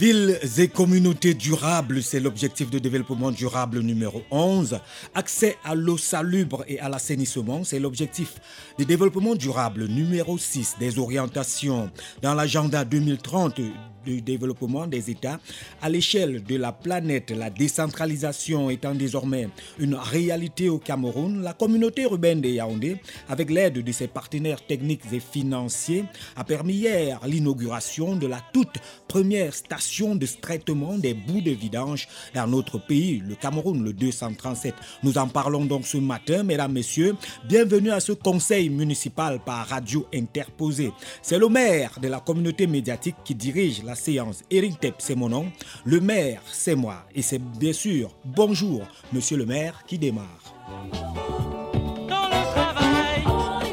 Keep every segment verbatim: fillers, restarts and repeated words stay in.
Villes et communautés durables, c'est l'objectif de développement durable numéro onze. Accès à l'eau salubre et à l'assainissement, c'est l'objectif de développement durable numéro six. Des orientations dans l'agenda deux mille trente du développement des États à l'échelle de la planète. La décentralisation étant désormais une réalité au Cameroun, la communauté urbaine de Yaoundé, avec l'aide de ses partenaires techniques et financiers, a permis hier l'inauguration de la toute première station de traitement des boues de vidange dans notre pays, le Cameroun, le deux cent trente-sept. Nous en parlons donc ce matin, mesdames, messieurs. Bienvenue à ce conseil municipal par radio interposée. C'est le maire de la communauté médiatique qui dirige la séance. Eric Tep, c'est mon nom. Le maire, c'est moi. Et c'est bien sûr, bonjour, monsieur le maire, qui démarre. Dans le travail,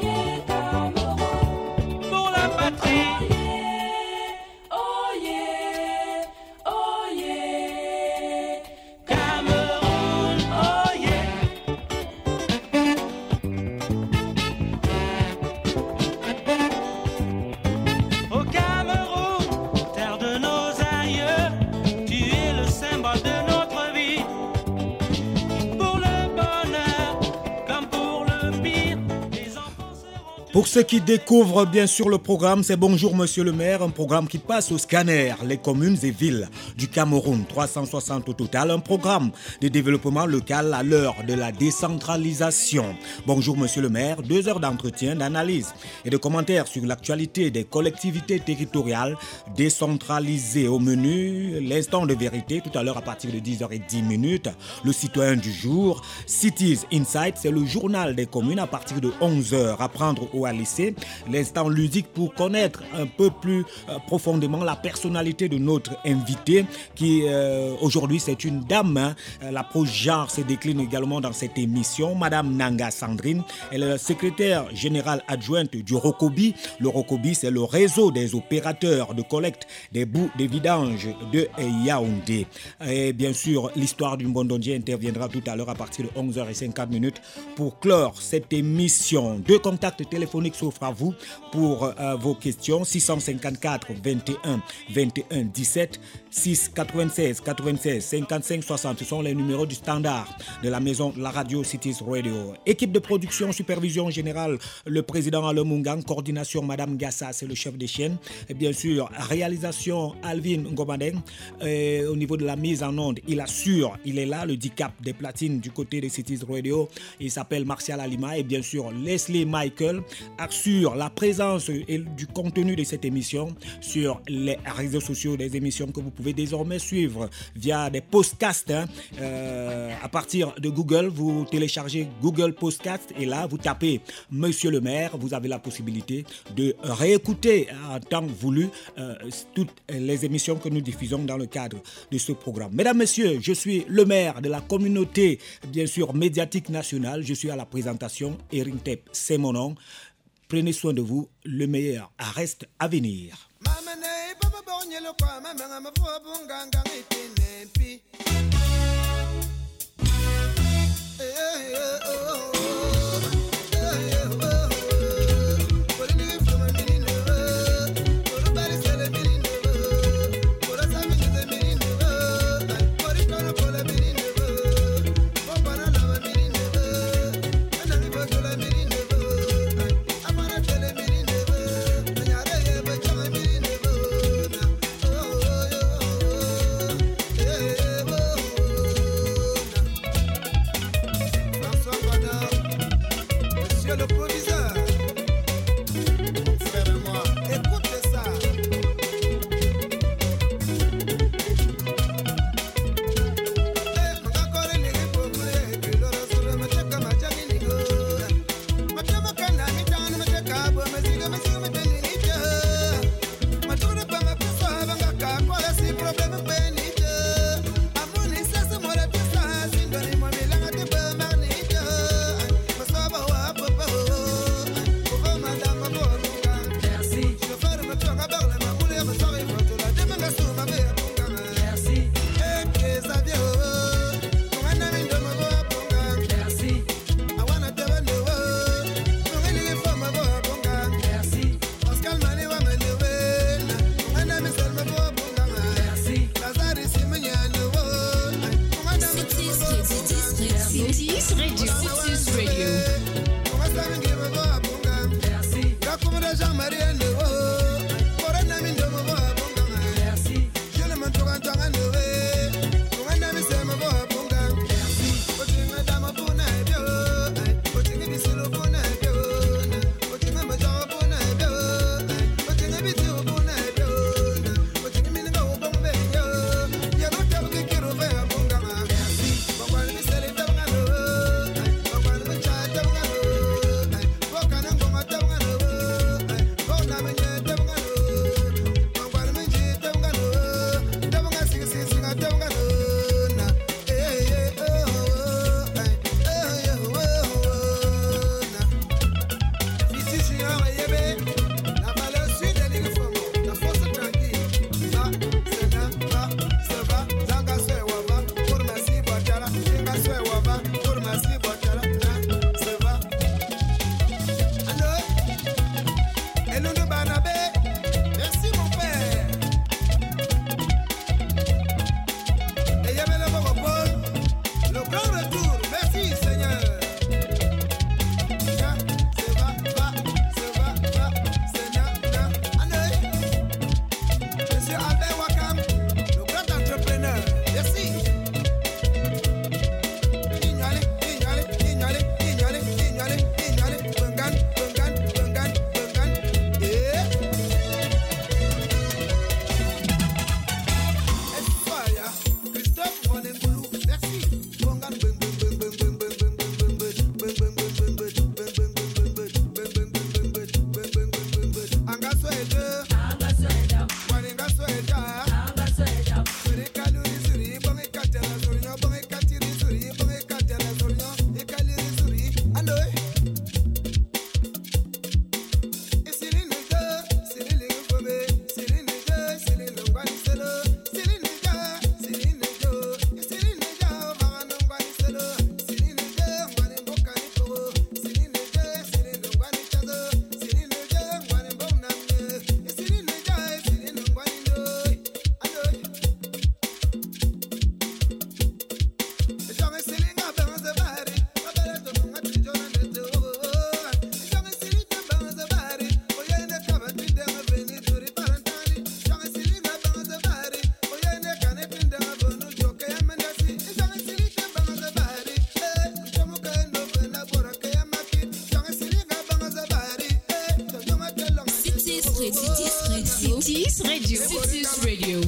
pour la patrie. Pour ceux qui découvrent bien sûr le programme, c'est Bonjour Monsieur le maire, un programme qui passe au scanner les communes et villes du Cameroun, trois cent soixante au total, un programme de développement local à l'heure de la décentralisation. Bonjour Monsieur le maire, deux heures d'entretien, d'analyse et de commentaires sur l'actualité des collectivités territoriales décentralisées. Au menu, l'instant de vérité, tout à l'heure à partir de dix heures dix, le citoyen du jour, Cities Insight, c'est le journal des communes à partir de onze heures, à prendre au à lycée, l'instant ludique pour connaître un peu plus euh, profondément la personnalité de notre invité qui euh, aujourd'hui c'est une dame, hein. L'approche genre se décline également dans cette émission. Madame Nanga Sandrine, elle est la secrétaire générale adjointe du Rokobi. Le Rokobi, c'est le réseau des opérateurs de collecte des boues de vidange de Yaoundé. Et bien sûr, l'histoire du Mbondondier interviendra tout à l'heure à partir de onze heures cinquante pour clore cette émission. Deux contacts téléphoniques s'offrent à vous pour euh, vos questions. Six cent cinquante-quatre vingt et un vingt et un dix-sept, six quatre-vingt-seize quatre-vingt-seize cinquante-cinq soixante. Ce sont les numéros du standard de la maison de la radio Cities Radio. Équipe de production, supervision générale, le président Alain Mungang, coordination Madame Gassa, c'est le chef des chaînes. Et bien sûr, réalisation Alvin Ngomadeng. Et au niveau de la mise en onde, il assure, il est là, le D C A P des platines du côté de Cities Radio. Il s'appelle Martial Alima et bien sûr Leslie Michael assure la présence et du contenu de cette émission sur les réseaux sociaux, des émissions que vous pouvez désormais suivre via des podcasts. Hein. Euh, à partir de Google, vous téléchargez Google Podcast et là, vous tapez Monsieur le maire. Vous avez la possibilité de réécouter en temps voulu euh, toutes les émissions que nous diffusons dans le cadre de ce programme. Mesdames, Messieurs, je suis le maire de la communauté, bien sûr, médiatique nationale. Je suis à la présentation. Eric Tep, c'est mon nom. Prenez soin de vous, le meilleur reste à venir. Oh Radio. Cities Radio. Cities Radio.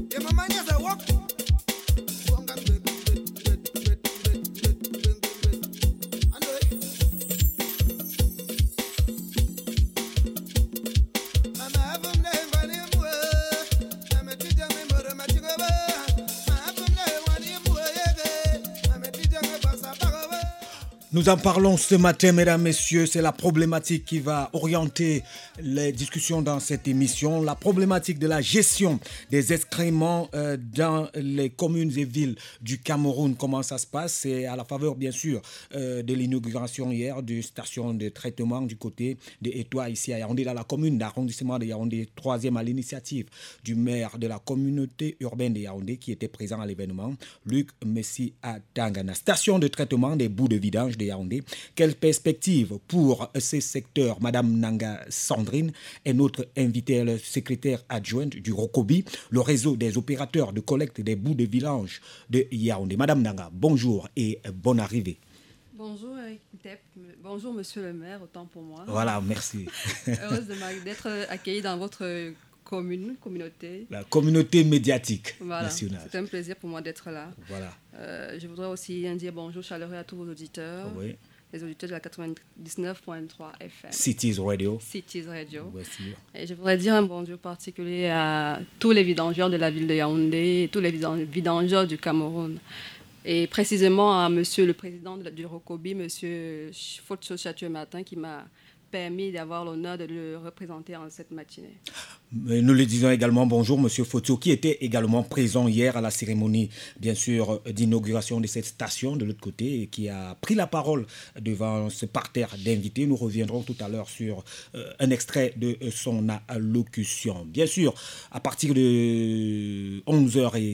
Nous en parlons ce matin, mesdames, messieurs. C'est la problématique qui va orienter les discussions dans cette émission. La problématique de la gestion des excréments euh, dans les communes et villes du Cameroun. Comment ça se passe? C'est à la faveur, bien sûr, euh, de l'inauguration hier de stations de traitement du côté de Etoile, ici à Yaoundé, dans la commune d'arrondissement de Yaoundé, troisième à l'initiative du maire de la communauté urbaine de Yaoundé qui était présent à l'événement, Luc Messi Atangana. Station de traitement des bouts de vidange de Yaoundé. Quelle perspective pour ces secteurs? Madame Nanga Sandrine est notre invitée, le secrétaire adjointe du ROCOBI, le réseau des opérateurs de collecte des bouts de vidange de Yaoundé. Madame Nanga, bonjour et bonne arrivée. Bonjour Dep, bonjour monsieur le maire, autant pour moi. Voilà, merci. Heureuse de d'être accueillie dans votre commune, communauté. La communauté médiatique voilà, nationale. C'est un plaisir pour moi d'être là. Voilà. Euh, je voudrais aussi dire bonjour chaleureux à tous vos auditeurs. Oui. Les auditeurs de la quatre-vingt-dix-neuf virgule trois F M. Cities Radio. Cities Radio. Oui, et je voudrais dire un bonjour particulier à tous les vidangeurs de la ville de Yaoundé et tous les vidangeurs du Cameroun. Et précisément à monsieur le président du ROCOBI, monsieur Fotso Chatué-Martin, qui m'a permis d'avoir l'honneur de le représenter en cette matinée. Nous le disons également bonjour, monsieur Fotso, qui était également présent hier à la cérémonie, bien sûr, d'inauguration de cette station de l'autre côté et qui a pris la parole devant ce parterre d'invités. Nous reviendrons tout à l'heure sur euh, un extrait de son allocution. Bien sûr, à partir de onze heures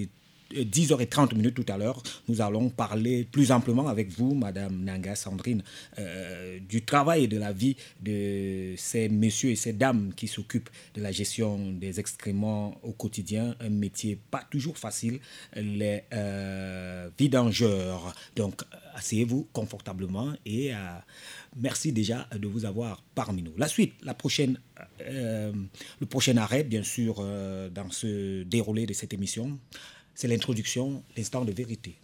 dix heures trente tout à l'heure, nous allons parler plus amplement avec vous, Madame Nanga Sandrine, euh, du travail et de la vie de ces messieurs et ces dames qui s'occupent de la gestion des excréments au quotidien, un métier pas toujours facile, les euh, vidangeurs. Donc, asseyez-vous confortablement et euh, merci déjà de vous avoir parmi nous. La suite, la prochaine, euh, le prochain arrêt, bien sûr, euh, dans ce déroulé de cette émission, c'est l'introduction, l'instant de vérité.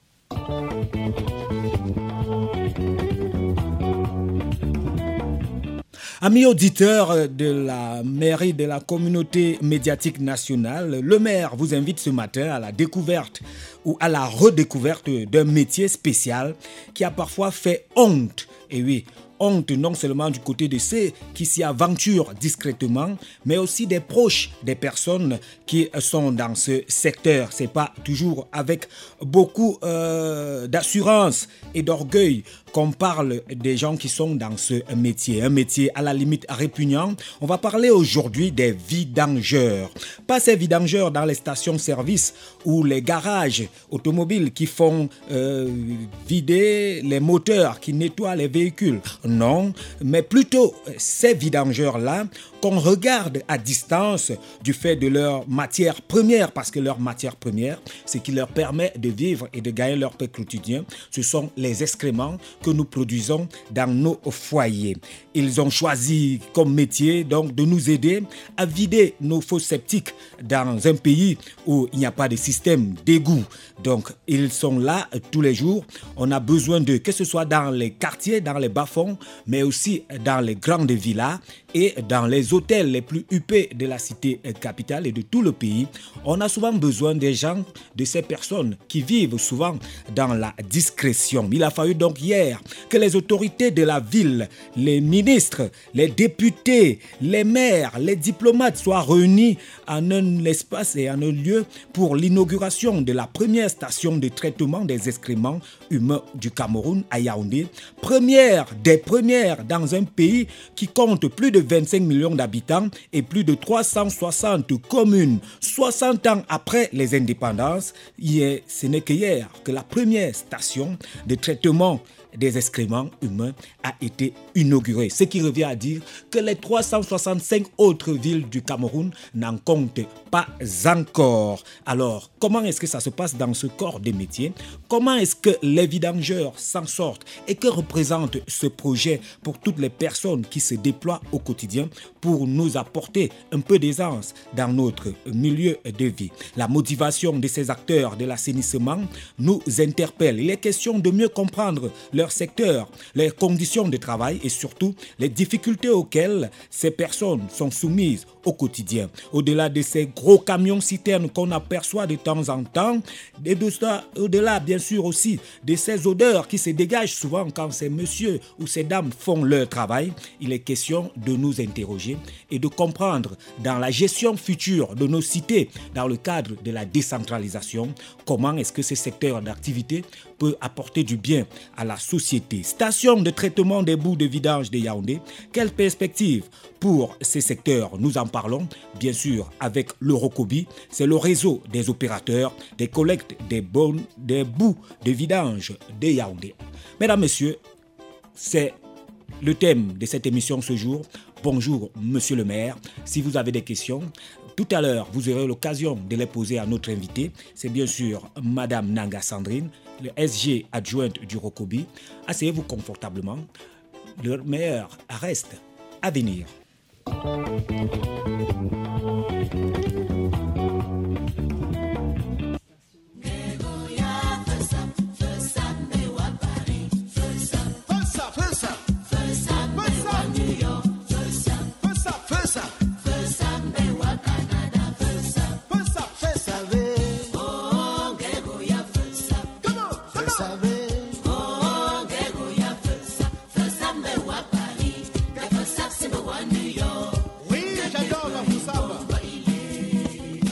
Amis auditeurs de la mairie de la communauté médiatique nationale, le maire vous invite ce matin à la découverte ou à la redécouverte d'un métier spécial qui a parfois fait honte. Et oui, honte non seulement du côté de ceux qui s'y aventurent discrètement, mais aussi des proches des personnes qui sont dans ce secteur. C'est pas toujours avec beaucoup euh, d'assurance et d'orgueil qu'on parle des gens qui sont dans ce métier, un métier à la limite répugnant. On va parler aujourd'hui des vidangeurs. Pas ces vidangeurs dans les stations-service ou les garages automobiles qui font euh, vider les moteurs, qui nettoient les véhicules. Non, mais plutôt ces vidangeurs-là qu'on regarde à distance du fait de leur matière première, parce que leur matière première, ce qui leur permet de vivre et de gagner leur pain quotidien, ce sont les excréments que nous produisons dans nos foyers. Ils ont choisi comme métier donc de nous aider à vider nos fosses septiques dans un pays où il n'y a pas de système d'égout. Donc ils sont là tous les jours. On a besoin d'eux, que ce soit dans les quartiers, dans les bas-fonds, mais aussi dans les grandes villas et dans les hôtels les plus huppés de la cité capitale et de tout le pays. On a souvent besoin des gens, de ces personnes qui vivent souvent dans la discrétion. Il a fallu donc hier que les autorités de la ville, les ministres, les députés, les maires, les diplomates soient réunis en un espace et en un lieu pour l'inauguration de la première station de traitement des excréments humains du Cameroun à Yaoundé. Première des premières dans un pays qui compte plus de vingt-cinq millions d'habitants et plus de trois cent soixante communes. soixante ans après les indépendances, hier, ce n'est qu'hier que la première station de traitement des excréments humains a été inaugurée. Ce qui revient à dire que les trois cent soixante-cinq autres villes du Cameroun n'en comptent pas encore. Alors, comment est-ce que ça se passe dans ce corps de métier? Comment est-ce que les vidangeurs s'en sortent? Et que représente ce projet pour toutes les personnes qui se déploient au quotidien pour nous apporter un peu d'aisance dans notre milieu de vie? La motivation de ces acteurs de l'assainissement nous interpelle. Il est question de mieux comprendre leur secteur, les conditions de travail et surtout les difficultés auxquelles ces personnes sont soumises au quotidien. Au-delà de ces gros camions citernes qu'on aperçoit de temps en temps, et de ça, au-delà bien sûr aussi de ces odeurs qui se dégagent souvent quand ces messieurs ou ces dames font leur travail, il est question de nous interroger et de comprendre dans la gestion future de nos cités, dans le cadre de la décentralisation, comment est-ce que ce secteur d'activité peut apporter du bien à la société. Station de traitement des boues de vidange de Yaoundé, quelle perspective pour ces secteurs? Nous en parlons bien sûr avec le Rocobi, c'est le réseau des opérateurs des collectes des, bonnes, des boues de vidange de Yaoundé. Mesdames, Messieurs, c'est le thème de cette émission ce jour. Bonjour, Monsieur le maire. Si vous avez des questions, tout à l'heure, vous aurez l'occasion de les poser à notre invité. C'est bien sûr Madame Nanga Sandrine, le S G adjointe du Rocobi. Asseyez-vous confortablement. Le meilleur reste à venir. Oui, j'adore la foussaba.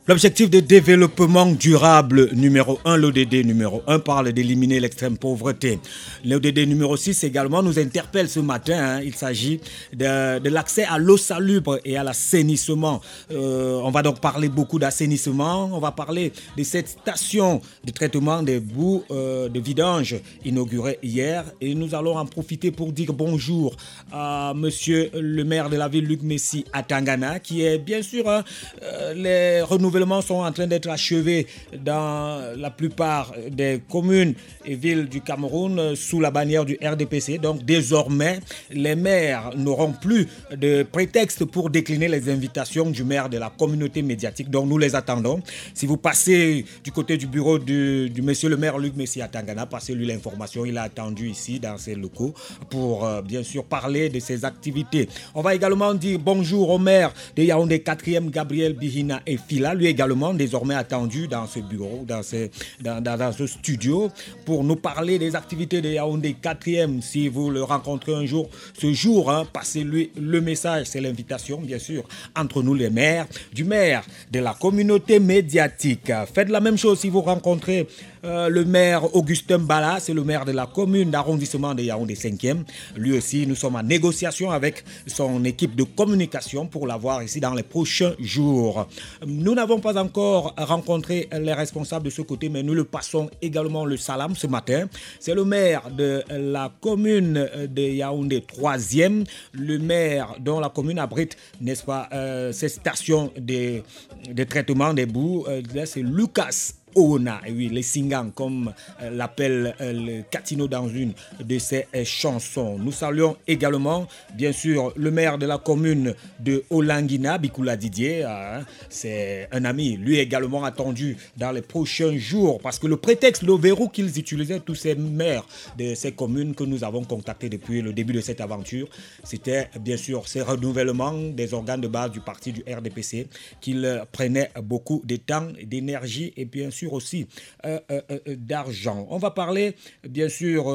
L'objectif de développement durable numéro un, l'O D D numéro un, parle d'éliminer l'extrême pauvreté. L'O D D numéro six également nous interpelle ce matin. Hein. Il s'agit de, de l'accès à l'eau salubre et à l'assainissement. Euh, on va donc parler beaucoup d'assainissement. On va parler de cette station de traitement des boues euh, de vidange inaugurée hier. Et nous allons en profiter pour dire bonjour à monsieur le maire de la ville, Luc Messi Atangana, qui est bien sûr hein, euh, les renouvellements sont en train d'être achevés dans la plupart des communes et villes du Cameroun sous la bannière du R D P C. Donc désormais, les maires n'auront plus de prétexte pour décliner les invitations du maire de la communauté médiatique. Donc nous les attendons. Si vous passez du côté du bureau du, du monsieur le maire Luc Messi Atangana, passez-lui l'information. Il a attendu ici dans ses locaux pour euh, bien sûr parler de ses activités. On va également dire bonjour au maire de Yaoundé quatrième, Gabriel Bihina et Fila, lui également désormais attendu dans ce bureau, dans ce, dans, dans, dans ce studio, pour nous parler des activités de Yaoundé quatrième. Si vous le rencontrez un jour, ce jour, hein, passez-lui le message, c'est l'invitation, bien sûr, entre nous les maires, du maire de la communauté médiatique. Faites la même chose si vous rencontrez Euh, le maire Augustin Bala, c'est le maire de la commune d'arrondissement de Yaoundé cinquième. Lui aussi, nous sommes en négociation avec son équipe de communication pour l'avoir ici dans les prochains jours. Nous n'avons pas encore rencontré les responsables de ce côté, mais nous le passons également le salam ce matin. C'est le maire de la commune de Yaoundé troisième, le maire dont la commune abrite, n'est-ce pas, euh, ces stations de, de traitement des boues. Euh, c'est Lucas Ona, et oui, les Singans, comme euh, l'appelle euh, le Catino dans une de ses euh, chansons. Nous saluons également, bien sûr, le maire de la commune de Olanguina, Bikoula Didier. Hein, c'est un ami, lui également attendu dans les prochains jours, parce que le prétexte, le verrou qu'ils utilisaient, tous ces maires de ces communes que nous avons contactés depuis le début de cette aventure, c'était bien sûr ces renouvellements des organes de base du parti du R D P C, qu'ils prenaient beaucoup de temps, d'énergie et bien sûr aussi euh, euh, euh, d'argent. On va parler bien sûr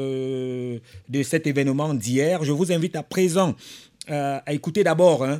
euh, de cet événement d'hier. Je vous invite à présent euh, à écouter d'abord hein,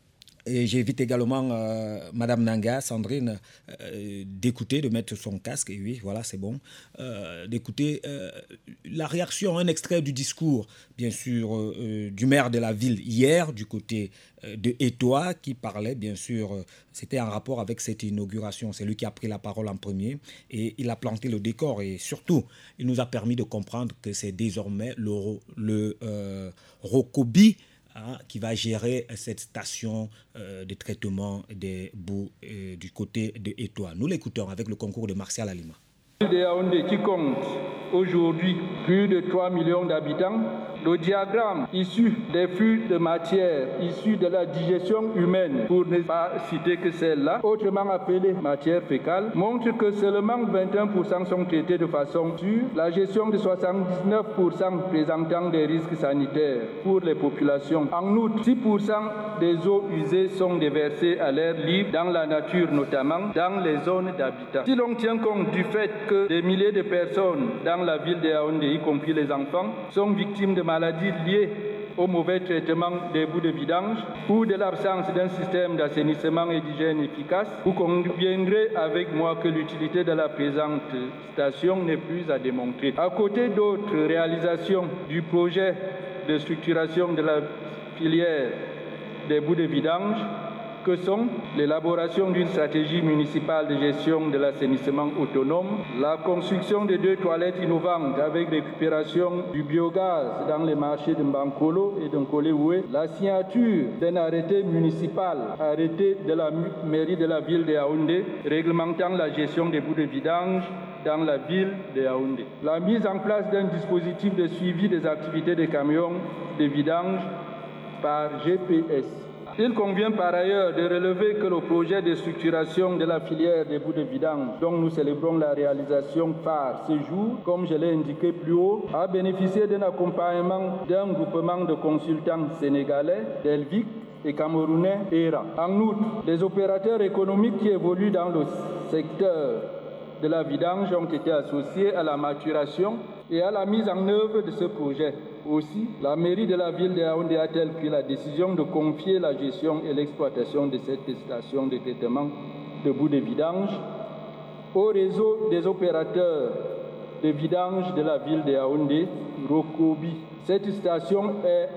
et j'invite également euh, Madame Nanga, Sandrine, euh, d'écouter, de mettre son casque, et oui, voilà, c'est bon, euh, d'écouter euh, la réaction, un extrait du discours, bien sûr, euh, du maire de la ville hier, du côté euh, de Etoile, qui parlait, bien sûr, euh, c'était en rapport avec cette inauguration. C'est lui qui a pris la parole en premier, et il a planté le décor, et surtout, il nous a permis de comprendre que c'est désormais le, le euh, Rokobi, Hein, qui va gérer cette station euh, de traitement des boues euh, du côté de Etoile. Nous l'écoutons avec le concours de Martial Alima. De Yaoundé qui compte aujourd'hui plus de trois millions d'habitants, le diagramme issu des flux de matière, issu de la digestion humaine, pour ne pas citer que celle-là, autrement appelée matière fécale, montre que seulement vingt et un pour cent sont traités de façon sûre, la gestion de soixante-dix-neuf pour cent présentant des risques sanitaires pour les populations. En outre, six pour cent des eaux usées sont déversées à l'air libre, dans la nature notamment, dans les zones d'habitat. Si l'on tient compte du fait que des milliers de personnes dans la ville de Yaoundé, y compris les enfants, sont victimes de maladies liées au mauvais traitement des boues de vidange ou de l'absence d'un système d'assainissement et d'hygiène efficace, vous conviendrez avec moi que l'utilité de la présente station n'est plus à démontrer. À côté d'autres réalisations du projet de structuration de la filière des boues de vidange, que sont l'élaboration d'une stratégie municipale de gestion de l'assainissement autonome, la construction de deux toilettes innovantes avec récupération du biogaz dans les marchés de Mbankolo et de Nkoleoué, la signature d'un arrêté municipal, arrêté de la mairie de la ville de Yaoundé, réglementant la gestion des boues de vidange dans la ville de Yaoundé, la mise en place d'un dispositif de suivi des activités des camions de vidange par G P S. Il convient par ailleurs de relever que le projet de structuration de la filière des boues de vidange, dont nous célébrons la réalisation par ce jour, comme je l'ai indiqué plus haut, a bénéficié d'un accompagnement d'un groupement de consultants sénégalais, Delvic et camerounais E R A. En outre, les opérateurs économiques qui évoluent dans le secteur de la vidange ont été associés à la maturation et à la mise en œuvre de ce projet. Aussi, la mairie de la ville de Yaoundé a-t-elle pris la décision de confier la gestion et l'exploitation de cette station de traitement de boue de vidange, au réseau des opérateurs de vidange de la ville de Yaoundé, Rokobi. Cette station est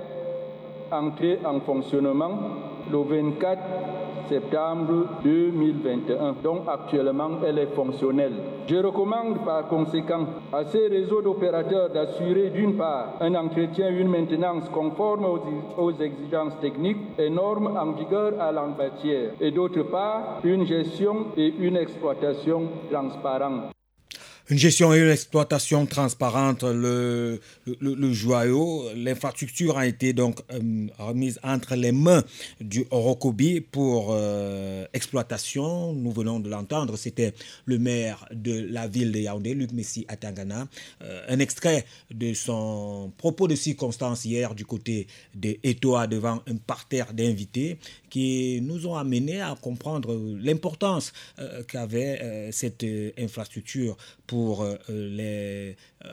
entrée en fonctionnement le vingt-quatre septembre deux mille vingt et un, donc actuellement elle est fonctionnelle. Je recommande par conséquent à ces réseaux d'opérateurs d'assurer d'une part un entretien et une maintenance conformes aux, aux exigences techniques et normes en vigueur à la matière, et d'autre part une gestion et une exploitation transparentes. Une gestion et une exploitation transparente, le, le, le joyau, l'infrastructure a été donc euh, remise entre les mains du Orokobi pour euh, exploitation. Nous venons de l'entendre, c'était le maire de la ville de Yaoundé, Luc Messi Atangana. Euh, un extrait de son propos de circonstance hier du côté de Etoa devant un parterre d'invités qui nous ont amené à comprendre l'importance euh, qu'avait euh, cette euh, infrastructure pour euh, les, euh,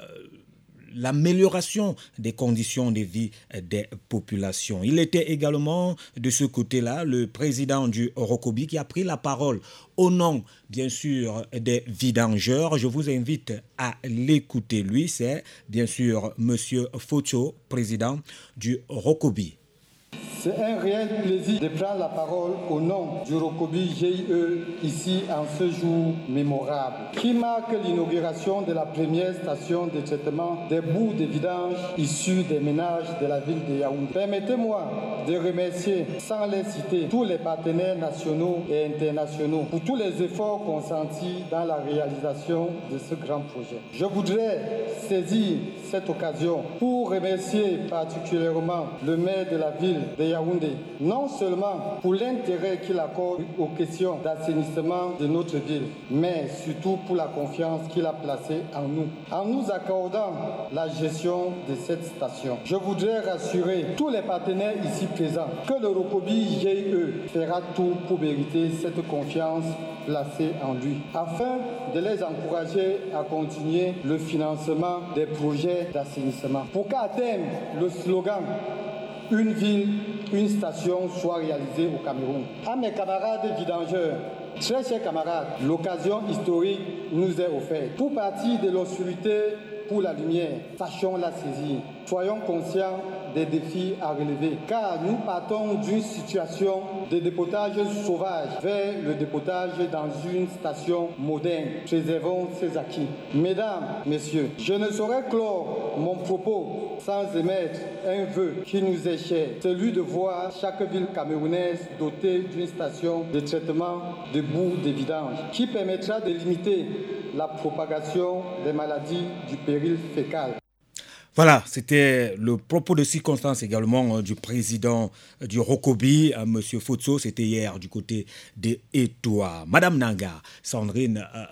l'amélioration des conditions de vie des populations. Il était également de ce côté-là le président du Orokobi qui a pris la parole au nom, bien sûr, des vidangeurs. Je vous invite à l'écouter. Lui, c'est bien sûr M. Focho, président du Orokobi. C'est un réel plaisir de prendre la parole au nom du Rokobi G I E ici en ce jour mémorable qui marque l'inauguration de la première station de traitement des boues de vidange issues des ménages de la ville de Yaoundé. Permettez-moi de remercier sans les citer tous les partenaires nationaux et internationaux pour tous les efforts consentis dans la réalisation de ce grand projet. Je voudrais saisir cette occasion pour remercier particulièrement le maire de la ville de Yaoundé, non seulement pour l'intérêt qu'il accorde aux questions d'assainissement de notre ville, mais surtout pour la confiance qu'il a placée en nous, en nous accordant la gestion de cette station. Je voudrais rassurer tous les partenaires ici présents que le Rokobi G I E fera tout pour mériter cette confiance placée en lui, afin de les encourager à continuer le financement des projets d'assainissement. Pour qu'à terme, le slogan « Une ville, une station » soit réalisé au Cameroun. À mes camarades vidangeurs, très chers camarades, l'occasion historique nous est offerte. Pour partir de l'obscurité pour la lumière, sachons la saisir. Soyons conscients des défis à relever, car nous partons d'une situation de dépotage sauvage vers le dépotage dans une station moderne. Préservons ces acquis. Mesdames, Messieurs, je ne saurais clore mon propos sans émettre un vœu qui nous est cher, celui de voir chaque ville camerounaise dotée d'une station de traitement de boues de vidange qui permettra de limiter la propagation des maladies du péril fécal. Voilà, c'était le propos de circonstance également euh, du président euh, du Rokobi, euh, M. Focho, c'était hier du côté des Etoa. Madame Nanga, Sandrine, euh,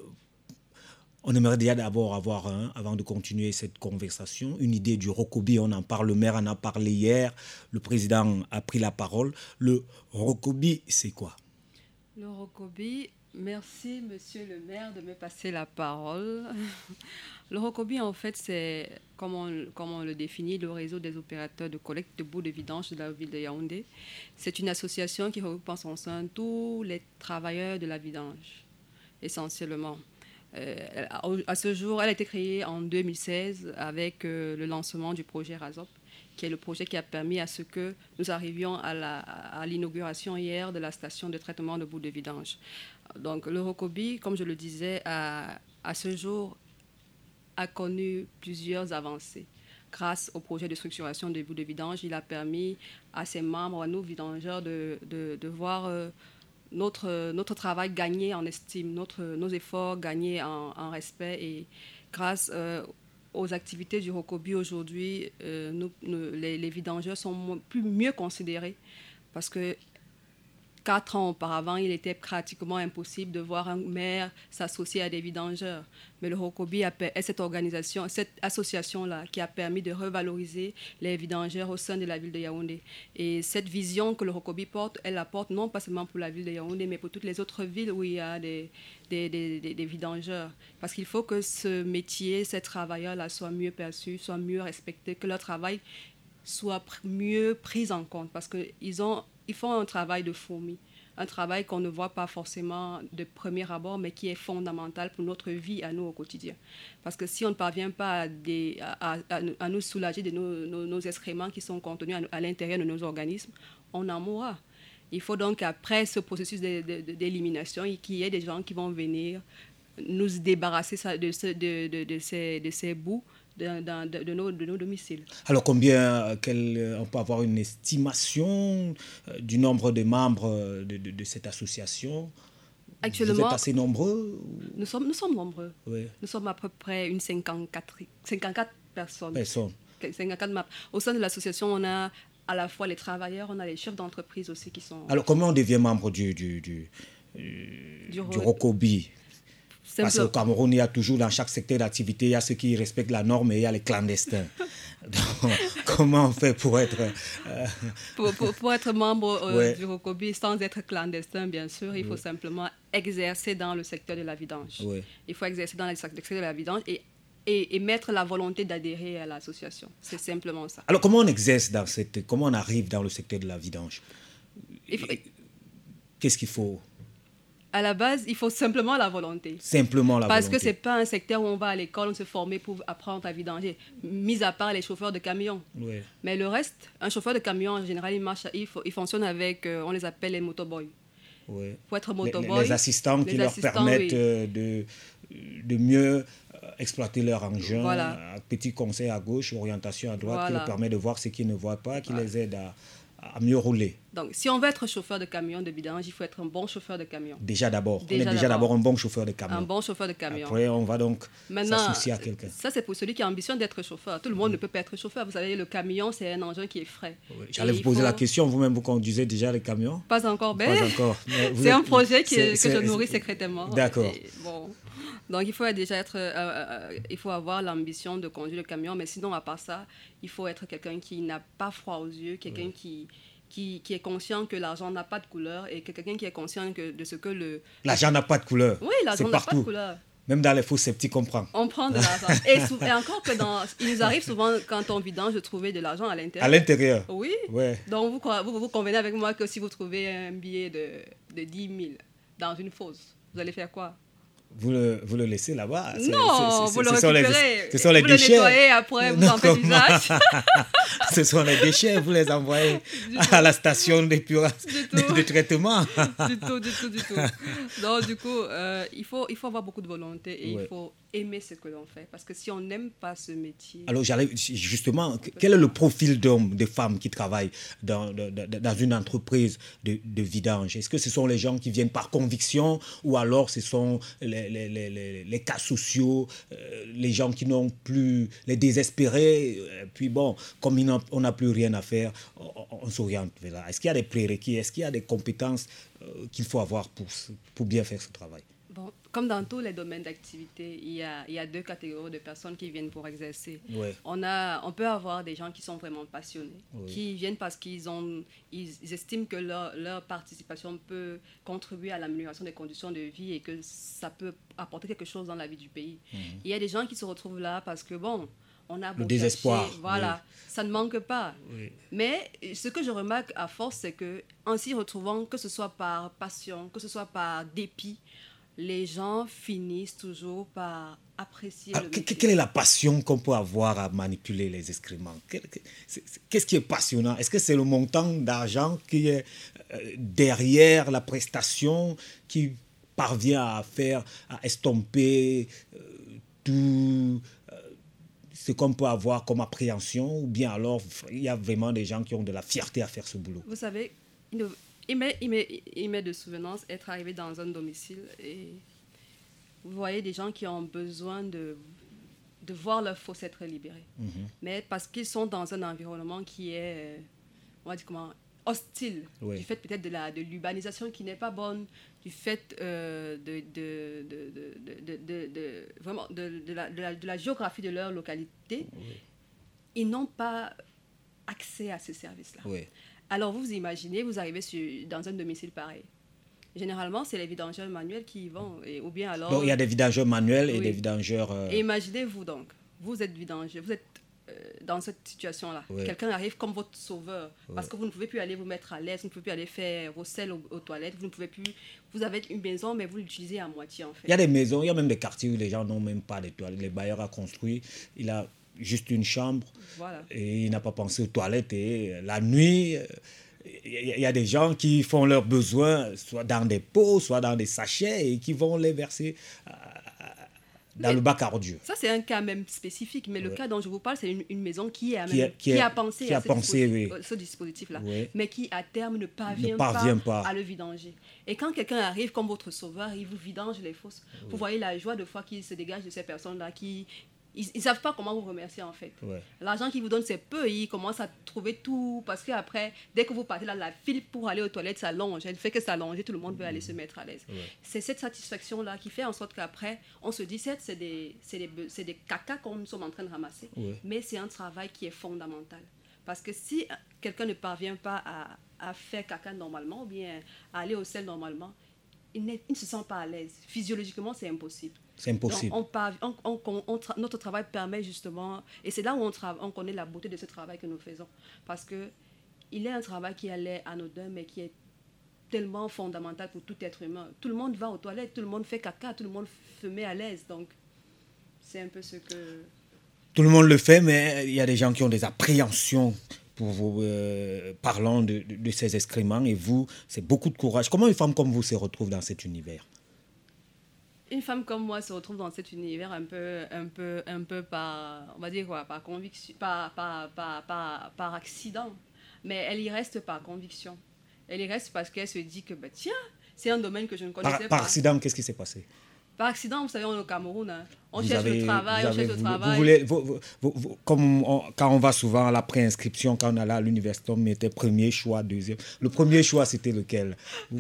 on aimerait déjà d'abord avoir, hein, avant de continuer cette conversation, une idée du Rokobi. On en parle, le maire en a parlé hier, le président a pris la parole. Le Rokobi, c'est quoi? Le Rokobi, merci monsieur le maire de me passer la parole. Le Rokobi, en fait, c'est, comme on, comme on le définit, le réseau des opérateurs de collecte de boues de vidange de la ville de Yaoundé. C'est une association qui regroupe en son sein tous les travailleurs de la vidange, essentiellement. Euh, à, à ce jour, elle a été créée en deux mille seize avec euh, le lancement du projet Razop, qui est le projet qui a permis à ce que nous arrivions à, la, à l'inauguration hier de la station de traitement de boues de vidange. Donc le Rokobi, comme je le disais, à, à ce jour, a connu plusieurs avancées. Grâce au projet de structuration des boues de vidange, il a permis à ses membres, à nous vidangeurs, de, de, de voir euh, notre, notre travail gagner en estime, notre, nos efforts gagner en, en respect. Et grâce euh, aux activités du Rokobi aujourd'hui, euh, nous, nous, les, les vidangeurs sont plus, mieux considérés parce que Quatre ans auparavant, il était pratiquement impossible de voir un maire s'associer à des vidangeurs. Mais le Rokobi est cette organisation, cette association-là qui a permis de revaloriser les vidangeurs au sein de la ville de Yaoundé. Et cette vision que le Rokobi porte, elle la porte non pas seulement pour la ville de Yaoundé, mais pour toutes les autres villes où il y a des, des, des, des, des vidangeurs. Parce qu'il faut que ce métier, ces travailleurs-là soient mieux perçus, soient mieux respectés, que leur travail soit mieux pris en compte. Parce qu'ils ont... Ils font un travail de fourmi. un travail qu'on ne voit pas forcément de premier abord, mais qui est fondamental pour notre vie à nous au quotidien. Parce que si on ne parvient pas à, des, à, à, à nous soulager de nos, nos, nos excréments qui sont contenus à, à l'intérieur de nos organismes, on en mourra. Il faut donc, après ce processus de, de, de, d'élimination, qu'il y ait des gens qui vont venir nous débarrasser de, ce, de, de, de, ces, de ces bouts de, de, de, nos, de nos domiciles. Alors, combien, quel, on peut avoir une estimation du nombre de membres de, de, de cette association? Actuellement, vous êtes assez nombreux? Nous sommes, nous sommes nombreux. Oui. Nous sommes à peu près une cinquante-quatre, cinquante-quatre personnes. Personnes. cinquante-quatre membres. Au sein de l'association, on a à la fois les travailleurs, on a les chefs d'entreprise aussi qui sont... Alors, comment on devient membre du, du, du, du, du, du Rokobi? Parce qu'au Cameroun, il y a toujours, dans chaque secteur d'activité, il y a ceux qui respectent la norme et il y a les clandestins. Donc, comment on fait pour être... Euh... Pour, pour, pour être membre euh, ouais. du Rokobi, sans être clandestin, bien sûr, il faut ouais. simplement exercer dans le secteur de la vidange. Ouais. Il faut exercer dans le secteur de la vidange et, et, et mettre la volonté d'adhérer à l'association. C'est simplement ça. Alors, comment on exerce dans cette... Comment on arrive dans le secteur de la vidange? faut... Qu'est-ce qu'il faut? À la base, il faut simplement la volonté. Simplement la Parce volonté. Parce que ce n'est pas un secteur où on va à l'école, on se former pour apprendre à vidanger, mis à part les chauffeurs de camions. Oui. Mais le reste, un chauffeur de camion, en général, il, marche, il, il fonctionne avec, euh, on les appelle les motoboys. Oui. Pour être motoboy. Les, les assistants qui les leur assistants, permettent oui. de, de mieux exploiter leur engin. Voilà. Petit conseil à gauche, orientation à droite, voilà. Qui leur permet de voir ce qu'ils ne voient pas, qui voilà. les aide à... à mieux rouler. Donc, si on veut être chauffeur de camion de vidange, il faut être un bon chauffeur de camion. Déjà d'abord. Déjà on est déjà d'abord un bon chauffeur de camion. Un bon chauffeur de camion. Après, on va donc Maintenant, s'associer à quelqu'un. Ça, c'est pour celui qui a ambition d'être chauffeur. Tout le monde mmh. ne peut pas être chauffeur. Vous savez, le camion, c'est un engin qui est frais. Oui. J'allais vous poser faut... la question. Vous-même, vous conduisez déjà les camions? Pas encore. Ben, pas encore. C'est êtes... un projet qui, que je nourris secrètement. D'accord. Et, bon. Donc, il faut déjà être, euh, euh, il faut avoir l'ambition de conduire le camion. Mais sinon, à part ça, il faut être quelqu'un qui n'a pas froid aux yeux, quelqu'un oui. qui... Qui, qui est conscient que l'argent n'a pas de couleur et que quelqu'un qui est conscient que, de ce que le... L'argent n'a pas de couleur. Oui, l'argent n'a pas de couleur. Même dans les faux sceptiques, on prend. On prend de l'argent. et, sou- et encore que dans... Il nous arrive souvent, quand on vidange, de trouver de l'argent à l'intérieur. À l'intérieur? Oui. Ouais. Donc, vous, vous, vous convenez avec moi que si vous trouvez un billet de, de dix mille dans une fosse, vous allez faire quoi? Vous le, vous le laissez là-bas? C'est, non, c'est, c'est, vous le récupérez. Ce sont les vous déchets. Vous le nettoyez, après vous non, en faites usage. Ce sont les déchets, vous les envoyez à la station d'épurage, de, de traitement. Du tout, du tout, du tout. Donc, du coup, euh, il, faut, il faut avoir beaucoup de volonté et ouais. il faut aimer ce que l'on fait. Parce que si on n'aime pas ce métier... Alors, j'allais justement, quel est le profil d'hommes, de femmes qui travaillent dans, dans, dans une entreprise de, de vidange? Est-ce que ce sont les gens qui viennent par conviction ou alors ce sont les, les, les, les, les cas sociaux, euh, les gens qui n'ont plus, les désespérés, euh, puis bon, comme on n'a plus rien à faire, on, on s'oriente vers là. Est-ce qu'il y a des prérequis, est-ce qu'il y a des compétences euh, qu'il faut avoir pour, pour bien faire ce travail? Bon, comme dans tous les domaines d'activité, il y a, il y a deux catégories de personnes qui viennent pour exercer. Ouais. On, a, on peut avoir des gens qui sont vraiment passionnés, oui. qui viennent parce qu'ils ont, ils, ils estiment que leur, leur participation peut contribuer à l'amélioration des conditions de vie et que ça peut apporter quelque chose dans la vie du pays. Mmh. Il y a des gens qui se retrouvent là parce que, bon, on a beau le désespoir. Chercher, voilà, oui. ça ne manque pas. Oui. Mais ce que je remarque à force, c'est qu'en s'y retrouvant, que ce soit par passion, que ce soit par dépit, les gens finissent toujours par apprécier ah, le métier. Quelle est la passion qu'on peut avoir à manipuler les excréments? Qu'est-ce qui est passionnant? Est-ce que c'est le montant d'argent qui est derrière la prestation qui parvient à faire, à estomper euh, tout euh, ce qu'on peut avoir comme appréhension, ou bien alors il y a vraiment des gens qui ont de la fierté à faire ce boulot? Vous savez, il m'est, il m'est, il m'est de souvenance être arrivé dans un domicile et vous voyez des gens qui ont besoin de, de voir leur fosse être libérée. Mm-hmm. Mais parce qu'ils sont dans un environnement qui est, on va dire comment, hostile, oui. du fait peut-être de, la, de l'urbanisation qui n'est pas bonne, du fait euh, de, de, de, de, de, de, de, vraiment de, de, la, de, la, de la géographie de leur localité, oui. ils n'ont pas accès à ces services-là. Oui. Alors vous vous imaginez, vous arrivez sur, dans un domicile pareil. Généralement, c'est les vidangeurs manuels qui y vont, et, ou bien alors... Donc il y a des vidangeurs manuels et oui. des vidangeurs... Euh... Et imaginez-vous donc, vous êtes vidangeur, vous êtes euh, dans cette situation-là. Ouais. Quelqu'un arrive comme votre sauveur, Ouais. parce que vous ne pouvez plus aller vous mettre à l'aise, vous ne pouvez plus aller faire vos selles aux, aux toilettes, vous ne pouvez plus... Vous avez une maison, mais vous l'utilisez à moitié, en fait. Il y a des maisons, il y a même des quartiers où les gens n'ont même pas de toilettes. Les bailleurs ont construit, il a juste une chambre Voilà. et il n'a pas pensé aux toilettes. Et la nuit, il y a des gens qui font leurs besoins soit dans des pots, soit dans des sachets et qui vont les verser euh, dans Mais le bac à ordures. Ça, c'est un cas même spécifique, mais le Ouais. cas dont je vous parle, c'est une, une maison qui, est à Qui même- a- qui qui a- a pensé qui à a ce, pensé, dispositif, oui. euh, ce dispositif-là, Oui. mais qui, à terme, ne parvient, Ne parvient pas. à le vidanger. Et quand quelqu'un arrive comme votre sauveur, il vous vidange les fosses. Vous voyez la joie de foi qui se dégage de ces personnes-là, qui... Ils ne savent pas comment vous remercier, en fait. Ouais. L'argent qu'ils vous donnent, c'est peu. Ils commencent à trouver tout. Parce qu'après, dès que vous partez là, la file pour aller aux toilettes s'allonge. Elle fait que s'allonger, tout le monde veut aller se mettre à l'aise. Ouais. C'est cette satisfaction-là qui fait en sorte qu'après, on se dit, certes, c'est des, c'est des, be- c'est des cacas qu'on nous sommes en train de ramasser. Ouais. Mais c'est un travail qui est fondamental. Parce que si quelqu'un ne parvient pas à, à faire caca normalement, ou bien à aller au sel normalement, il, n'est- il ne se sent pas à l'aise. Physiologiquement, c'est impossible. C'est impossible. Donc, on par- on- on- on- on tra- notre travail permet justement, et c'est là où on, tra- on connaît la beauté de ce travail que nous faisons. Parce que il est un travail qui a l'air anodin, mais qui est tellement fondamental pour tout être humain. Tout le monde va aux toilettes, tout le monde fait caca, tout le monde se met à l'aise. Donc, c'est un peu ce que... Tout le monde le fait, mais il y a des gens qui ont des appréhensions pour vous, euh, parlant de, de, de ces excréments. Et vous, c'est beaucoup de courage. Comment une femme comme vous se retrouve dans cet univers? Une femme comme moi se retrouve dans cet univers un peu, un peu, un peu par, on va dire quoi, par conviction, par, par, par, par, par accident. Mais elle y reste par conviction. Elle y reste parce qu'elle se dit que, bah, tiens, c'est un domaine que je ne connaissais Par, pas. par accident, qu'est-ce qui s'est passé? Par accident, vous savez, on est au Cameroun. Hein. On Vous cherche avez- le travail, vous on avez cherche le voulu- travail. Vous voulez, vous- vous- vous- vous- comme on- quand on va souvent à la préinscription, quand on allait à l'université, on mettait premier choix, deuxième. Le premier choix, c'était lequel?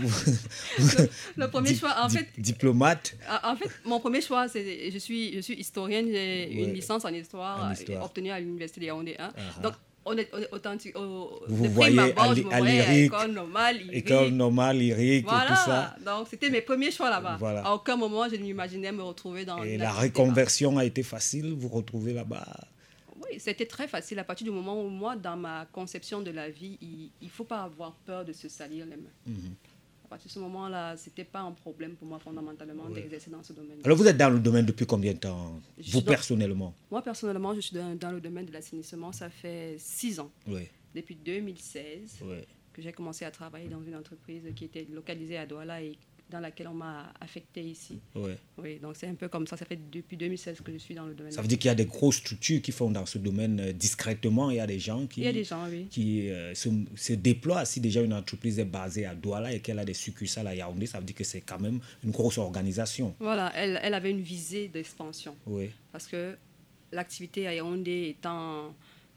Le premier Di- choix, en di- fait, Diplomate. En en fait, mon premier choix, c'est je suis, je suis historienne, j'ai Ouais. une licence en histoire, En euh, histoire. obtenue à l'université de Yaoundé un. Ah. Donc, on est, on est authentique. Au, Vous de voyez prime abord, à je li- me à voyais à lyrique, école normale, lyrique. École normale, lyrique et Voilà, tout ça. donc c'était mes premiers choix là-bas. Voilà. À aucun moment, je ne m'imaginais me retrouver dans Et une la activité. reconversion a été facile, vous retrouvez là-bas. Oui, c'était très facile à partir du moment où moi, dans ma conception de la vie, il ne faut pas avoir peur de se salir les mains. Mhm. À partir de ce moment-là, ce n'était pas un problème pour moi fondamentalement d'exercer dans ce domaine. Alors vous êtes dans le domaine depuis combien de temps, Je vous suis dans- personnellement? Moi, personnellement, je suis dans, dans le domaine de l'assainissement, ça fait six ans. Oui, Depuis deux mille seize, oui. que j'ai commencé à travailler dans une entreprise qui était localisée à Douala et dans laquelle on m'a affecté ici. oui. Oui, donc c'est un peu comme ça. Ça fait depuis deux mille seize que je suis dans le domaine. Ça veut dire qu'il y a des grosses structures qui font dans ce domaine euh, discrètement. Il y a des gens qui, Il y a des gens, oui. qui euh, se, se déploient. Si déjà une entreprise est basée à Douala et qu'elle a des succursales à Yaoundé, ça veut dire que c'est quand même une grosse organisation. Voilà, elle, elle avait une visée d'expansion. Oui, Parce que l'activité à Yaoundé étant,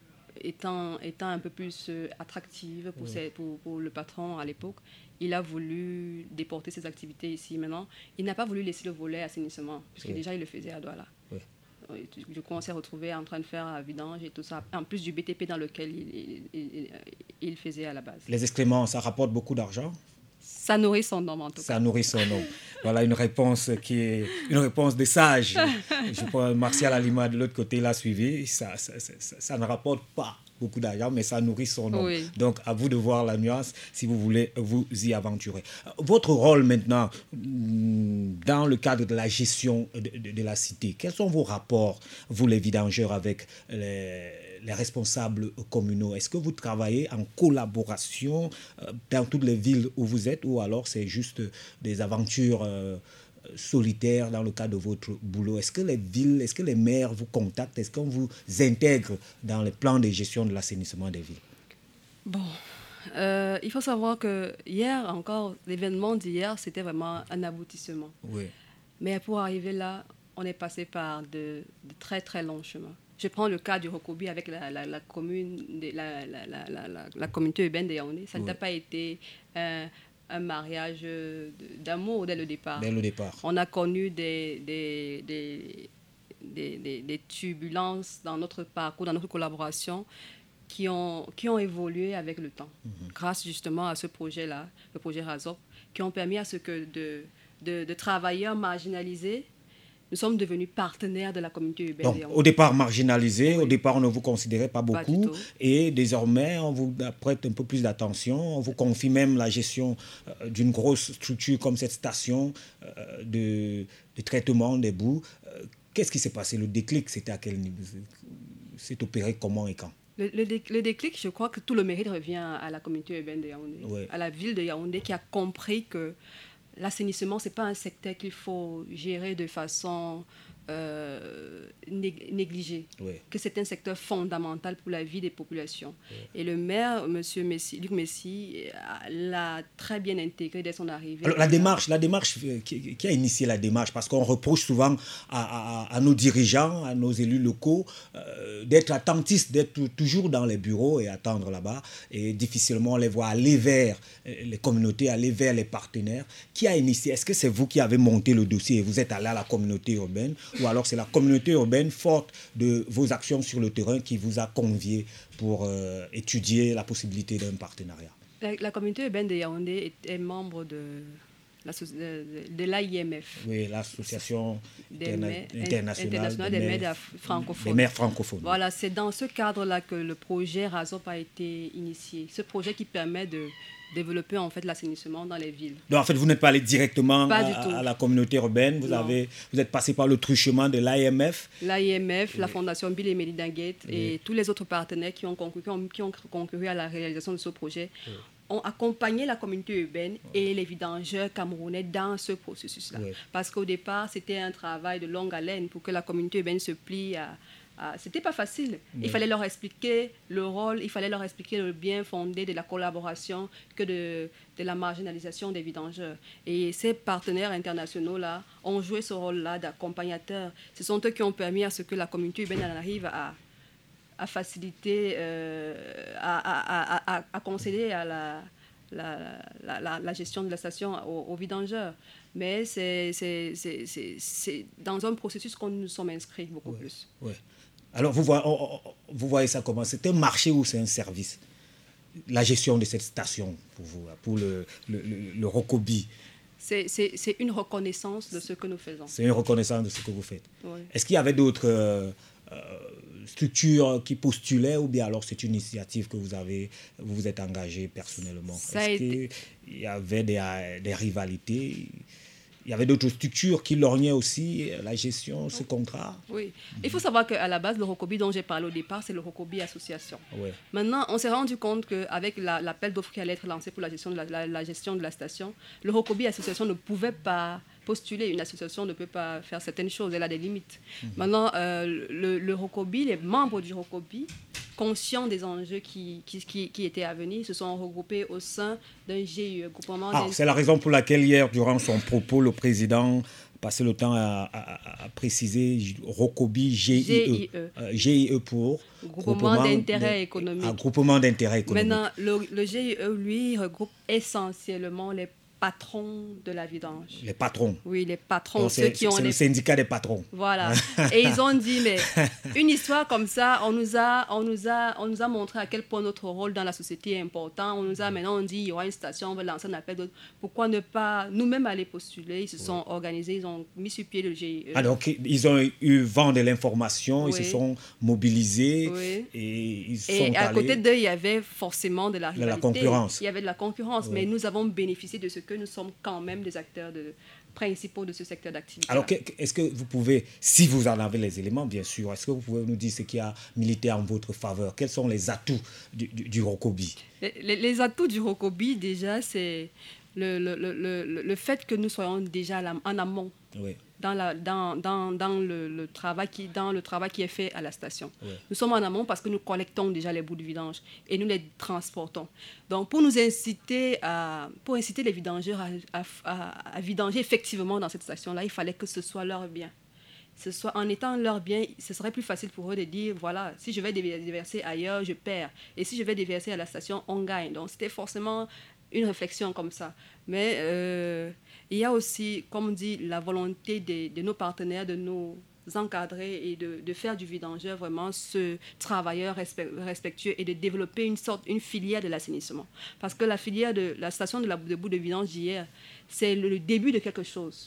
étant, étant un peu plus euh, attractive pour, ses- pour, pour le patron à l'époque, il a voulu déporter ses activités ici. Maintenant, il n'a pas voulu laisser le volet assainissement, puisque Oui. déjà il le faisait à Douala. Oui. Oui, tu- Je commençais à retrouver en train de faire un vidange et tout ça, en plus du B T P dans lequel il, il, il- il faisait à la base. les excréments, ça rapporte beaucoup d'argent. Ça nourrit son homme en tout cas. Ça nourrit son nom. Voilà une réponse qui est une réponse de sage. Je pense Martial Alima de l'autre côté l'a suivi. Ça, ça, ça, ça, ça ne rapporte pas beaucoup d'argent, mais ça nourrit son nom. Oui. Donc à vous de voir la nuance si vous voulez vous y aventurer. Votre rôle maintenant mm, dans le cadre de la gestion de, de- de la cité, quels sont vos rapports, vous les vidangeurs, avec les, les responsables communaux? Est-ce que vous travaillez en collaboration euh, dans toutes les villes où vous êtes, ou alors c'est juste des aventures euh, solitaires dans le cadre de votre boulot? Est-ce que les villes, est-ce que les maires vous contactent? Est-ce qu'on vous intègre dans les plans de gestion de l'assainissement des villes? Bon, euh, il faut savoir que hier encore, l'événement d'hier, c'était vraiment un aboutissement. Oui. Mais pour arriver là, on est passé par de, de très très longs chemins. Je prends le cas du Rokobi avec la, la, la, commune de, la, la, la, la, la, la communauté urbaine de Yaoundé. Ça Oui. n'a pas été un, un mariage de- d'amour dès le départ. Dès le départ. On a connu des, des, des, des, des- des turbulences dans notre parcours, dans notre collaboration, qui ont, qui ont évolué avec le temps, grâce justement à ce projet-là, le projet Razop, qui ont permis à ce que de, de, de travailleurs marginalisés nous sommes devenus partenaires de la communauté urbaine. Donc, de Yaoundé. au départ marginalisé, Oui. au départ on ne vous considérait pas Pas du beaucoup tout. et désormais on vous prête un peu plus d'attention, on vous confie même la gestion euh, d'une grosse structure comme cette station euh, de, de traitement des boues. Euh, qu'est-ce qui s'est passé? Le déclic, c'était à quel niveau? C'est opéré comment et quand? Le, le, dé- le déclic, je crois que tout le mérite revient à la communauté urbaine de Yaoundé, Ouais. à la ville de Yaoundé qui a compris que l'assainissement, ce n'est pas un secteur qu'il faut gérer de façon euh, nég- négligée, Ouais. que c'est un secteur fondamental pour la vie des populations. Ouais. Et le maire, M. Messi, Luc Messi, l'a très bien intégré dès son arrivée. Alors, la démarche, la démarche qui, qui a initié la démarche, parce qu'on reproche souvent à, à, à nos dirigeants, à nos élus locaux, euh, d'être attentistes, d'être toujours dans les bureaux et attendre là-bas, et difficilement les voir aller vers les communautés, aller vers les partenaires. Qui a initié? Est-ce que c'est vous qui avez monté le dossier et vous êtes allé à la communauté urbaine, ou alors c'est la communauté urbaine, forte de vos actions sur le terrain, qui vous a convié pour euh, étudier la possibilité d'un partenariat? La, la communauté urbaine de Yaoundé est, est membre de, la, de, de l'A I M F. Oui, l'association des interna- maires, internationale, internationale des, des maires, maires francophones. Des maires francophones. Voilà, c'est dans ce cadre-là que le projet RASOP a été initié. Ce projet qui permet de développer en fait l'assainissement dans les villes. Donc en fait, vous n'êtes pas allé directement pas à, à la communauté urbaine, vous, avez, vous êtes passé par le truchement de l'A I M F. L'A I M F, oui. La Fondation Bill et Melinda Gates, oui. Et tous les autres partenaires qui ont concouru, qui ont, qui ont concouru à la réalisation de ce projet, oui. Ont accompagné la communauté urbaine, oui. Et les vidangeurs camerounais dans ce processus-là. Oui. Parce qu'au départ, c'était un travail de longue haleine pour que la communauté urbaine se plie à... Ah, c'était pas facile. Oui. Il fallait leur expliquer le rôle, il fallait leur expliquer le bien fondé de la collaboration que de, de la marginalisation des vidangeurs. Et ces partenaires internationaux-là ont joué ce rôle-là d'accompagnateurs. Ce sont eux qui ont permis à ce que la communauté urbaine arrive à, à faciliter, euh, à, à, à, à concéder à la, la, la, la, la gestion de la station aux, aux vidangeurs. Mais c'est, c'est, c'est, c'est, c'est dans un processus qu'on nous sommes inscrits beaucoup ouais. plus. Ouais. Alors, vous voyez, vous voyez ça comment? C'est un marché ou c'est un service? La gestion de cette station pour vous, pour le, le, le, le Rokobi? C'est, c'est, c'est une reconnaissance de ce que nous faisons. C'est une reconnaissance de ce que vous faites. Oui. Est-ce qu'il y avait d'autres euh, structures qui postulaient, ou bien alors c'est une initiative que vous avez, vous vous êtes engagé personnellement? Ça Est-ce été... qu'il y avait des, des rivalités? Il y avait d'autres structures qui lorgnaient aussi la gestion de ce contrat? Oui. Il faut savoir qu'à la base, le Rokobi dont j'ai parlé au départ, c'est le Rokobi Association. Ouais. Maintenant, on s'est rendu compte qu'avec la, l'appel d'offres qui allait être lancé pour la gestion de la, la, la gestion de la station, le Rokobi Association ne pouvait pas postuler. Une association ne peut pas faire certaines choses, elle a des limites. Mmh. Maintenant, euh, le, le Rokobi, les membres du Rokobi, conscients des enjeux qui, qui, qui, qui étaient à venir, se sont regroupés au sein d'un G I E, groupement. Ah, c'est la raison pour laquelle hier, durant son propos, le président passait le temps à, à, à préciser Rokobi G I E. G I E. Euh, G I E pour groupement, groupement d'intérêt économique. Un groupement d'intérêt économique. Maintenant, le, le G I E, lui, regroupe essentiellement les patrons de la vidange. Les patrons. Oui, les patrons. Donc, ceux c'est, qui ont c'est les... le syndicat des patrons. Voilà. Et ils ont dit, mais une histoire comme ça, on nous a, on nous a, on nous a montré à quel point notre rôle dans la société est important. On nous a maintenant on dit, il y aura une station, on va lancer un appel d'autres. Pourquoi ne pas nous-mêmes aller postuler? Ils se sont oui. organisés, ils ont mis sur pied le G I E. Ah, donc, ils ont eu vent de l'information, oui. Ils se sont mobilisés oui. et ils sont Et à allés... côté d'eux, il y avait forcément de la rivalité. De la concurrence. Il y avait de la concurrence, oui. Mais nous avons bénéficié de ce que nous sommes quand même des acteurs de, principaux de ce secteur d'activité. Alors, est-ce que vous pouvez, si vous en avez les éléments, bien sûr, est-ce que vous pouvez nous dire ce qui a milité en votre faveur? Quels sont les atouts du, du, du Rokobi? les, les, les atouts du Rokobi, déjà, c'est le, le, le, le, le fait que nous soyons déjà en amont. Oui. Dans, la, dans, dans, dans, le, le travail qui, dans le travail qui est fait à la station. Oui. Nous sommes en amont parce que nous collectons déjà les bouts de vidange et nous les transportons. Donc, pour nous inciter, à, pour inciter les vidangeurs à, à, à, à vidanger effectivement dans cette station-là, il fallait que ce soit leur bien. Ce soit, en étant leur bien, ce serait plus facile pour eux de dire, voilà, si je vais déverser ailleurs, je perds. Et si je vais déverser à la station, on gagne. Donc, c'était forcément une réflexion comme ça. Mais... Euh, il y a aussi, comme on dit, la volonté de, de nos partenaires, de nous encadrer et de, de faire du vidangeur vraiment ce travailleur respect, respectueux et de développer une sorte, une filière de l'assainissement. Parce que la filière de la station de, la, de bout de vidange d'hier, c'est le, le début de quelque chose.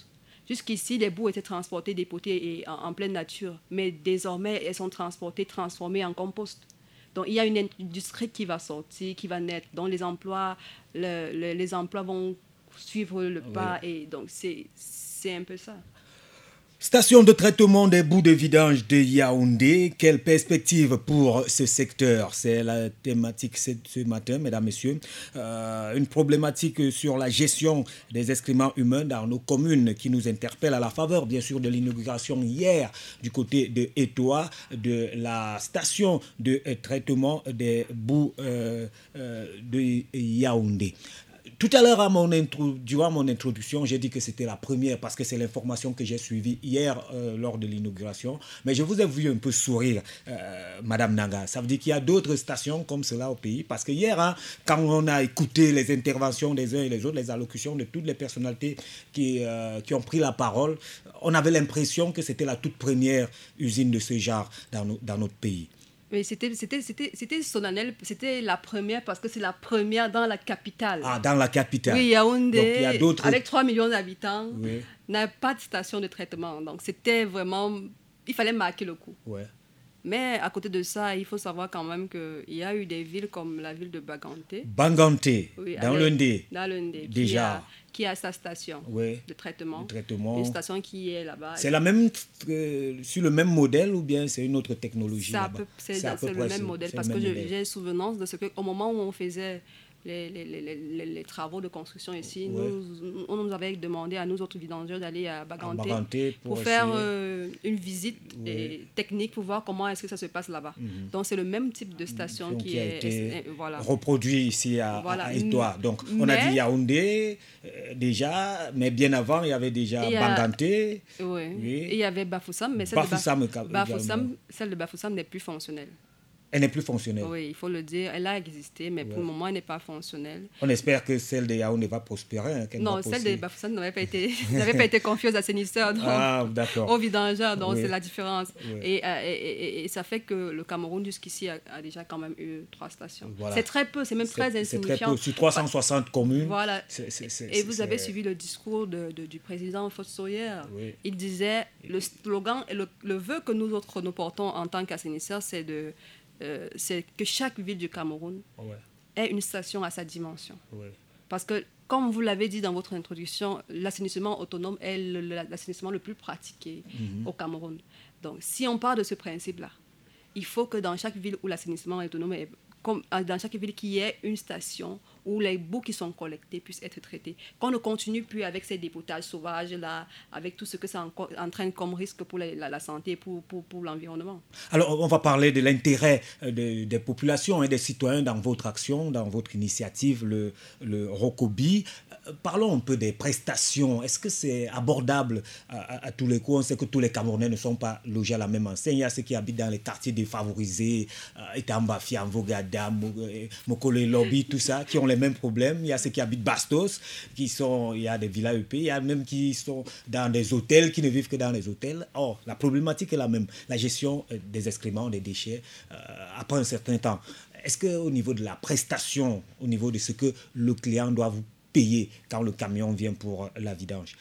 Jusqu'ici, les boues étaient transportées, dépotées et en, en pleine nature. Mais désormais, elles sont transportées, transformées en compost. Donc, il y a une industrie qui va sortir, qui va naître, dont les emplois, le, le, les emplois vont suivre le pas. Oui. Et donc, c'est, c'est un peu ça. Station de traitement des boues de vidange de Yaoundé, quelle perspective pour ce secteur? C'est la thématique ce matin, mesdames, messieurs. Euh, une problématique sur la gestion des excréments humains dans nos communes qui nous interpelle à la faveur, bien sûr, de l'inauguration hier du côté de Etoa, de la station de traitement des boues euh, euh, de Yaoundé. Tout à l'heure, à mon intro, durant mon introduction, j'ai dit que c'était la première parce que c'est l'information que j'ai suivie hier euh, lors de l'inauguration. Mais je vous ai vu un peu sourire, euh, Madame Nanga. Ça veut dire qu'il y a d'autres stations comme cela au pays. Parce que hier, hein, quand on a écouté les interventions des uns et des autres, les allocutions de toutes les personnalités qui, euh, qui ont pris la parole, on avait l'impression que c'était la toute première usine de ce genre dans, no, dans notre pays. Mais c'était, c'était, c'était, c'était solennel, c'était la première parce que c'est la première dans la capitale. Ah, dans la capitale. Oui, Yaoundé, donc, il y a d'autres... avec trois millions d'habitants, oui. n'a pas de station de traitement. Donc, c'était vraiment... Il fallait marquer le coup. Ouais. Mais à côté de ça, il faut savoir quand même qu'il y a eu des villes comme la ville de Baganté. Baganté, oui, dans l'Undé. Dans l'Undé. Déjà. Qui a, qui a sa station oui. de traitement. De traitement. Une station qui est là-bas. C'est la même, euh, sur le même modèle ou bien c'est une autre technologie ça là-bas? Peu, C'est, c'est, c'est le même modèle parce que je, j'ai souvenance de ce qu'au moment où on faisait les, les, les, les, les travaux de construction ici, ouais. nous, on nous avait demandé à nous autres vidangeurs d'aller à Baganté, à Baganté pour, pour faire euh, une visite oui. et, technique pour voir comment est-ce que ça se passe là-bas. Mm-hmm. Donc c'est le même type de station Donc, qui, qui a est, été est, voilà. reproduit ici à, voilà. à Etoa. Donc on mais, a dit Yaoundé euh, déjà, mais bien avant il y avait déjà Baganté. Oui. oui. Et il y avait Bafoussam, mais celle Bafoussam, de, Baf- Bafoussam, celle de Bafoussam n'est plus fonctionnelle. Elle n'est plus fonctionnelle. Oui, il faut le dire. Elle a existé, mais ouais. pour le moment, elle n'est pas fonctionnelle. On espère que celle de Yaoundé va prospérer. Hein, non, va celle de Bafoussam n'avait pas été, n'avait pas été confiée aux assainisseurs, donc, ah, d'accord. aux vidangeurs, donc oui. c'est la différence. Oui. Et, euh, et, et, et ça fait que le Cameroun, jusqu'ici, a, a déjà quand même eu trois stations. Voilà. C'est très peu, c'est même c'est, très insignifiant. C'est très peu. Sur trois cent soixante communes. Voilà. C'est, c'est, c'est, et vous c'est, avez c'est... suivi le discours de, de, du président Fosso hier. Oui. Il disait, le slogan et le, le vœu que nous autres nous portons en tant qu'assainisseurs, c'est de... Euh, c'est que chaque ville du Cameroun ouais. ait une station à sa dimension. Ouais. Parce que, comme vous l'avez dit dans votre introduction, l'assainissement autonome est le, l'assainissement le plus pratiqué mm-hmm. au Cameroun. Donc, si on part de ce principe-là, il faut que dans chaque ville où l'assainissement est autonome, est, comme dans chaque ville qu'il y ait une station où les boues qui sont collectées puissent être traitées. Qu'on ne continue plus avec ces dépotages sauvages-là, avec tout ce que ça entraîne comme risque pour la, la, la santé et pour, pour, pour l'environnement. Alors, on va parler de l'intérêt de, des populations et des citoyens dans votre action, dans votre initiative, le, le Rokobi. Parlons un peu des prestations. Est-ce que c'est abordable à, à, à tous les coups? On sait que tous les Camerounais ne sont pas logés à la même enseigne. Il y a ceux qui habitent dans les quartiers défavorisés, Etamba, Fiamvogada, Mokole Lobby, tout ça, qui ont les mêmes problèmes. Il y a ceux qui habitent Bastos, qui sont, il y a des villas E P, il y a même qui sont dans des hôtels, qui ne vivent que dans les hôtels. Or, la problématique est la même. La gestion des excréments, des déchets, euh, après un certain temps. Est-ce qu'au niveau de la prestation, au niveau de ce que le client doit vous payer quand le camion vient pour la vidange,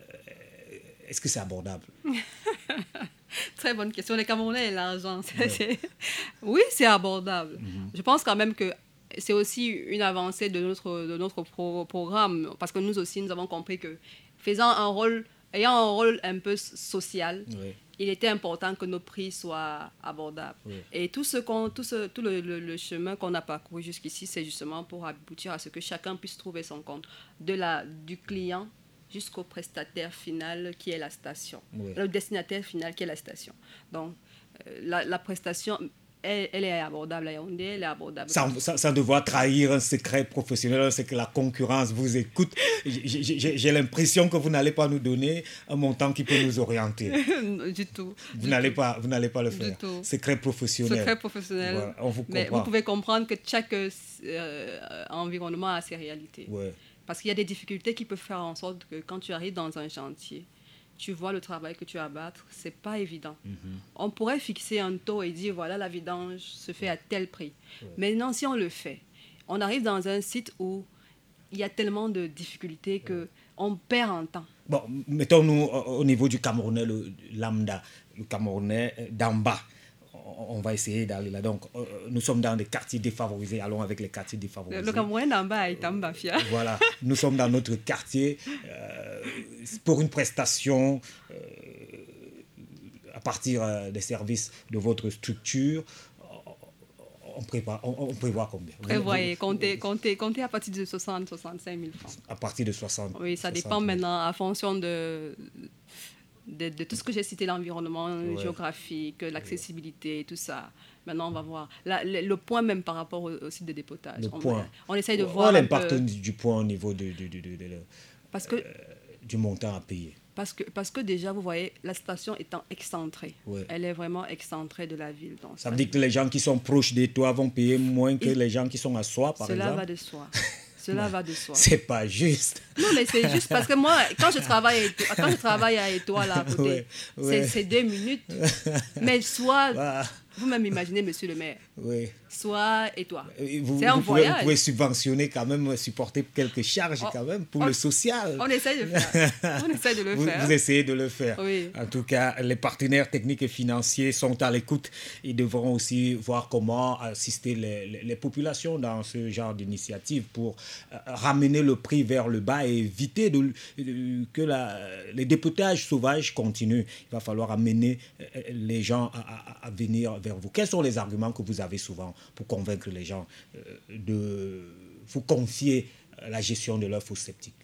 euh, est-ce que c'est abordable? Très bonne question. Les Camerounais et l'argent, c'est, c'est... oui, c'est abordable. Mm-hmm. Je pense quand même que c'est aussi une avancée de notre, de notre pro- programme, parce que nous aussi, nous avons compris que faisant un rôle, ayant un rôle un peu social, oui. il était important que nos prix soient abordables. Oui. Et tout, ce qu'on, tout, ce, tout le, le, le chemin qu'on a parcouru jusqu'ici, c'est justement pour aboutir à ce que chacun puisse trouver son compte, de la, du client jusqu'au prestataire final qui est la station, oui. le destinataire final qui est la station. Donc, euh, la, la prestation... Elle, elle est abordable à Yaoundé, elle est abordable. Sans, sans, sans devoir trahir un secret professionnel, c'est que la concurrence vous écoute. J'ai, j'ai, j'ai l'impression que vous n'allez pas nous donner un montant qui peut nous orienter. Du tout. Vous, du n'allez tout. Pas, vous n'allez pas le faire. Du tout. Secret professionnel. Secret professionnel. Voilà, on vous Mais comprend. vous pouvez comprendre que chaque euh, environnement a ses réalités. Ouais. Parce qu'il y a des difficultés qui peuvent faire en sorte que quand tu arrives dans un chantier, tu vois le travail que tu as à battre, c'est pas évident. Mm-hmm. On pourrait fixer un taux et dire, voilà, la vidange se fait à tel prix. Ouais. Maintenant, si on le fait, on arrive dans un site où il y a tellement de difficultés qu'on perd en temps. Bon, mettons-nous au niveau du Camerounais, le lambda, le Camerounais d'en bas. On va essayer d'aller là. Donc, euh, nous sommes dans des quartiers défavorisés. Allons avec les quartiers défavorisés. Le Camerounais d'en bas est en bas, fier. Voilà. Nous sommes dans notre quartier euh, pour une prestation euh, à partir euh, des services de votre structure. On, prépare, on, on prévoit combien? Prévoyez, comptez, comptez, comptez à partir de soixante à soixante-cinq mille francs. À partir de soixante. Oui, ça dépend maintenant en fonction de... De, de tout ce que j'ai cité, l'environnement ouais. géographique, l'accessibilité, ouais. tout ça. Maintenant, on va voir. La, le, le point même par rapport au, au site de dépotage. Le on, point. On essaye de oh, voir l'impact peu... du point au niveau de, de, de, de, de, de, parce que, euh, du montant à payer. Parce que, parce que déjà, vous voyez, la station étant excentrée, ouais. elle est vraiment excentrée de la ville. Donc, ça veut dire que les gens qui sont proches de toi vont payer moins que Et les gens qui sont à soi, par cela exemple. Va de soi. Cela va de soi. C'est pas juste. Non, mais c'est juste parce que moi, quand je travaille, quand je travaille à Étoile, à côté, ouais, ouais. C'est, c'est deux minutes. Mais soit, ah. vous-même imaginez, monsieur le maire, oui. soit Étoile. Vous, c'est un vous voyage. Pouvez, vous pouvez subventionner quand même, supporter quelques charges oh, quand même pour on, le social. On essaie de faire. On essaie de le vous, faire. Vous essayez de le faire. Oui. En tout cas, les partenaires techniques et financiers sont à l'écoute. Ils devront aussi voir comment assister les, les, les populations dans ce genre d'initiative pour euh, ramener le prix vers le bas et éviter de, de, que la, les dépotages sauvages continuent. Il va falloir amener les gens à, à, à venir vers vous. Quels sont les arguments que vous avez souvent pour convaincre les gens euh, de vous confier la gestion de leurs fosses septiques?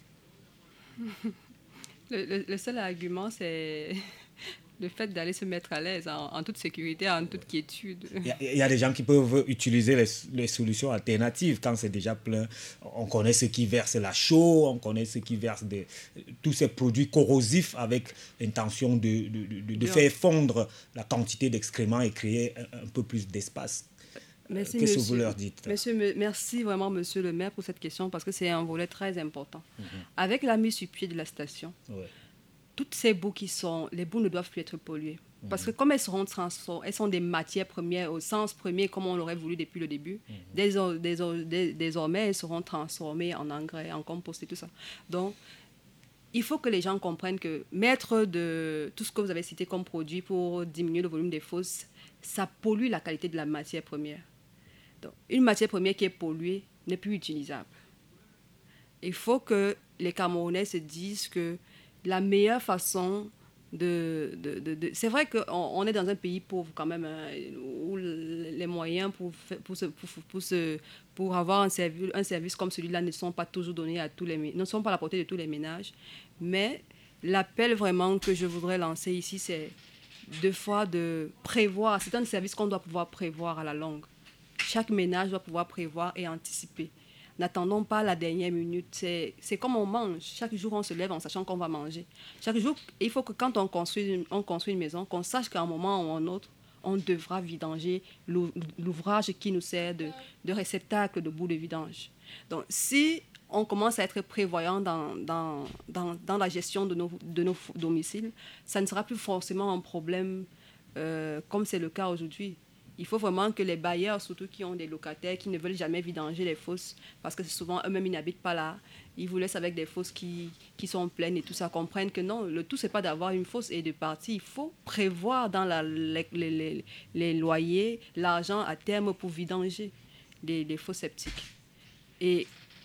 le, le, le seul argument, c'est le fait d'aller se mettre à l'aise en, en toute sécurité, en toute quiétude. Il y, a, il y a des gens qui peuvent utiliser les, les solutions alternatives quand c'est déjà plein. On connaît ceux qui versent la chaux, on connaît ceux qui versent des, tous ces produits corrosifs avec l'intention de, de, de, de faire fondre la quantité d'excréments et créer un, un peu plus d'espace. Merci, Qu'est-ce monsieur, que vous leur dites? monsieur, Merci vraiment, monsieur le maire, pour cette question, parce que c'est un volet très important. Mm-hmm. Avec la mise sur pied de la station, ouais. toutes ces boues qui sont, les boues ne doivent plus être polluées. Mm-hmm. Parce que comme elles seront transformées, elles sont des matières premières au sens premier, comme on l'aurait voulu depuis le début, mm-hmm. dés, dés, dés, désormais elles seront transformées en engrais, en compost et tout ça. Donc, il faut que les gens comprennent que mettre de tout ce que vous avez cité comme produit pour diminuer le volume des fosses, ça pollue la qualité de la matière première. Donc, une matière première qui est polluée n'est plus utilisable. Il faut que les Camerounais se disent que la meilleure façon de... de, de, de c'est vrai qu'on on est dans un pays pauvre quand même, hein, où les moyens pour, pour, se, pour, pour, se, pour avoir un service, un service comme celui-là ne sont pas toujours donnés à tous les, ne sont pas à la portée de tous les ménages. Mais l'appel vraiment que je voudrais lancer ici, c'est deux fois de prévoir. C'est un service qu'on doit pouvoir prévoir à la longue. Chaque ménage doit pouvoir prévoir et anticiper. N'attendons pas la dernière minute. C'est, c'est comme on mange. Chaque jour, on se lève en sachant qu'on va manger. Chaque jour, il faut que quand on construit, on construit une maison, qu'on sache qu'à un moment ou à un autre, on devra vidanger l'ouvrage qui nous sert de, de réceptacle de bout de vidange. Donc, si on commence à être prévoyant dans, dans, dans, dans la gestion de nos, de nos domiciles, ça ne sera plus forcément un problème euh, comme c'est le cas aujourd'hui. Il faut vraiment que les bailleurs, surtout qui ont des locataires, qui ne veulent jamais vidanger les fosses, parce que souvent eux-mêmes, ils n'habitent pas là, ils vous laissent avec des fosses qui, qui sont pleines et tout ça, comprennent que non, le tout, ce n'est pas d'avoir une fosse et de partir. Il faut prévoir dans la, les, les, les, les loyers l'argent à terme pour vidanger les, les fosses septiques. Et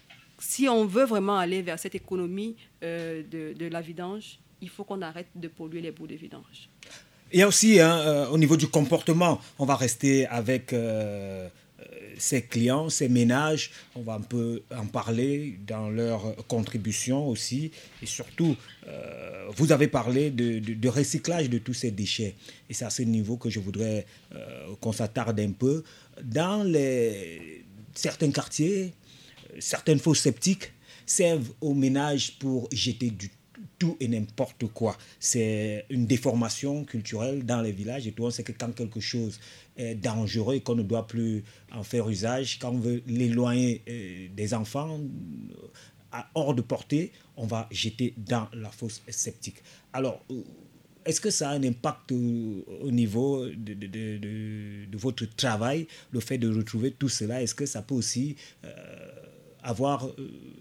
si on veut vraiment aller vers cette économie euh, de, de la vidange, il faut qu'on arrête de polluer les bouts de vidange. Il y a aussi, hein, euh, au niveau du comportement, on va rester avec euh, ces clients, ces ménages, on va un peu en parler dans leur contribution aussi. Et surtout, euh, vous avez parlé de, de, de recyclage de tous ces déchets. Et c'est à ce niveau que je voudrais euh, qu'on s'attarde un peu. Dans les, certains quartiers, certaines fosses septiques servent aux ménages pour jeter du tout et n'importe quoi. C'est une déformation culturelle dans les villages et tout. On sait que quand quelque chose est dangereux et qu'on ne doit plus en faire usage, quand on veut l'éloigner euh, des enfants à hors de portée, on va jeter dans la fosse septique. Alors, est-ce que ça a un impact au niveau de, de, de, de, de votre travail, le fait de retrouver tout cela? Est-ce que ça peut aussi euh, avoir... Euh,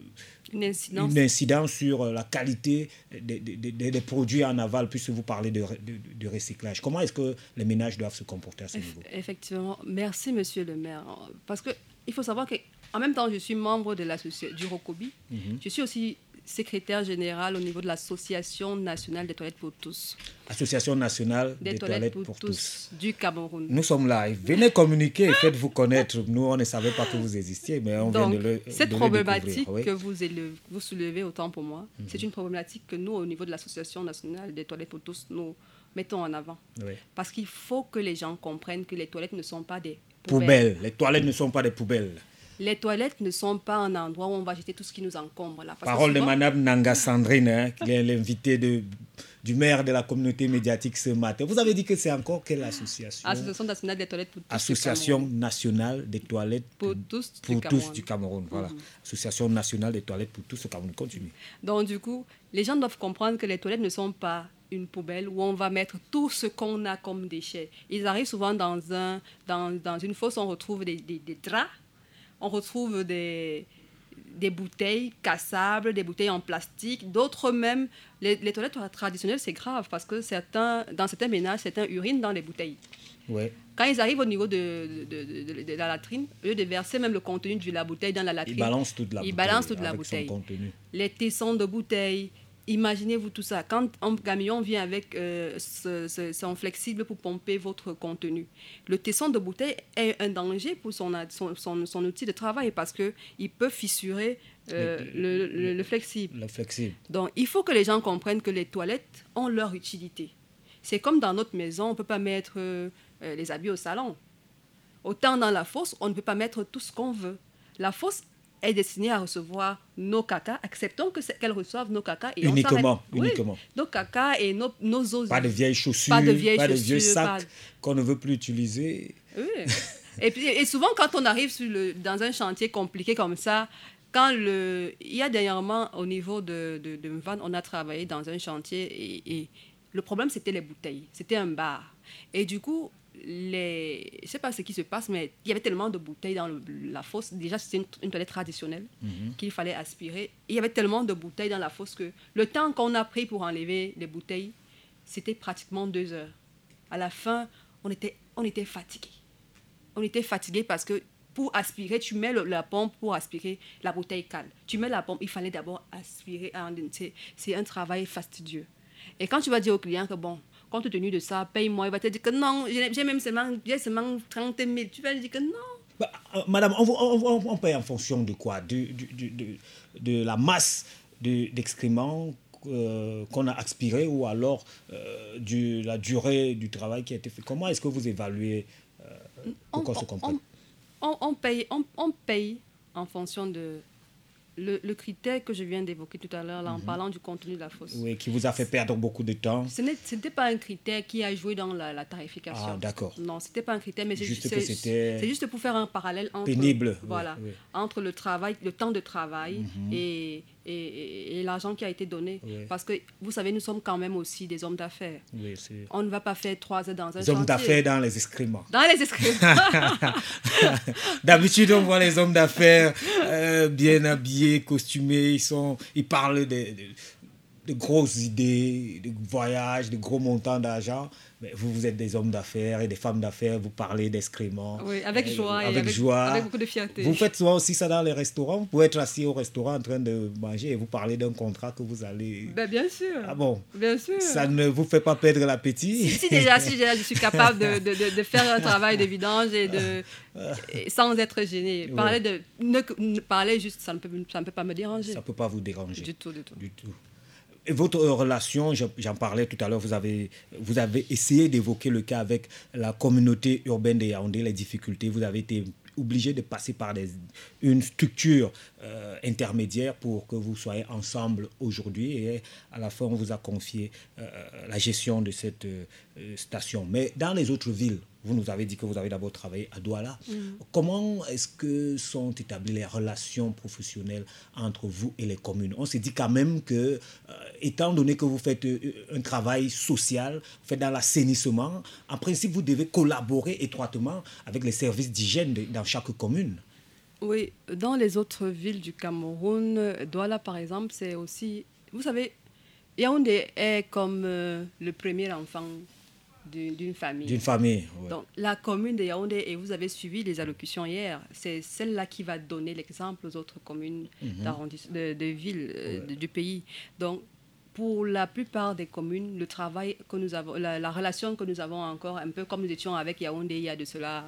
Une incidence. une incidence sur la qualité des, des, des, des produits en aval, puisque vous parlez de, de, de recyclage. Comment est-ce que les ménages doivent se comporter à ce niveau? Effectivement. Merci, monsieur le maire. Parce qu'il faut savoir qu'en même temps, je suis membre de l'association du Rokobi. Mm-hmm. Je suis aussi secrétaire général au niveau de l'Association nationale des toilettes pour tous. Association nationale des, des toilettes, toilettes pour, pour tous, tous du Cameroun. Nous sommes là. Venez communiquer, faites-vous connaître. Nous, on ne savait pas que vous existiez, mais on Donc, vient de le cette de problématique oui. que vous, élevez, vous soulevez autant pour moi, mm-hmm. c'est une problématique que nous, au niveau de l'Association nationale des toilettes pour tous, nous mettons en avant. Oui. Parce qu'il faut que les gens comprennent que les toilettes ne sont pas des poubelles. poubelles. Les toilettes ne sont pas des poubelles. Les toilettes ne sont pas un endroit où on va jeter tout ce qui nous encombre. Là. Parce Parole souvent, de Madame Nanga Sandrine, hein, qui est l'invitée de, du maire de la communauté médiatique ce matin. Vous avez dit que c'est encore quelle association? Association nationale des toilettes pour tous. Association nationale des toilettes pour tous, pour du, tous Cameroun. du Cameroun. Voilà. Mm-hmm. Association nationale des toilettes pour tous au Cameroun. Continue. Donc du coup, les gens doivent comprendre que les toilettes ne sont pas une poubelle où on va mettre tout ce qu'on a comme déchets. Ils arrivent souvent dans, un, dans, dans une fosse, on retrouve des, des, des draps. On retrouve des, des bouteilles cassables, des bouteilles en plastique, d'autres même. Les, les toilettes traditionnelles, c'est grave parce que certains, dans certains ménages, certains urinent dans les bouteilles. Ouais. Quand ils arrivent au niveau de, de, de, de, de la latrine, au lieu de verser même le contenu de la bouteille dans la latrine, ils balancent toute la ils bouteille. Balancent toute la avec bouteille. Son contenu. Les tessons de bouteilles. Imaginez-vous tout ça. Quand un camion vient avec euh, ce, ce, son flexible pour pomper votre contenu, le tesson de bouteille est un danger pour son, son, son, son outil de travail parce qu'il peut fissurer euh, le, le, le, le flexible. Le flexible. Donc, il faut que les gens comprennent que les toilettes ont leur utilité. C'est comme dans notre maison, on ne peut pas mettre euh, les habits au salon. Autant dans la fosse, on ne peut pas mettre tout ce qu'on veut. La fosse est destinée à recevoir nos cacas. Acceptons que qu'elle reçoive nos cacas. Et uniquement, on uniquement. Oui, nos cacas et nos, nos os. Pas de vieilles chaussures, pas de, vieilles pas de chaussures, vieux sacs pas... qu'on ne veut plus utiliser. Oui. et, puis, et souvent, quand on arrive sur le, dans un chantier compliqué comme ça, quand le, il y a dernièrement, au niveau de, de, de Mvan, on a travaillé dans un chantier et, et le problème, c'était les bouteilles. C'était un bar. Et du coup, les... je ne sais pas ce qui se passe, mais il y avait tellement de bouteilles dans le, la fosse. Déjà, c'était une, une toilette traditionnelle mm-hmm. qu'il fallait aspirer. Et il y avait tellement de bouteilles dans la fosse que le temps qu'on a pris pour enlever les bouteilles, c'était pratiquement deux heures. À la fin, on était, on était fatigués. On était fatigués parce que pour aspirer, tu mets le, la pompe pour aspirer, la bouteille cale. Tu mets la pompe, il fallait d'abord aspirer. C'est, c'est un travail fastidieux. Et quand tu vas dire au client que bon, compte tenu de ça, paye-moi, il va te dire que non, j'ai même seulement, j'ai seulement trente mille. Tu vas lui dire que non. Bah, euh, madame, on, on, on paye en fonction de quoi? de, de, de, de, de la masse de, d'excréments euh, qu'on a aspiré ou alors euh, de la durée du travail qui a été fait? Comment est-ce que vous évaluez euh, pour qu'on se comprenne? On, on, on, paye, on, on paye en fonction de... Le, le critère que je viens d'évoquer tout à l'heure, là, mm-hmm. en parlant du contenu de la fosse. Oui, qui vous a fait perdre beaucoup de temps. Ce n'était pas un critère qui a joué dans la, la tarification. Ah, d'accord. Non, ce n'était pas un critère, mais c'est juste, c'est, que c'était c'est juste pour faire un parallèle entre, pénible, voilà, oui, oui. entre le travail, le temps de travail mm-hmm. et, et, et, et l'argent qui a été donné. Oui. Parce que, vous savez, nous sommes quand même aussi des hommes d'affaires. Oui, c'est... On ne va pas faire trois heures dans un les chantier. hommes d'affaires dans les excréments. Dans les excréments. D'habitude, on voit les hommes d'affaires euh, bien habillés, costumés. Ils, sont, ils parlent de, de, de grosses idées, de voyages, de gros montants d'argent. Mais vous, vous êtes des hommes d'affaires et des femmes d'affaires, vous parlez d'excréments. Oui, avec joie. Avec, et avec joie. Avec beaucoup de fierté. Vous faites souvent aussi ça dans les restaurants. Vous pouvez être assis au restaurant en train de manger et vous parlez d'un contrat que vous allez... Ben, bien sûr. Ah bon? Bien sûr. Ça ne vous fait pas perdre l'appétit? Si, si, déjà, si déjà je suis capable de, de, de, de faire un travail de vidange et de, et sans être gêné. Parler, de, ne, ne, parler juste, ça ne, peut, ça ne peut pas me déranger. Ça ne peut pas vous déranger? Du tout, du tout. Du tout. Et votre relation, j'en parlais tout à l'heure, vous avez, vous avez essayé d'évoquer le cas avec la communauté urbaine de Yaoundé, les difficultés. Vous avez été obligé de passer par des, une structure euh, intermédiaire pour que vous soyez ensemble aujourd'hui. Et à la fin, on vous a confié euh, la gestion de cette euh, station. Mais dans les autres villes, vous nous avez dit que vous avez d'abord travaillé à Douala. Mm. Comment est-ce que sont établies les relations professionnelles entre vous et les communes? On s'est dit quand même que, euh, étant donné que vous faites euh, un travail social, vous faites dans l'assainissement, en principe, vous devez collaborer étroitement avec les services d'hygiène de, dans chaque commune. Oui, dans les autres villes du Cameroun, Douala par exemple, c'est aussi... Vous savez, Yaoundé est comme euh, le premier enfant d'une, d'une famille. D'une famille, ouais. Donc, la commune de Yaoundé, et vous avez suivi les allocutions hier, c'est celle-là qui va donner l'exemple aux autres communes mm-hmm. de, de villes euh, ouais. de, du pays. Donc, pour la plupart des communes, le travail que nous avons, la, la relation que nous avons encore, un peu comme nous étions avec Yaoundé il y a de cela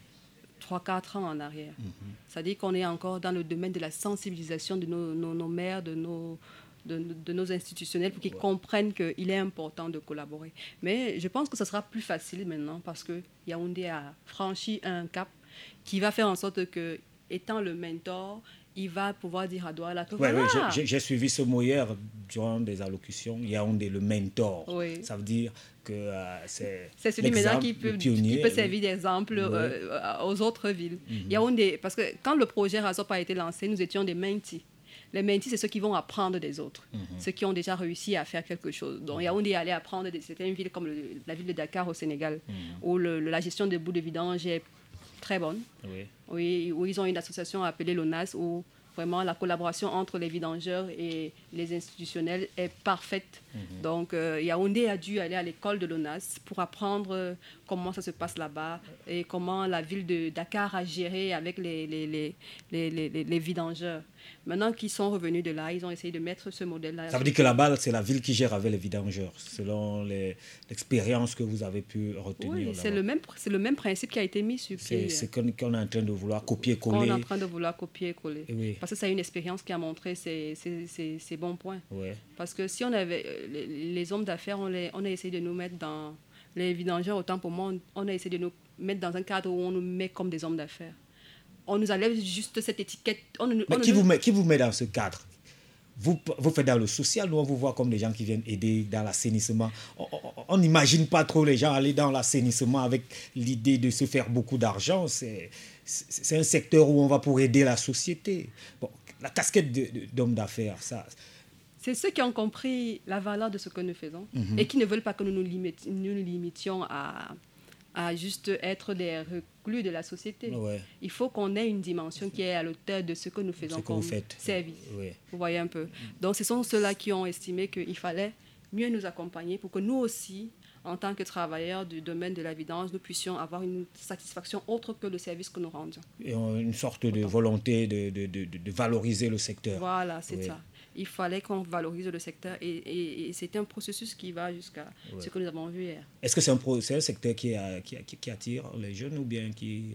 trois quatre ans en arrière. Mm-hmm. C'est-à-dire qu'on est encore dans le domaine de la sensibilisation de nos, nos, nos maires, de nos... De, de nos institutionnels pour qu'ils ouais. comprennent qu'il est important de collaborer. Mais je pense que ce sera plus facile maintenant parce que Yaoundé a franchi un cap qui va faire en sorte que, étant le mentor, il va pouvoir dire à Douala que ouais, voilà. Oui, j'ai, j'ai suivi ce mot hier durant des allocutions. Yaoundé, le mentor. Oui. Ça veut dire que euh, c'est C'est celui maintenant qui peut, pionnier, qui peut servir oui. d'exemple oui. euh, aux autres villes. Mm-hmm. Yaoundé, parce que quand le projet Razop a été lancé, nous étions des mentis. Les mentis, c'est ceux qui vont apprendre des autres, mm-hmm. ceux qui ont déjà réussi à faire quelque chose. Donc, Yaoundé allait apprendre de certaines villes comme le, la ville de Dakar au Sénégal, mm-hmm. où le, le, la gestion des bouts de vidange est très bonne. Oui. Oui, où ils ont une association appelée l'O N A S, où vraiment la collaboration entre les vidangeurs et les institutionnels est parfaite. Mm-hmm. Donc, euh, Yaoundé a dû aller à l'école de l'O N A S pour apprendre euh, comment ça se passe là-bas et comment la ville de Dakar a géré avec les, les, les, les, les, les, les vidangeurs. Maintenant qu'ils sont revenus de là, ils ont essayé de mettre ce modèle-là. Ça veut dire que là-bas, c'est la ville qui gère avec les vidangeurs, selon les, l'expérience que vous avez pu retenir. Oui, là-bas. c'est le, même, c'est le même principe qui a été mis sur pied. C'est, c'est qu'on, qu'on est en train de vouloir copier-coller. On est en train de vouloir copier-coller. Oui. Parce que c'est une expérience qui a montré ses, ses, ses, ses bons points. Oui. Parce que si on avait... Les, les hommes d'affaires, on, les, on a essayé de nous mettre dans... Les vidangeurs, autant pour moi, on a essayé de nous mettre dans un cadre où on nous met comme des hommes d'affaires. On nous enlève juste cette étiquette. On, Mais on qui, nous... vous met, qui vous met dans ce cadre? Vous, vous faites dans le social, nous on vous voit comme des gens qui viennent aider dans l'assainissement. On n'imagine pas trop les gens aller dans l'assainissement avec l'idée de se faire beaucoup d'argent. C'est, c'est, c'est un secteur où on va pour aider la société. Bon, la casquette de, de, d'homme d'affaires, ça... C'est ceux qui ont compris la valeur de ce que nous faisons mm-hmm. et qui ne veulent pas que nous nous, limite, nous nous limitions à... à juste être des reclus de la société. Ouais. Il faut qu'on ait une dimension qui est à l'auteur de ce que nous faisons ce comme service. Oui. Vous voyez un peu. Donc, ce sont ceux-là qui ont estimé qu'il fallait mieux nous accompagner pour que nous aussi, en tant que travailleurs du domaine de la vidange, nous puissions avoir une satisfaction autre que le service que nous rendions. Et une sorte de volonté de, de, de, de valoriser le secteur. Voilà, c'est oui. ça. Il fallait qu'on valorise le secteur et, et, et c'est un processus qui va jusqu'à ouais. ce que nous avons vu hier. Est-ce que c'est un, pro, c'est un secteur qui, a, qui, qui, qui attire les jeunes ou bien qui...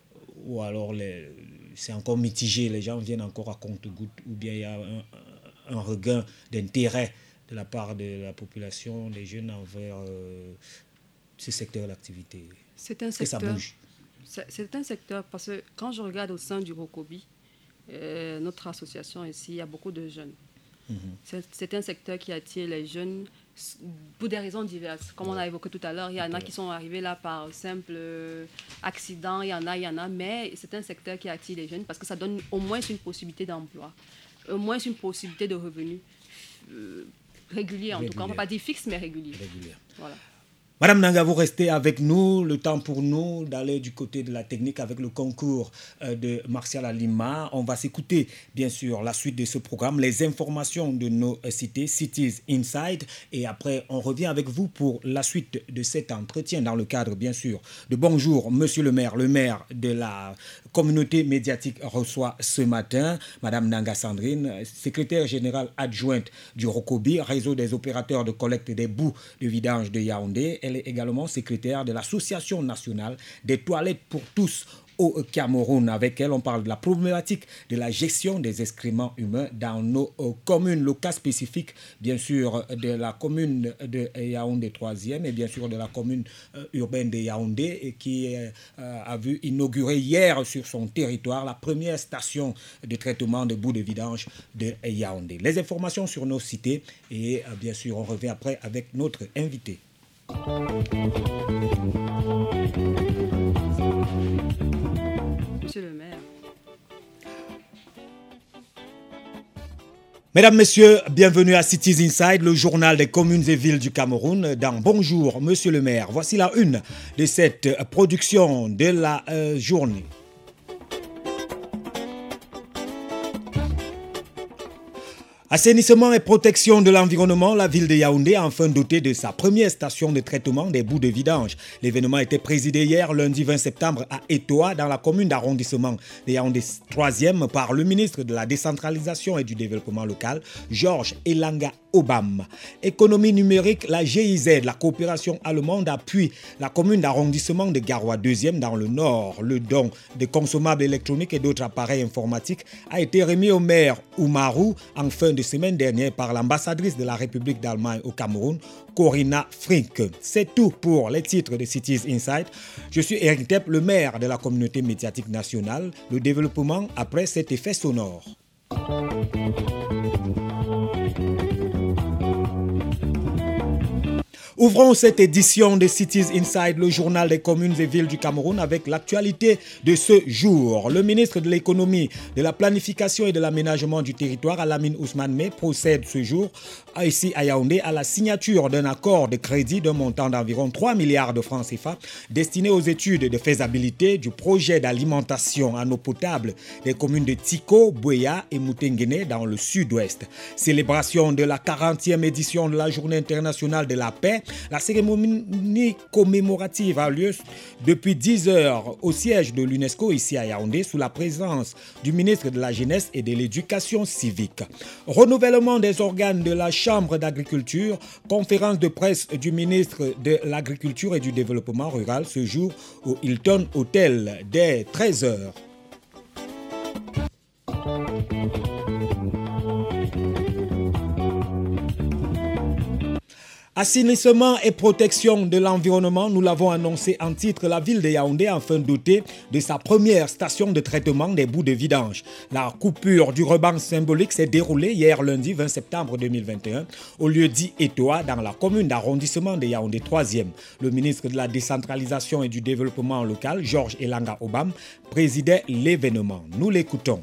Ou alors les, c'est encore mitigé, les gens viennent encore à compte-gouttes ou bien il y a un, un regain d'intérêt de la part de la population, des jeunes envers euh, ce secteur d'activité? C'est un Est-ce secteur... que ça bouge? c'est, c'est un secteur, parce que quand je regarde au sein du Rokobi, Euh, notre association ici, il y a beaucoup de jeunes. Mm-hmm. C'est, c'est un secteur qui attire les jeunes pour des raisons diverses. Comme ouais. on a évoqué tout à l'heure, il y en a qui sont arrivés là par simple accident, il y en a, il y en a, mais c'est un secteur qui attire les jeunes parce que ça donne au moins une possibilité d'emploi, au moins une possibilité de revenus euh, réguliers en régulier. tout cas. On ne va pas dire fixe, mais régulier. Régulier. Voilà. Madame Nanga, vous restez avec nous. Le temps pour nous d'aller du côté de la technique avec le concours de Martial Alima. On va s'écouter, bien sûr, la suite de ce programme, les informations de nos cités, Cities Inside. Et après, on revient avec vous pour la suite de cet entretien dans le cadre, bien sûr, de Bonjour, Monsieur le maire. Le maire de la communauté médiatique reçoit ce matin Madame Nanga Sandrine, secrétaire générale adjointe du Rokobi, réseau des opérateurs de collecte des bouts de vidange de Yaoundé. Elle est également secrétaire de l'Association nationale des toilettes pour tous au Cameroun. Avec elle, on parle de la problématique de la gestion des excréments humains dans nos euh, communes. Le cas spécifique, bien sûr, de la commune de Yaoundé troisième et bien sûr de la commune euh, urbaine de Yaoundé et qui euh, a vu inaugurer hier sur son territoire la première station de traitement de bouts de vidange de Yaoundé. Les informations sur nos cités et euh, bien sûr, on revient après avec notre invité. Monsieur le maire. Mesdames, Messieurs, bienvenue à Cities Inside, le journal des communes et villes du Cameroun. Dans Bonjour, Monsieur le maire. Voici la une de cette production de la euh, journée. Assainissement et protection de l'environnement, la ville de Yaoundé a enfin doté de sa première station de traitement des boues de vidange. L'événement a été présidé hier, lundi vingt septembre, à Etoa, dans la commune d'arrondissement de Yaoundé troisième, par le ministre de la décentralisation et du développement local, Georges Elanga Obam. Économie numérique, la G I Z, la coopération allemande, appuie la commune d'arrondissement de Garoua deuxième dans le nord. Le don de consommables électroniques et d'autres appareils informatiques a été remis au maire Oumarou en fin de semaine dernière par l'ambassadrice de la République d'Allemagne au Cameroun, Corinna Frink. C'est tout pour les titres de Cities Inside. Je suis Eric Tepp, le maire de la communauté médiatique nationale. Le développement après cet effet sonore. Ouvrons cette édition de Cities Inside, le journal des communes et villes du Cameroun, avec l'actualité de ce jour. Le ministre de l'économie, de la planification et de l'aménagement du territoire, Alamine Ousmane Meh, procède ce jour, ici à Yaoundé, à la signature d'un accord de crédit d'un montant d'environ trois milliards de francs C F A destiné aux études de faisabilité du projet d'alimentation en eau potable des communes de Tiko, Bouéa et Moutenguene dans le sud-ouest. Célébration de la quarantième édition de la Journée internationale de la paix. La cérémonie commémorative a lieu depuis dix heures au siège de l'UNESCO ici à Yaoundé sous la présence du ministre de la Jeunesse et de l'Éducation civique. Renouvellement des organes de la Chambre d'agriculture, conférence de presse du ministre de l'Agriculture et du Développement rural ce jour au Hilton Hotel dès treize heures. Assainissement et protection de l'environnement, nous l'avons annoncé en titre, la ville de Yaoundé a enfin doté de sa première station de traitement des boues de vidange. La coupure du ruban symbolique s'est déroulée hier lundi vingt septembre deux mille vingt et un au lieu dit Etoa dans la commune d'arrondissement de Yaoundé troisième. Le ministre de la décentralisation et du développement local, Georges Elanga Obam, présidait l'événement. Nous l'écoutons.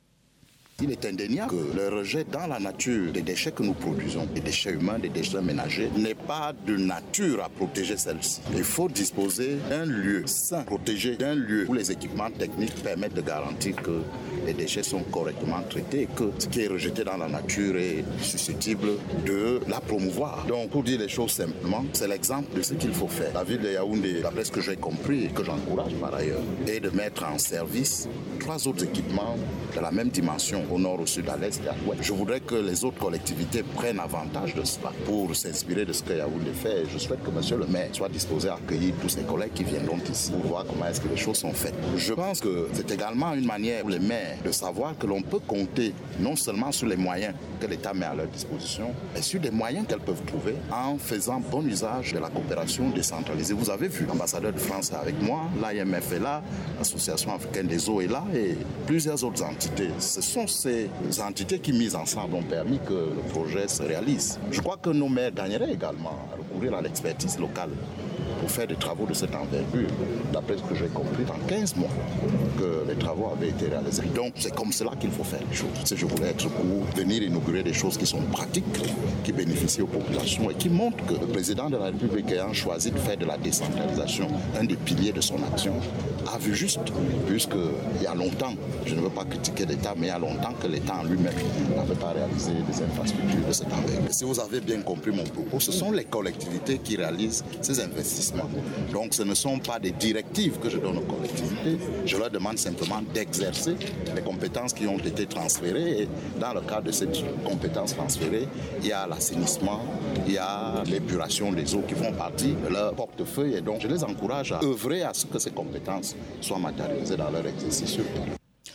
Il est indéniable que le rejet dans la nature des déchets que nous produisons, des déchets humains, des déchets ménagers, n'est pas de nature à protéger celle-ci. Il faut disposer d'un lieu sain, protégé d'un lieu où les équipements techniques permettent de garantir que les déchets sont correctement traités et que ce qui est rejeté dans la nature est susceptible de la promouvoir. Donc, pour dire les choses simplement, c'est l'exemple de ce qu'il faut faire. La ville de Yaoundé, d'après ce que j'ai compris et que j'encourage par ailleurs, est de mettre en service trois autres équipements de la même dimension, au nord, au sud, à l'est et à l'ouest. Je voudrais que les autres collectivités prennent avantage de cela pour s'inspirer de ce que Yaoundé fait. Je souhaite que monsieur le maire soit disposé à accueillir tous ses collègues qui viendront ici pour voir comment est-ce que les choses sont faites. Je pense que c'est également une manière pour les maires de savoir que l'on peut compter non seulement sur les moyens que l'État met à leur disposition, mais sur des moyens qu'elles peuvent trouver en faisant bon usage de la coopération décentralisée. Vous avez vu, l'ambassadeur de France est avec moi, l'A I M F est là, l'Association africaine des eaux est là et plusieurs autres entités. Ce sont ces entités qui, mises ensemble, ont permis que le projet se réalise. Je crois que nos maires gagneraient également à recourir à l'expertise locale pour faire des travaux de cette envergure, d'après ce que j'ai compris, dans quinze mois que les travaux avaient été réalisés. Donc c'est comme cela qu'il faut faire les choses. Si je voulais être pour venir inaugurer des choses qui sont pratiques, qui bénéficient aux populations et qui montrent que le président de la République ayant choisi de faire de la décentralisation un des piliers de son action, a vu juste, puisqu'il y a longtemps, je ne veux pas critiquer l'État, mais il y a longtemps que l'État en lui-même n'avait pas réalisé des infrastructures de cette envergure. Si vous avez bien compris mon propos, ce sont les collectivités qui réalisent ces investissements. Donc ce ne sont pas des directives que je donne aux collectivités, je leur demande simplement d'exercer les compétences qui ont été transférées et dans le cadre de ces compétences transférées, il y a l'assainissement, il y a l'épuration des eaux qui font partie de leur portefeuille et donc je les encourage à œuvrer à ce que ces compétences soient matérialisées dans leur exercice sur le terrain.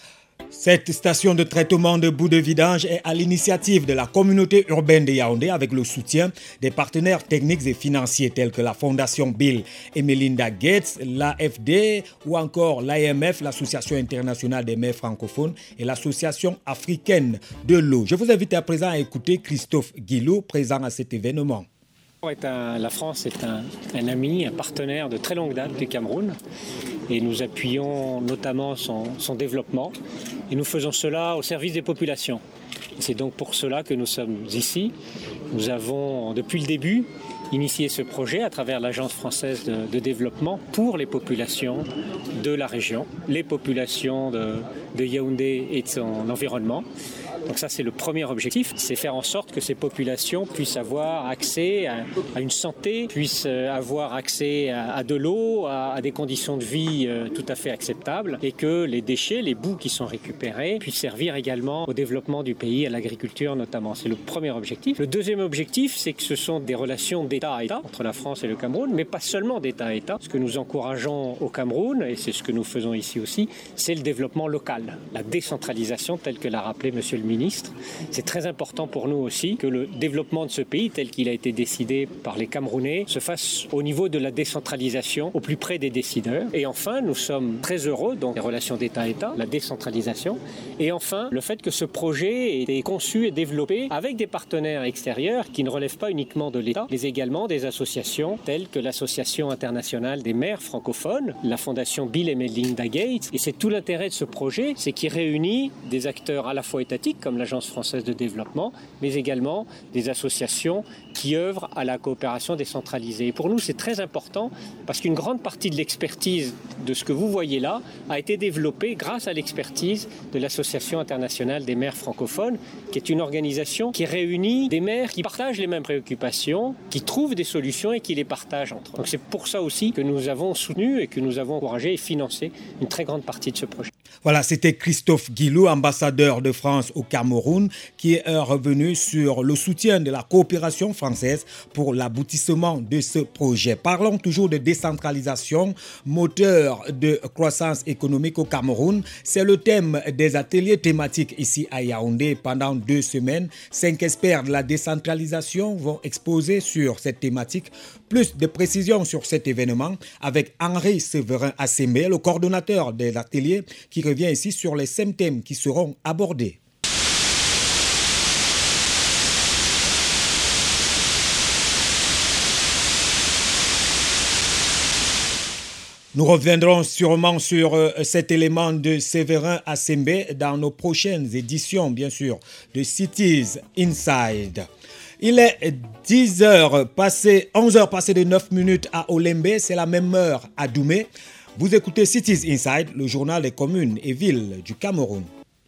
Cette station de traitement de boues de vidange est à l'initiative de la communauté urbaine de Yaoundé avec le soutien des partenaires techniques et financiers tels que la Fondation Bill et Melinda Gates, l'A F D ou encore l'A M F, l'Association internationale des maires francophones et l'Association africaine de l'eau. Je vous invite à présent à écouter Christophe Guilou, présent à cet événement. Est un, la France est un, un ami, un partenaire de très longue date du Cameroun et nous appuyons notamment son, son développement et nous faisons cela au service des populations. C'est donc pour cela que nous sommes ici. Nous avons depuis le début initié ce projet à travers l'Agence française de, de développement pour les populations de la région, les populations de, de Yaoundé et de son environnement. Donc ça, c'est le premier objectif, c'est faire en sorte que ces populations puissent avoir accès à, à une santé, puissent avoir accès à, à de l'eau, à, à des conditions de vie euh, tout à fait acceptables, et que les déchets, les boues qui sont récupérés, puissent servir également au développement du pays, à l'agriculture notamment. C'est le premier objectif. Le deuxième objectif, c'est que ce sont des relations d'État à État entre la France et le Cameroun, mais pas seulement d'État à État. Ce que nous encourageons au Cameroun, et c'est ce que nous faisons ici aussi, c'est le développement local, la décentralisation telle que l'a rappelé Monsieur le ministre. C'est très important pour nous aussi que le développement de ce pays, tel qu'il a été décidé par les Camerounais, se fasse au niveau de la décentralisation, au plus près des décideurs. Et enfin, nous sommes très heureux, donc les relations d'État à État, la décentralisation. Et enfin, le fait que ce projet ait été conçu et développé avec des partenaires extérieurs qui ne relèvent pas uniquement de l'État, mais également des associations telles que l'Association internationale des maires francophones, la fondation Bill et Melinda Gates. Et c'est tout l'intérêt de ce projet, c'est qu'il réunit des acteurs à la fois étatiques, comme l'Agence française de développement, mais également des associations qui œuvrent à la coopération décentralisée. Et pour nous, c'est très important parce qu'une grande partie de l'expertise de ce que vous voyez là a été développée grâce à l'expertise de l'Association internationale des maires francophones, qui est une organisation qui réunit des maires qui partagent les mêmes préoccupations, qui trouvent des solutions et qui les partagent entre eux. Donc c'est pour ça aussi que nous avons soutenu et que nous avons encouragé et financé une très grande partie de ce projet. Voilà, c'était Christophe Guilou, ambassadeur de France au Cameroun, qui est revenu sur le soutien de la coopération française pour l'aboutissement de ce projet. Parlons toujours de décentralisation, moteur de croissance économique au Cameroun. C'est le thème des ateliers thématiques ici à Yaoundé pendant deux semaines. Cinq experts de la décentralisation vont exposer sur cette thématique. Plus de précisions sur cet événement avec Henri Séverin Assemé, le coordonnateur des ateliers, qui revient ici sur les cinq thèmes qui seront abordés. Nous reviendrons sûrement sur euh, cet élément de Séverin Assemé dans nos prochaines éditions, bien sûr, de Cities Inside. Il est dix heures passées, onze heures passées de neuf minutes à Olembe, c'est la même heure à Doumé. Vous écoutez Cities Inside, le journal des communes et villes du Cameroun.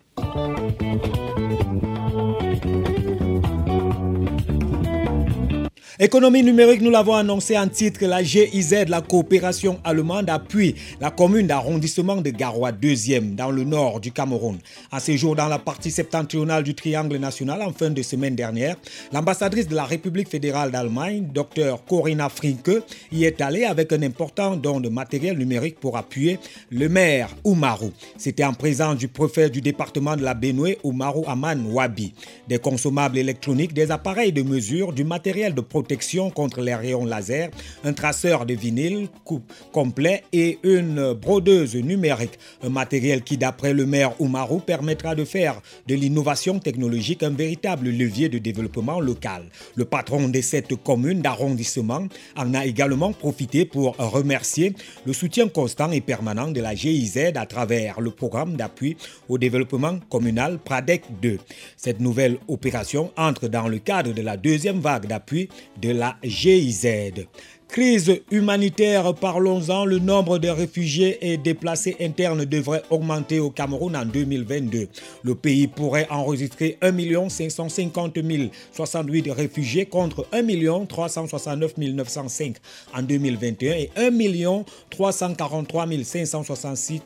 Économie numérique, nous l'avons annoncé en titre, la G I Z, la coopération allemande, appuie la commune d'arrondissement de Garoua deuxième dans le nord du Cameroun. En séjour dans la partie septentrionale du triangle national en fin de semaine dernière, l'ambassadrice de la République fédérale d'Allemagne, Dr Corinna Frinke, y est allée avec un important don de matériel numérique pour appuyer le maire Oumarou. C'était en présence du préfet du département de la Benue, Oumarou Aman Wabi. Des consommables électroniques, des appareils de mesure, du matériel de protection protection contre les rayons laser, un traceur de vinyle complet et une brodeuse numérique. Un matériel qui, d'après le maire Oumarou, permettra de faire de l'innovation technologique un véritable levier de développement local. Le patron de cette commune d'arrondissement en a également profité pour remercier le soutien constant et permanent de la G I Z à travers le programme d'appui au développement communal Pradec deux. Cette nouvelle opération entre dans le cadre de la deuxième vague d'appui de la G I Z. Crise humanitaire, parlons-en. Le nombre de réfugiés et déplacés internes devrait augmenter au Cameroun en deux mille vingt-deux. Le pays pourrait enregistrer un million cinq cent cinquante mille soixante-huit réfugiés contre un million trois cent soixante-neuf mille neuf cent cinq en deux mille vingt et un et un million trois cent quarante-trois mille cinq cent soixante-six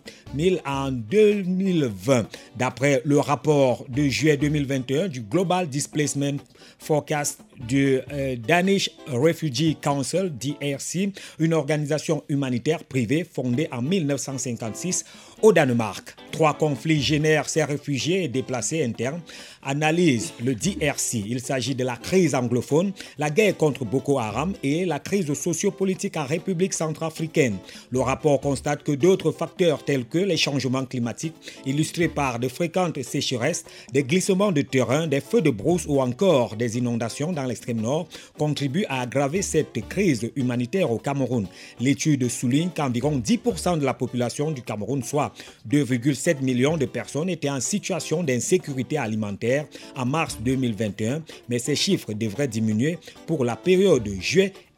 en deux mille vingt. D'après le rapport de juillet deux mille vingt et un du Global Displacement Forecast du euh, Danish Refugee Council, D R C, une organisation humanitaire privée fondée en mille neuf cent cinquante-six au Danemark. Trois conflits génèrent ces réfugiés et déplacés internes, analyse le D R C. Il s'agit de la crise anglophone, la guerre contre Boko Haram et la crise sociopolitique en République centrafricaine. Le rapport constate que d'autres facteurs tels que les changements climatiques, illustrés par de fréquentes sécheresses, des glissements de terrain, des feux de brousse ou encore des inondations dans l'extrême nord, contribuent à aggraver cette crise humanitaire au Cameroun. L'étude souligne qu'environ dix pour cent de la population du Cameroun, soit deux virgule sept millions de personnes, étaient en situation d'insécurité alimentaire en mars deux mille vingt et un, mais ces chiffres devraient diminuer pour la période juillet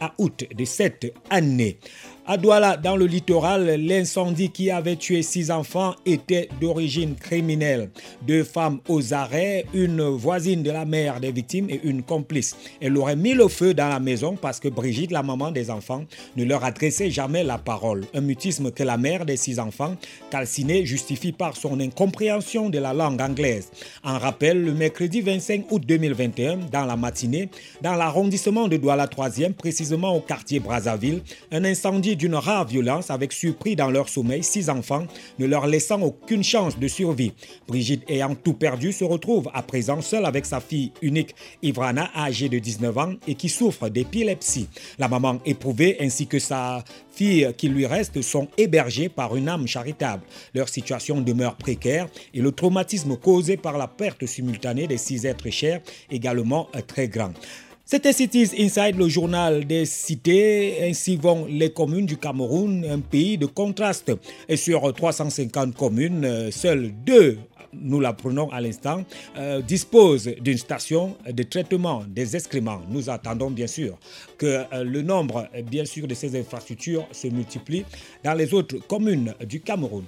à août de cette année. À Douala, dans le littoral, l'incendie qui avait tué six enfants était d'origine criminelle. Deux femmes aux arrêts, une voisine de la mère des victimes et une complice. Elle aurait mis le feu dans la maison parce que Brigitte, la maman des enfants, ne leur adressait jamais la parole. Un mutisme que la mère des six enfants, calcinée, justifie par son incompréhension de la langue anglaise. En rappel, le mercredi vingt-cinq août deux mille vingt et un, dans la matinée, dans l'arrondissement de Douala troisième, précisément au quartier Brazzaville, un incendie d'une rare violence avait surpris dans leur sommeil six enfants, ne leur laissant aucune chance de survie. Brigitte, ayant tout perdu, se retrouve à présent seule avec sa fille unique, Ivrana, âgée de dix-neuf ans et qui souffre d'épilepsie. La maman éprouvée ainsi que sa fille qui lui reste sont hébergées par une âme charitable. Leur situation demeure précaire et le traumatisme causé par la perte simultanée des six êtres chers également très grand. C'était Cities Inside, le journal des cités. Ainsi vont les communes du Cameroun, un pays de contraste. Et sur trois cent cinquante communes, seules deux, nous l'apprenons à l'instant, euh, disposent d'une station de traitement des excréments. Nous attendons bien sûr que euh, le nombre bien sûr, de ces infrastructures se multiplie dans les autres communes du Cameroun.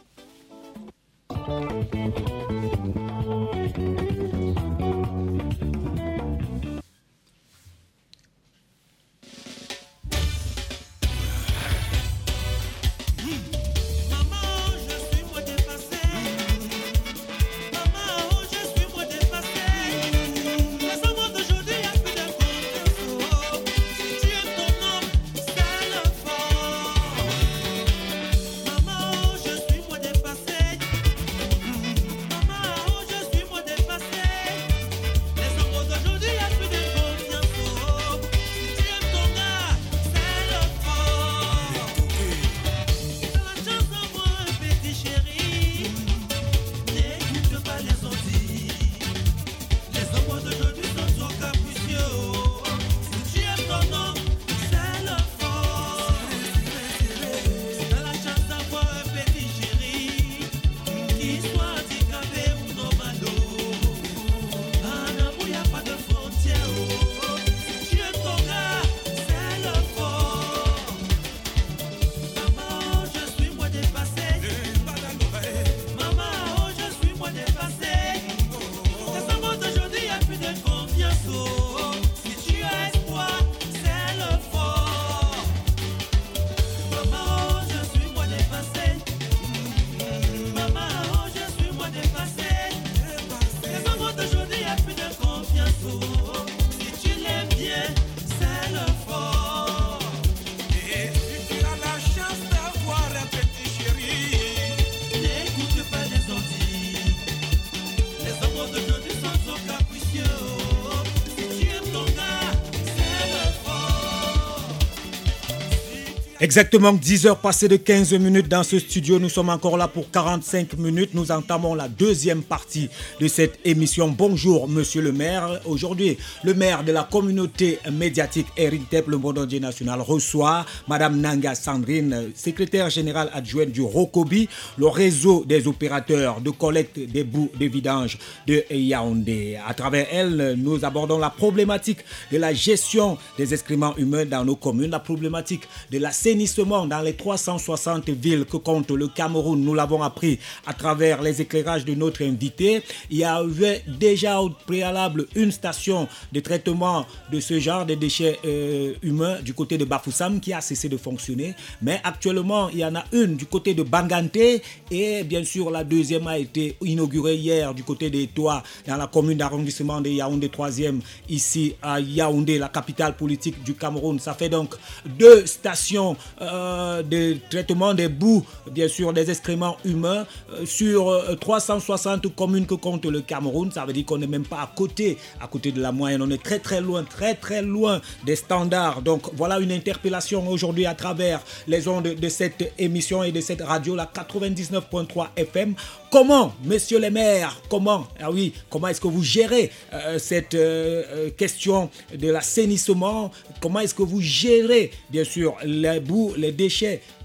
Exactement dix heures passées de quinze minutes dans ce studio. Nous sommes encore là pour quarante-cinq minutes. Nous entamons la deuxième partie de cette émission. Bonjour, monsieur le maire. Aujourd'hui, le maire de la communauté médiatique Erintep, le monde entier national, reçoit madame Nanga Sandrine, secrétaire générale adjointe du Rokobi, le réseau des opérateurs de collecte des boues de vidange de Yaoundé. À travers elle, nous abordons la problématique de la gestion des excréments humains dans nos communes, la problématique de la dans les trois cent soixante villes que compte le Cameroun. Nous l'avons appris à travers les éclairages de notre invité. Il y avait déjà au préalable une station de traitement de ce genre de déchets euh, humains du côté de Bafoussam qui a cessé de fonctionner. Mais actuellement, il y en a une du côté de Banganté et bien sûr la deuxième a été inaugurée hier du côté des Toits dans la commune d'arrondissement de Yaoundé troisième ici à Yaoundé, la capitale politique du Cameroun. Ça fait donc deux stations Euh, de traitement des boues, bien sûr, des excréments humains euh, sur euh, trois cent soixante communes que compte le Cameroun. Ça veut dire qu'on n'est même pas à côté, à côté de la moyenne. On est très très loin, très très loin des standards. Donc voilà une interpellation aujourd'hui à travers les ondes de cette émission et de cette radio, la quatre-vingt-dix-neuf point trois F M. Comment, messieurs les maires, comment, ah oui, comment est-ce que vous gérez euh, cette euh, question de l'assainissement? Comment est-ce que vous gérez, bien sûr, les boues, les déchets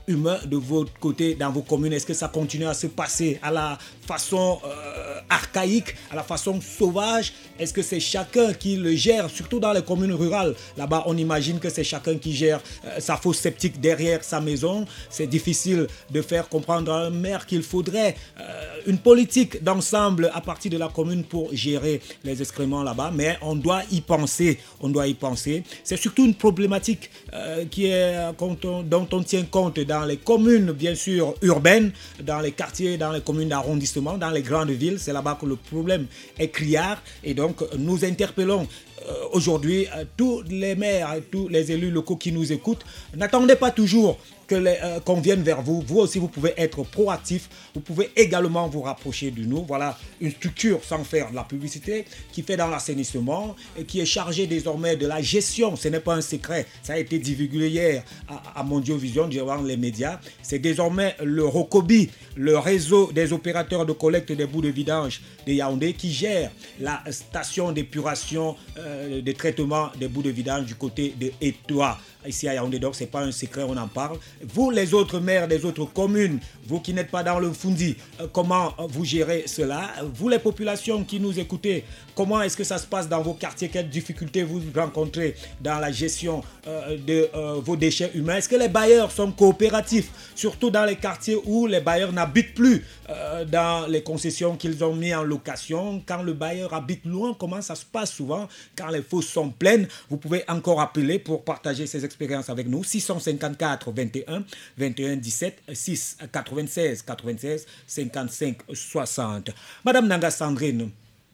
humains de votre côté, dans vos communes? Est-ce que ça continue à se passer à la façon euh, archaïque, à la façon sauvage? Est-ce que c'est chacun qui le gère, surtout dans les communes rurales? Là-bas, on imagine que c'est chacun qui gère euh, sa fosse septique derrière sa maison. C'est difficile de faire comprendre à un maire qu'il faudrait euh, une politique d'ensemble à partir de la commune pour gérer les excréments là-bas. Mais on doit y penser, on doit y penser. C'est surtout une problématique euh, qui est, on, dont on tient compte dans les communes, bien sûr, urbaines, dans les quartiers, dans les communes d'arrondissement, dans les grandes villes. C'est là-bas que le problème est criard. Et donc, nous interpellons euh, aujourd'hui euh, tous les maires et tous les élus locaux qui nous écoutent. N'attendez pas toujours que les, euh, qu'on vienne vers vous. Vous aussi, vous pouvez être proactif. Vous pouvez également vous rapprocher de nous. Voilà une structure, sans faire de la publicité, qui fait dans l'assainissement et qui est chargée désormais de la gestion. Ce n'est pas un secret. Ça a été divulgué hier à, à Mondiovision, durant les médias. C'est désormais le Rokobi, le réseau des opérateurs de collecte des bouts de vidange de Yaoundé, qui gère la station d'épuration, euh, de traitement des bouts de vidange du côté de Etoua, ici à Yaoundé. Donc, ce n'est pas un secret, on en parle. Vous, les autres maires des autres communes, vous qui n'êtes pas dans le Fundi, euh, comment vous gérez cela? Vous, les populations qui nous écoutez, comment est-ce que ça se passe dans vos quartiers? Quelles difficultés vous rencontrez dans la gestion euh, de euh, vos déchets humains? Est-ce que les bailleurs sont coopératifs, surtout dans les quartiers où les bailleurs n'habitent plus euh, dans les concessions qu'ils ont mis en location? Quand le bailleur habite loin, comment ça se passe souvent? Quand les fosses sont pleines, vous pouvez encore appeler pour partager ces expériences avec nous. six cent cinquante-quatre vingt et un vingt et un dix-sept six quatre-vingt-seize quatre-vingt-seize cinquante-cinq soixante. Madame Nanga Sandrine,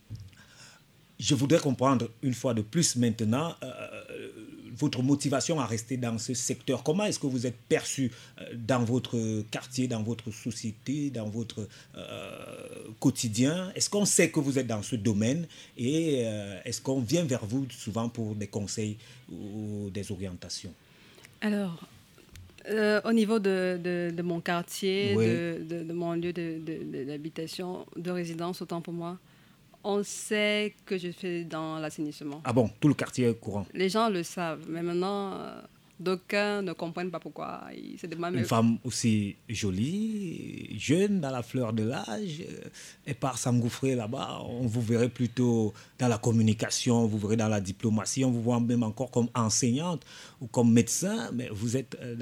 je voudrais comprendre une fois de plus maintenant euh, votre motivation à rester dans ce secteur. Comment est-ce que vous êtes perçu euh, dans votre quartier, dans votre société, dans votre euh, quotidien? Est-ce qu'on sait que vous êtes dans ce domaine et euh, est-ce qu'on vient vers vous souvent pour des conseils ou des orientations? Alors, euh, au niveau de, de, de mon quartier, oui. de, de, de mon lieu de, de, de, d'habitation, de résidence, autant pour moi, on sait que je fais dans l'assainissement. Ah bon, tout le quartier est courant? Les gens le savent, mais maintenant, euh, d'aucuns ne comprennent pas pourquoi. Ils se demandent, Une mais... femme aussi jolie, jeune, dans la fleur de l'âge, et part s'engouffrer là-bas. On vous verrait plutôt dans la communication, vous verrez dans la diplomatie, on vous voit même encore comme enseignante ou comme médecin, mais vous êtes euh,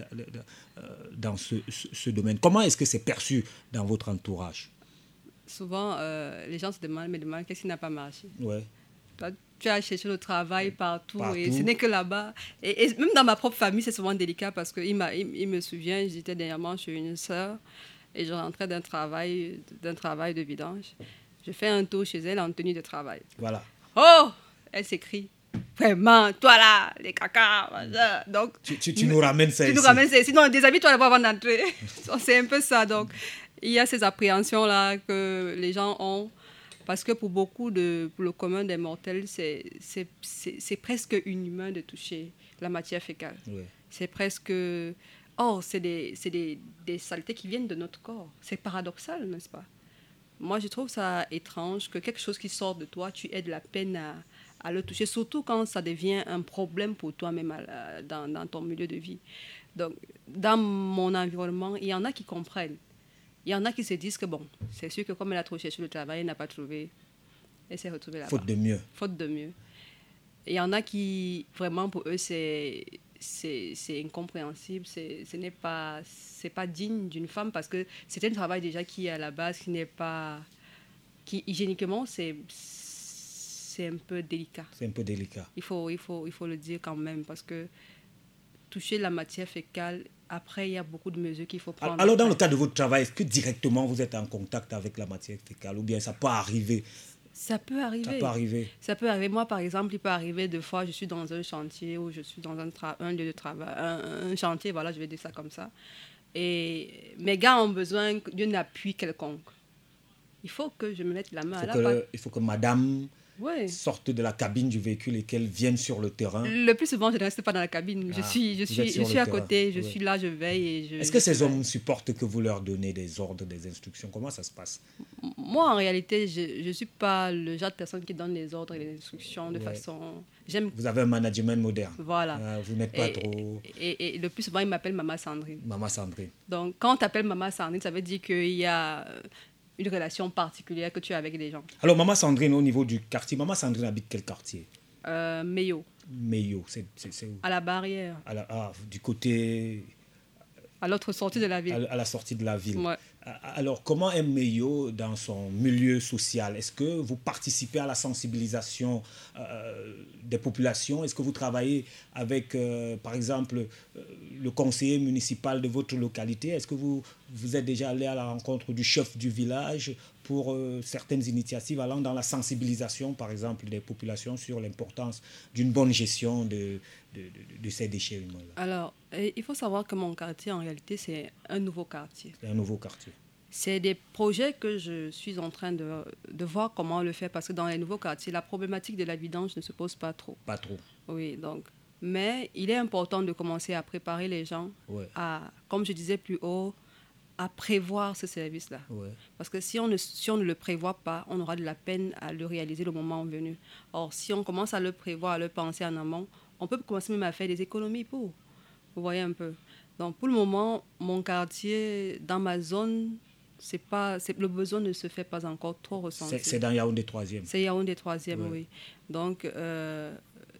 dans ce, ce, ce domaine. Comment est-ce que c'est perçu dans votre entourage? Souvent, euh, les gens se demandent, me demandent qu'est-ce qui n'a pas marché. Ouais. Toi, tu as cherché le travail partout, partout. Et ce n'est que là-bas. Et, et même dans ma propre famille, c'est souvent délicat parce qu'il il, il me souvient, j'étais dernièrement chez une sœur et je rentrais d'un travail, d'un travail de vidange. Je fais un tour chez elle en tenue de travail. Voilà. Oh, elle s'écrie. Vraiment, toi là, les caca. Donc, tu, tu, tu nous ramènes ça tu ici. nous ramènes ça ici. Sinon, déshabille-toi d'abord avant d'entrer. C'est un peu ça. Donc, il y a ces appréhensions-là que les gens ont. Parce que pour beaucoup, de, pour le commun des mortels, c'est, c'est, c'est, c'est presque inhumain de toucher la matière fécale. Oui. C'est presque... Oh, c'est, des, c'est des, des saletés qui viennent de notre corps. C'est paradoxal, n'est-ce pas? Moi, je trouve ça étrange que quelque chose qui sort de toi, tu aies de la peine à, à le toucher, surtout quand ça devient un problème pour toi-même à, dans, dans ton milieu de vie. Donc, dans mon environnement, il y en a qui comprennent. Il y en a qui se disent que, bon, c'est sûr que comme elle a trop cherché le travail, elle n'a pas trouvé. Elle s'est retrouvée là-bas. Faute de mieux. Faute de mieux. Il y en a qui, vraiment, pour eux, c'est, c'est, c'est incompréhensible. C'est, ce n'est pas, c'est pas digne d'une femme parce que c'est un travail déjà qui, à la base, qui n'est pas... qui, hygiéniquement, c'est, c'est un peu délicat. C'est un peu délicat. Il faut, il faut, il faut le dire quand même parce que toucher la matière fécale... Après, il y a beaucoup de mesures qu'il faut prendre. Alors, dans le cadre de votre travail, est-ce que directement vous êtes en contact avec la matière fécale ou bien ça peut arriver? Ça peut arriver. Ça peut arriver. Ça peut arriver. Moi, par exemple, il peut arriver deux fois, je suis dans un chantier ou je suis dans un, tra- un lieu de travail, un, un chantier, voilà, je vais dire ça comme ça. Et mes gars ont besoin d'un appui quelconque. Il faut que je me mette la main à la pâte. Il faut que madame Ouais. sortent de la cabine du véhicule et qu'elles viennent sur le terrain. Le plus souvent, je ne reste pas dans la cabine. Ah, je suis, je vous suis, êtes je sur suis le à terrain. côté, je Ouais. suis là, je veille. Et je, Est-ce que je ces surveille. hommes supportent que vous leur donnez des ordres, des instructions? Comment ça se passe? Moi, en réalité, je ne suis pas le genre de personne qui donne les ordres et les instructions de Ouais. façon... J'aime... Vous avez un management moderne. Voilà. Euh, vous n'êtes pas Et, trop... et, et le plus souvent, ils m'appellent Maman Sandrine. Maman Sandrine. Donc, quand on t'appelle Maman Sandrine, ça veut dire qu'il y a une relation particulière que tu as avec les gens. Alors, Maman Sandrine, au niveau du quartier, Maman Sandrine habite quel quartier? Euh, Meyo, Meyo, c'est, c'est, c'est où? à la barrière, À la- ah, du côté... à l'autre sortie de la ville. à, à la sortie de la ville. Ouais. Alors, comment est Meyo dans son milieu social? Est-ce que vous participez à la sensibilisation euh, des populations? Est-ce que vous travaillez avec, euh, par exemple, euh, le conseiller municipal de votre localité? Est-ce que vous, vous êtes déjà allé à la rencontre du chef du village pour euh, certaines initiatives allant dans la sensibilisation, par exemple, des populations sur l'importance d'une bonne gestion de, de, de, de ces déchets humains? Alors, et il faut savoir que mon quartier, en réalité, c'est un nouveau quartier. C'est un nouveau quartier. C'est des projets que je suis en train de, de voir comment le faire, parce que dans les nouveaux quartiers, la problématique de la vidange ne se pose pas trop. Pas trop. Oui, donc. Mais il est important de commencer à préparer les gens Ouais. à, comme je disais plus haut, à prévoir ce service-là. Ouais. Parce que si on, ne, si on ne le prévoit pas, on aura de la peine à le réaliser le moment venu. Or, si on commence à le prévoir, à le penser en amont, on peut commencer même à faire des économies pour. Vous voyez un peu. Donc, pour le moment, mon quartier, dans ma zone, c'est pas, c'est, le besoin ne se fait pas encore trop ressentir. C'est, c'est dans Yaoundé troisième. C'est Yaoundé troisième, Ouais. oui. Donc, euh,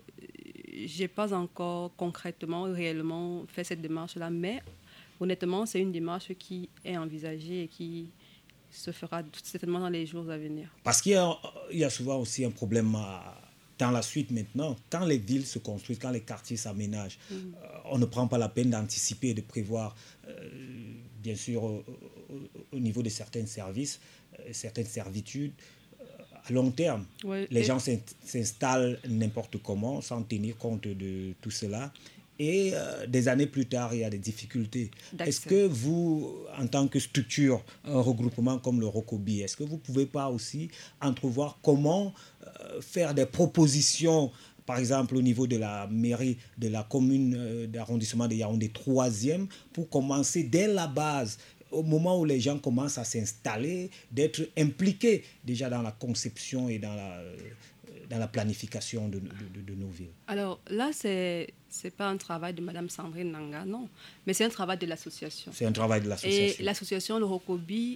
j'ai pas encore concrètement, réellement fait cette démarche-là, mais honnêtement, c'est une démarche qui est envisagée et qui se fera certainement dans les jours à venir. Parce qu'il y a, il y a souvent aussi un problème à- dans la suite maintenant. Quand les villes se construisent, quand les quartiers s'aménagent, Mm. euh, on ne prend pas la peine d'anticiper et de prévoir, euh, bien sûr, au, au- au niveau de certains services, euh, certaines servitudes, euh, à long terme. Ouais, Les et- gens s'in- s'installent n'importe comment sans tenir compte de tout cela. Et euh, des années plus tard, il y a des difficultés. D'accès. Est-ce que vous, en tant que structure, un regroupement comme le Rokobi, est-ce que vous ne pouvez pas aussi entrevoir comment euh, faire des propositions, par exemple au niveau de la mairie de la commune euh, d'arrondissement de Yaoundé troisième, pour commencer dès la base, au moment où les gens commencent à s'installer, d'être impliqués déjà dans la conception et dans la, euh, dans la planification de, de- de- de nos villes? Alors là, c'est c'est pas un travail de Madame Sandrine Nanga, non, mais c'est un travail de l'association. C'est un travail de Et l'association. l'association Le Rokobi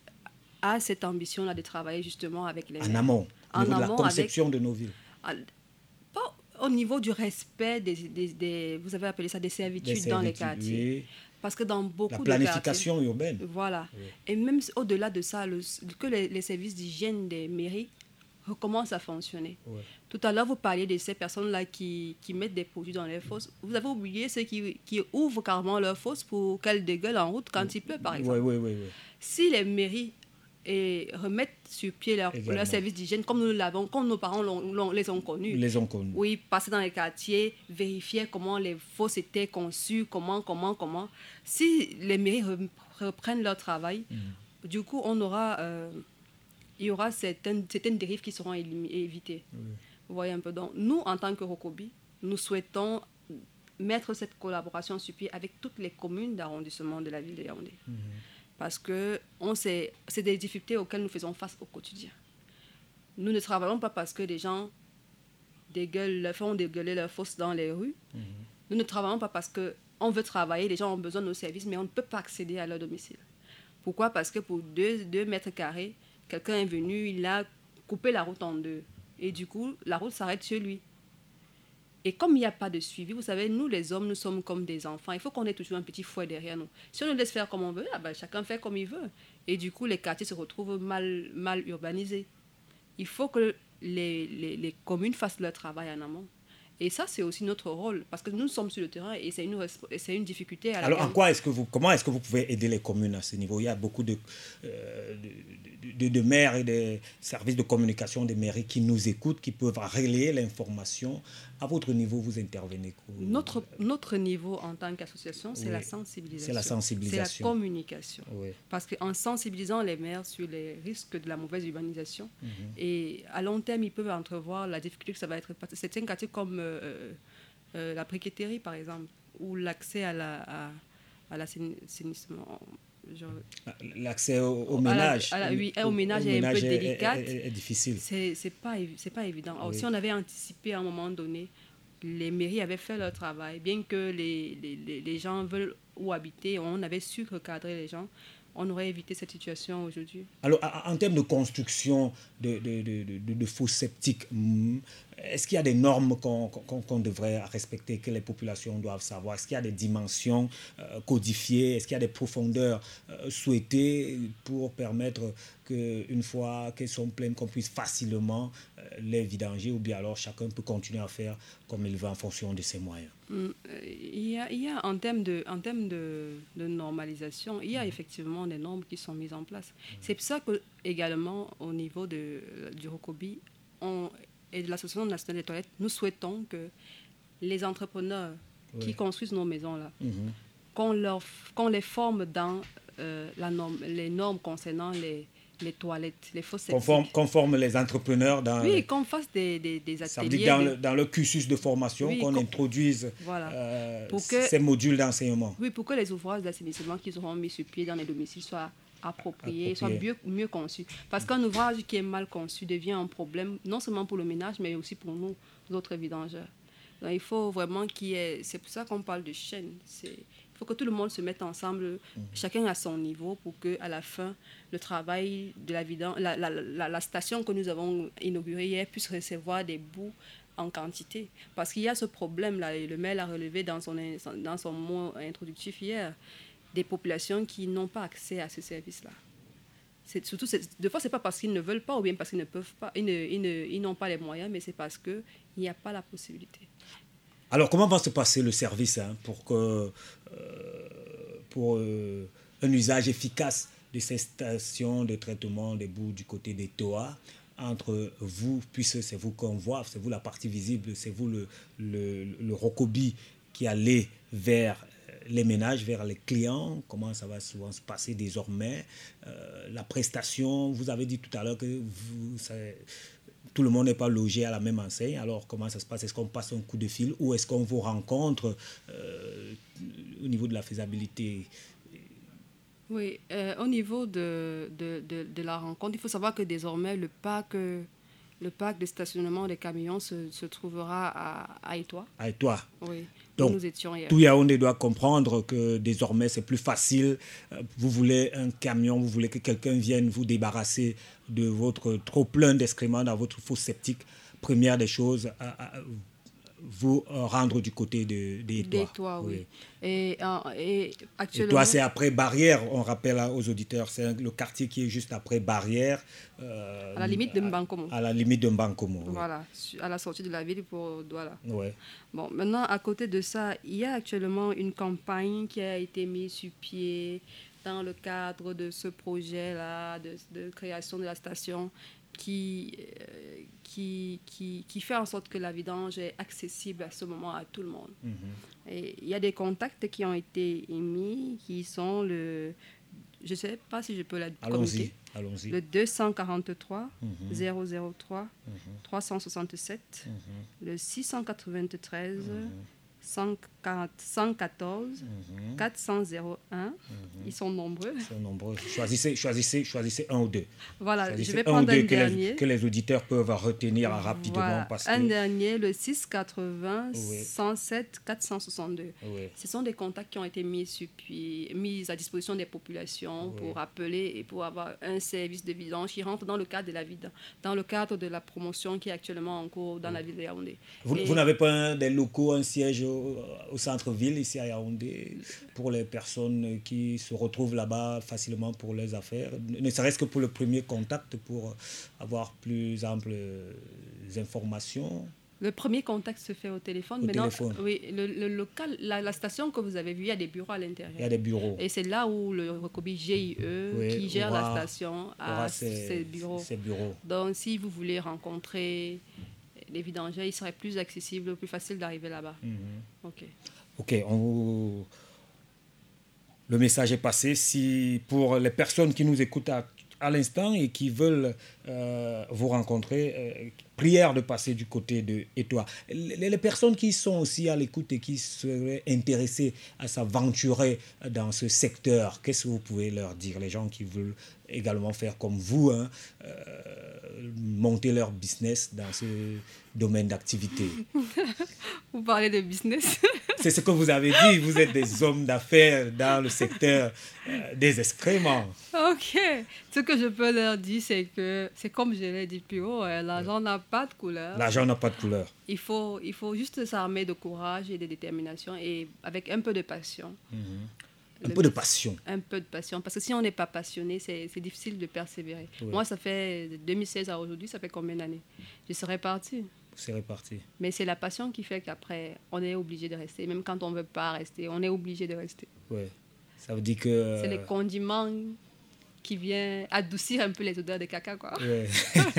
a cette ambition-là de travailler justement avec les En maires. amont, au En niveau de la amont, conception de nos villes. avec- pas au niveau du respect des, des, des- vous avez appelé ça des servitudes, Des dans les servitudes, quartiers. oui. Parce que dans beaucoup La de planification quartiers, urbaine. voilà. Oui. Et même au-delà de ça, le- que les, les services d'hygiène des mairies recommencent à fonctionner. Ouais. Tout à l'heure, vous parliez de ces personnes-là qui, qui mettent des produits dans les fosses. Vous avez oublié ceux qui, qui ouvrent carrément leurs fosses pour qu'elles dégueulent en route quand il pleut, par exemple. Oui, oui, oui. oui. Si les mairies et remettent sur pied leur, Également. leur service d'hygiène, comme nous l'avons, comme nos parents l'ont- l'ont- les ont connus. Ils les ont connus. Oui, passer dans les quartiers, vérifier comment les fosses étaient conçues, comment, comment, comment. Si les mairies re- reprennent leur travail, Mm. du coup, on aura, euh, il y aura certaines, certaines dérives qui seront élimi- évitées. Vous voyez un peu. Donc, nous, en tant que Rokobi, nous souhaitons mettre cette collaboration sur pied avec toutes les communes d'arrondissement de la ville de Yaoundé. Parce que on sait, c'est des difficultés auxquelles nous faisons face au quotidien. Nous ne travaillons pas parce que des gens dégueulent, font dégueuler leurs fosses dans les rues. Nous ne travaillons pas parce qu'on veut travailler, les gens ont besoin de nos services, mais on ne peut pas accéder à leur domicile. Pourquoi? Parce que pour deux, deux mètres carrés, quelqu'un est venu, il a coupé la route en deux. Et du coup, la route s'arrête chez lui. Et comme il n'y a pas de suivi, vous savez, nous les hommes, nous sommes comme des enfants. Il faut qu'on ait toujours un petit fouet derrière nous. Si on nous laisse faire comme on veut, ah ben, chacun fait comme il veut. Et du coup, les quartiers se retrouvent mal, mal urbanisés. Il faut que les, les, les communes fassent leur travail en amont. Et ça, c'est aussi notre rôle, parce que nous sommes sur le terrain et c'est une, et c'est une difficulté. À Alors, laquelle... en quoi est-ce que vous, comment est-ce que vous pouvez aider les communes à ce niveau? Il y a beaucoup de, euh, de, de, de maires et des services de communication des mairies qui nous écoutent, qui peuvent relayer l'information. À votre niveau, vous intervenez quoi? Notre, notre niveau en tant qu'association, c'est, oui. la sensibilisation. C'est la sensibilisation. C'est la communication. Oui. Parce qu'en sensibilisant les maires sur les risques de la mauvaise urbanisation, mm-hmm. et à long terme, ils peuvent entrevoir la difficulté que ça va être. C'est un quartier comme euh, euh, la briqueterie, par exemple, ou l'accès à, la, à, à l'assainissement. Genre, l'accès au, au ménage. À la, à la, oui, au, au ménage au est ménage un peu est, délicat. Est, est, est difficile. C'est, c'est, pas, c'est pas évident. Alors, oui. Si on avait anticipé à un moment donné, les mairies avaient fait leur travail, bien que les, les, les gens veulent où habiter, on avait su recadrer les gens, on aurait évité cette situation aujourd'hui. Alors, en termes de construction de, de, de, de, de fosses septiques, est-ce qu'il y a des normes qu'on, qu'on, qu'on devrait respecter, que les populations doivent savoir? Est-ce qu'il y a des dimensions euh, codifiées? Est-ce qu'il y a des profondeurs euh, souhaitées pour permettre qu'une fois qu'elles sont pleines, qu'on puisse facilement euh, les vidanger, ou bien alors chacun peut continuer à faire comme il veut en fonction de ses moyens? Mmh, il y a, il y a en termes de, en termes de, de normalisation, il y a mmh. effectivement des normes qui sont mises en place. Mmh. C'est pour ça que également au niveau de, du Rokobi, on et de l'Association nationale des toilettes, nous souhaitons que les entrepreneurs oui. qui construisent nos maisons-là, mm-hmm. qu'on, leur, qu'on les forme dans euh, la norme, les normes concernant les, les toilettes, les fosses septiques. Qu'on, qu'on forme les entrepreneurs dans... Oui, qu'on fasse des, des, des ateliers. Ça veut dire dans, des... le, dans le cursus de formation, oui, qu'on, qu'on introduise voilà. euh, pour que, ces modules d'enseignement. Oui, pour que les ouvrages d'assainissement qui seront mis sur pied dans les domiciles soient approprié, soit mieux, mieux conçu. Parce qu'un ouvrage qui est mal conçu devient un problème, non seulement pour le ménage, mais aussi pour nous, autres vidangeurs. Donc, il faut vraiment qu'il y ait... C'est pour ça qu'on parle de chaîne. C'est, il faut que tout le monde se mette ensemble, mmh. chacun à son niveau, pour qu'à la fin, le travail de la, vidange, la, la, la, la station que nous avons inaugurée hier puisse recevoir des bouts en quantité. Parce qu'il y a ce problème-là, et le maire l'a relevé dans son, dans son mot introductif hier, des populations qui n'ont pas accès à ce service-là. C'est, surtout, c'est, des fois, ce n'est pas parce qu'ils ne veulent pas ou bien parce qu'ils ne peuvent pas, ils, ne, ils, ne, ils n'ont pas les moyens, mais c'est parce qu'il n'y a pas la possibilité. Alors, comment va se passer le service hein, pour, que, euh, pour euh, un usage efficace de ces stations de traitement des boues du côté des T O A entre vous, puisque c'est vous qu'on voit, c'est vous la partie visible, c'est vous le, le, le Rokobi qui allait vers les ménages, vers les clients, comment ça va souvent se passer désormais, euh, la prestation, vous avez dit tout à l'heure que vous, ça, tout le monde n'est pas logé à la même enseigne, alors comment ça se passe? Est-ce qu'on passe un coup de fil ou est-ce qu'on vous rencontre euh, au niveau de la faisabilité? Oui, euh, au niveau de, de, de, de la rencontre, il faut savoir que désormais le parc, le parc de stationnement des camions se, se trouvera à, à Étoile. À Étoile. Oui. Donc, nous étions hier. Tout Yaoundé doit comprendre que désormais, c'est plus facile. Vous voulez un camion, vous voulez que quelqu'un vienne vous débarrasser de votre trop-plein d'excréments dans votre fosse septique. Première des choses, à, à, vous rendre du côté de, des Étoiles. Des Étoiles, oui. oui. Et, et actuellement... Étoile, c'est après Barrière, on rappelle aux auditeurs. C'est le quartier qui est juste après Barrière. Euh, à la limite de Mbankomo. À, à la limite de Mbankomo, oui. Voilà, à la sortie de la ville pour Douala. Oui. Bon, maintenant, à côté de ça, il y a actuellement une campagne qui a été mise sur pied dans le cadre de ce projet-là, de, de création de la station, qui, euh, qui, qui, qui fait en sorte que la vidange est accessible à ce moment à tout le monde. Mm-hmm. Et il y a des contacts qui ont été émis, qui sont le... Je ne sais pas si je peux la communiquer. Allons-y, allons-y. Le deux cent quarante-trois, mm-hmm. zéro zéro trois, mm-hmm. trois cent soixante-sept, mm-hmm. le six cent quatre-vingt-treize, mm-hmm. cent quatorze, mm-hmm. quatre cent un. Mm-hmm. Ils sont nombreux. Ils sont nombreux. Choisissez, choisissez, choisissez un ou deux. Voilà, choisissez je vais prendre un, un que dernier. Les, que les auditeurs peuvent retenir rapidement. Voilà. Parce un que... dernier, le six cent quatre-vingts, oui. cent sept, quatre cent soixante-deux. Oui. Ce sont des contacts qui ont été mis, sur, puis, mis à disposition des populations oui. pour appeler et pour avoir un service de vidange qui rentre dans le cadre de la vidange, dans le cadre de la promotion qui est actuellement en cours dans oui. la ville de Yaoundé. Vous, vous n'avez pas un, des locaux, un siège au, au centre-ville ici à Yaoundé pour les personnes qui se retrouvent là-bas facilement pour leurs affaires, ne serait-ce que pour le premier contact, pour avoir plus amples informations? Le premier contact se fait au téléphone. Au Maintenant, téléphone. Oui, le, le local, la, la station que vous avez vue, il y a des bureaux à l'intérieur. Il y a des bureaux. Et c'est là où le Rocobie G I E, Oui, qui gère aura- la station, aura a ses- ses bureaux. ses bureaux. Donc, si vous voulez rencontrer les vidangeurs, il serait plus accessible, plus facile d'arriver là-bas. Ok. Ok, on vous- le message est passé. Si pour les personnes qui nous écoutent à, à l'instant et qui veulent euh, vous rencontrer, euh, prière de passer du côté de Étoile. Les, les personnes qui sont aussi à l'écoute et qui seraient intéressées à s'aventurer dans ce secteur, qu'est-ce que vous pouvez leur dire? Les gens qui veulent également faire comme vous, hein, euh, monter leur business dans ce domaine d'activité. Vous parlez de business. C'est ce que vous avez dit, vous êtes des hommes d'affaires dans le secteur euh, des excréments. Ok. Ce que je peux leur dire, c'est que c'est comme je l'ai dit plus haut, hein, l'argent n'a pas de couleur. L'argent n'a pas de couleur. Il faut, il faut juste s'armer de courage et de détermination et avec un peu de passion. Un Le- peu de passion. Un peu de passion. Parce que si on n'est pas passionné, c'est, c'est difficile de persévérer. Oui. Moi, ça fait de deux mille seize à aujourd'hui, ça fait combien d'années? Je serais partie. C'est réparti. Mais c'est la passion qui fait qu'après, on est obligé de rester. Même quand on ne veut pas rester, on est obligé de rester. Ouais. Ça veut dire que... C'est les condiments qui viennent adoucir un peu les odeurs de caca, quoi. Ouais.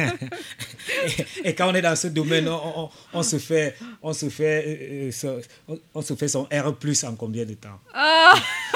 et, et quand on est dans ce domaine, on, on, on se fait, on se fait, euh, ce- on, on se fait son R plus en combien de temps? Ah!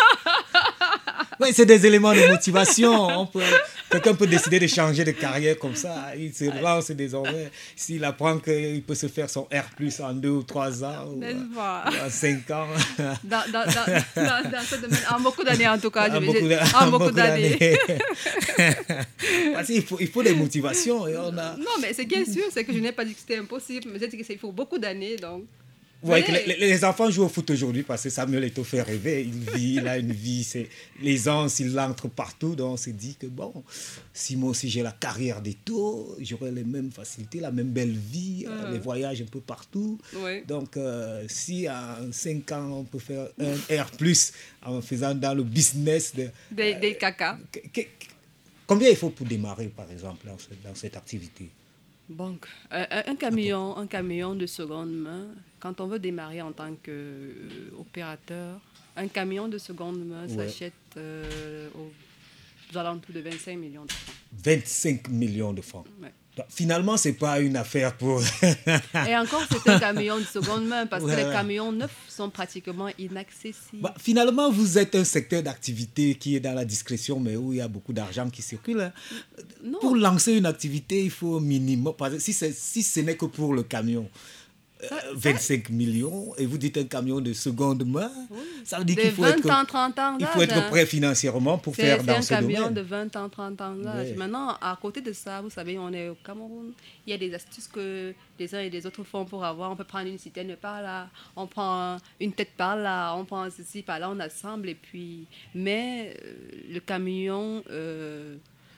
Oui, c'est des éléments de motivation. On peut, quelqu'un peut décider de changer de carrière comme ça. Il se lance désormais. S'il apprend qu'il peut se faire son R plus en deux ou trois ans, ou, N'est-ce pas? ou en cinq ans. Dans, dans, dans, dans, dans ce domaine, en beaucoup d'années en tout cas. je En vais beaucoup, dire, d'a- en en beaucoup beaucoup d'années. d'années. Parce qu'il faut, il faut des motivations. Et on a... Non, mais ce qui est sûr, c'est que je n'ai pas dit que c'était impossible, mais j'ai dit qu'il faut beaucoup d'années, donc... Vous voyez que Mais- les, les enfants jouent au foot aujourd'hui parce que Samuel Eto'o fait rêver. Il vit, il a une vie, c'est l'aisance, il entre partout. Donc on s'est dit que bon, si moi aussi j'ai la carrière d'Eto'o, j'aurai les mêmes facilités, la même belle vie, euh, Mhm. les voyages un peu partout. Oui. Donc euh, si en cinq ans on peut faire un R plus en faisant dans le business de... Des, des caca. que- que- Combien il faut pour démarrer par exemple dans, ce- dans cette activité? Donc, euh, un, un camion, un camion de seconde main, quand on veut démarrer en tant qu'opérateur, un camion de seconde main Ouais. s'achète euh, aux alentours de vingt-cinq millions de francs. vingt-cinq millions de francs. Ouais. Donc, finalement, ce n'est pas une affaire pour... Et encore, c'est un camion de seconde main parce Ouais, que les ouais. camions neufs sont pratiquement inaccessibles. Bah, finalement, vous êtes un secteur d'activité qui est dans la discrétion, mais où il y a beaucoup d'argent qui circule. hein. Non. Pour lancer une activité, il faut au minimum... Par exemple, si, c'est- si ce n'est que pour le camion, euh, Ça- ça- vingt-cinq millions, et vous dites un camion de seconde main, ça veut dire de qu'il faut vingt être, ans, trente ans il d'âge. faut être hein. prêt financièrement pour C'est faire c'est dans un ce camion domaine. de vingt ans, trente ans d'âge. Ouais. Maintenant, à côté de ça, vous savez, on est au Cameroun. Il y a des astuces que les uns et les autres font pour avoir. On peut prendre une citerne par là, on prend une tête par là, on prend ceci par là, on assemble. Et puis... Mais euh, le camion, euh,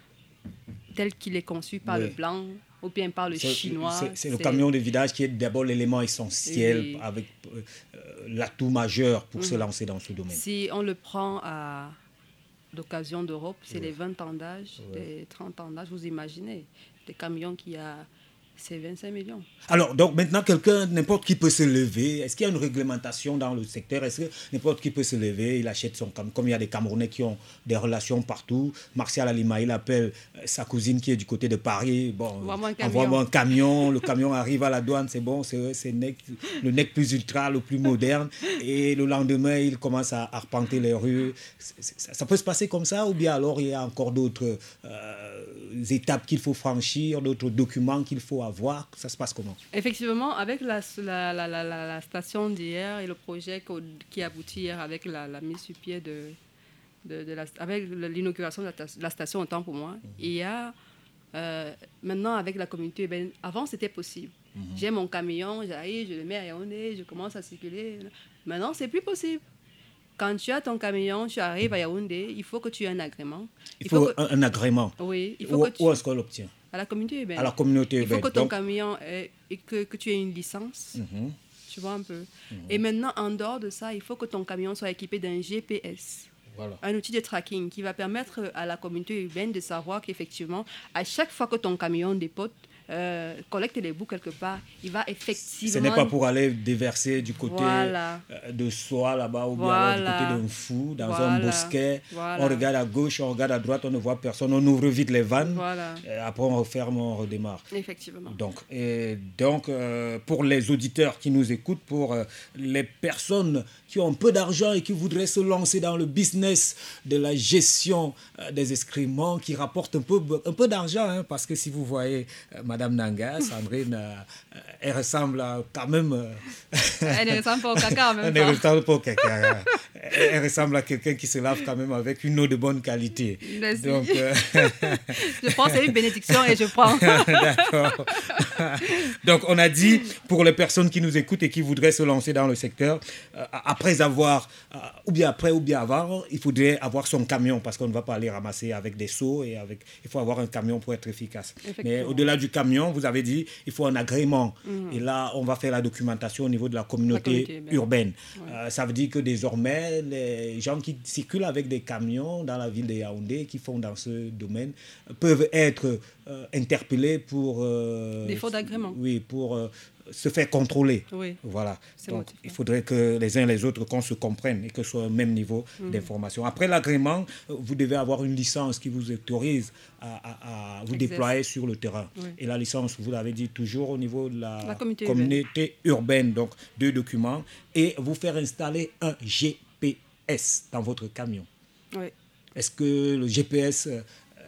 tel qu'il est conçu par Ouais. le blanc ou bien par le C'est- chinois... c'est- C'est le camion de vidage qui est d'abord l'élément essentiel Oui. avec euh, euh, l'atout majeur pour se Mhm. lancer dans ce domaine. Si on le prend à l'occasion d'Europe, c'est Ouais. les vingt ans d'âge, Ouais. les trente ans d'âge, vous imaginez. Des camions qui a, c'est vingt-cinq millions. Alors, donc maintenant, quelqu'un, n'importe qui peut se lever. Est-ce qu'il y a une réglementation dans le secteur? Est-ce que n'importe qui peut se lever, il achète son camion? Comme il y a des Camerounais qui ont des relations partout. Martial Alima, il appelle euh, sa cousine qui est du côté de Paris. Bon, Envoie-moi un camion. envoie-moi un camion. Le camion arrive à la douane, c'est bon, c'est c'est nec- le nec plus ultra, le plus moderne. Et le lendemain, il commence à arpenter les rues. C'est- c'est- Ça, ça peut se passer comme ça, ou bien alors il y a encore d'autres euh, étapes qu'il faut franchir, d'autres documents qu'il faut avoir. Ça se passe comment? Effectivement, avec la, la, la, la, la- la station d'hier et le projet qu'au- qui aboutit hier avec la, la mise sur pied de, de, de la, avec l'inauguration de la, ta- la station, autant pour moi, il y a euh, maintenant avec la communauté urbaine, avant c'était possible. J'ai mon camion, j'arrive, je le mets à Yaoundé, je commence à circuler. Maintenant, c'est plus possible. Quand tu as ton camion, tu arrives à Yaoundé, il faut que tu aies un agrément. Il faut que- un, un agrément. Oui, il faut Où, que tu... où est-ce qu'on l'obtient? À la communauté urbaine. À la communauté Il faut urbaine. que ton Donc, camion ait, et que, que tu aies une licence, mhm. tu vois un peu. Et maintenant, en dehors de ça, il faut que ton camion soit équipé d'un G P S, Voilà. un outil de tracking qui va permettre à la communauté urbaine de savoir qu'effectivement, à chaque fois que ton camion dépote, euh, collecte les boues quelque part, il va effectivement... Ce n'est pas pour aller déverser du côté voilà. de soi là-bas ou bien voilà. du côté d'un fou, dans voilà. un bosquet. Voilà. On regarde à gauche, on regarde à droite, on ne voit personne, on ouvre vite les vannes, voilà. après on referme, on redémarre. Effectivement. Donc, et donc euh, pour les auditeurs qui nous écoutent, pour euh, les personnes qui ont un peu d'argent et qui voudraient se lancer dans le business de la gestion euh, des excréments, qui rapporte un peu, un peu d'argent, hein, parce que si vous voyez euh, Madame Nanga, Sandrine, euh, elle ressemble à, quand même... Euh, elle ne ressemble pas au caca en même elle temps. Elle ne ressemble pas au caca. Elle ressemble à quelqu'un qui se lave quand même avec une eau de bonne qualité. Merci. Donc, euh... je pense que c'est une bénédiction et je prends. D'accord. Donc, on a dit, pour les personnes qui nous écoutent et qui voudraient se lancer dans le secteur, euh, après avoir, euh, ou bien après ou bien avant, il faudrait avoir son camion, parce qu'on ne va pas aller ramasser avec des seaux, et avec, il faut avoir un camion pour être efficace. Mais au-delà du camion, vous avez dit, il faut un agrément. Mmh. Et là, on va faire la documentation au niveau de la communauté, la communauté urbaine. Ouais. Euh, ça veut dire que désormais, les gens qui circulent avec des camions dans la ville de Yaoundé, qui font dans ce domaine, peuvent être euh, interpellés pour... Euh, défaut d'agrément. Oui, pour... Euh, se faire contrôler. Oui. Voilà. C'est Donc, motivant. Il faudrait que les uns et les autres, qu'on se comprenne et que ce soit au même niveau mmh. d'information. Après l'agrément, vous devez avoir une licence qui vous autorise à, à, à vous Exerce. déployer sur le terrain. Oui. Et la licence, vous l'avez dit, toujours au niveau de la, la communauté, communauté urbaine. urbaine. Donc, deux documents. Et vous faire installer un G P S dans votre camion. Oui. Est-ce que le G P S... Euh,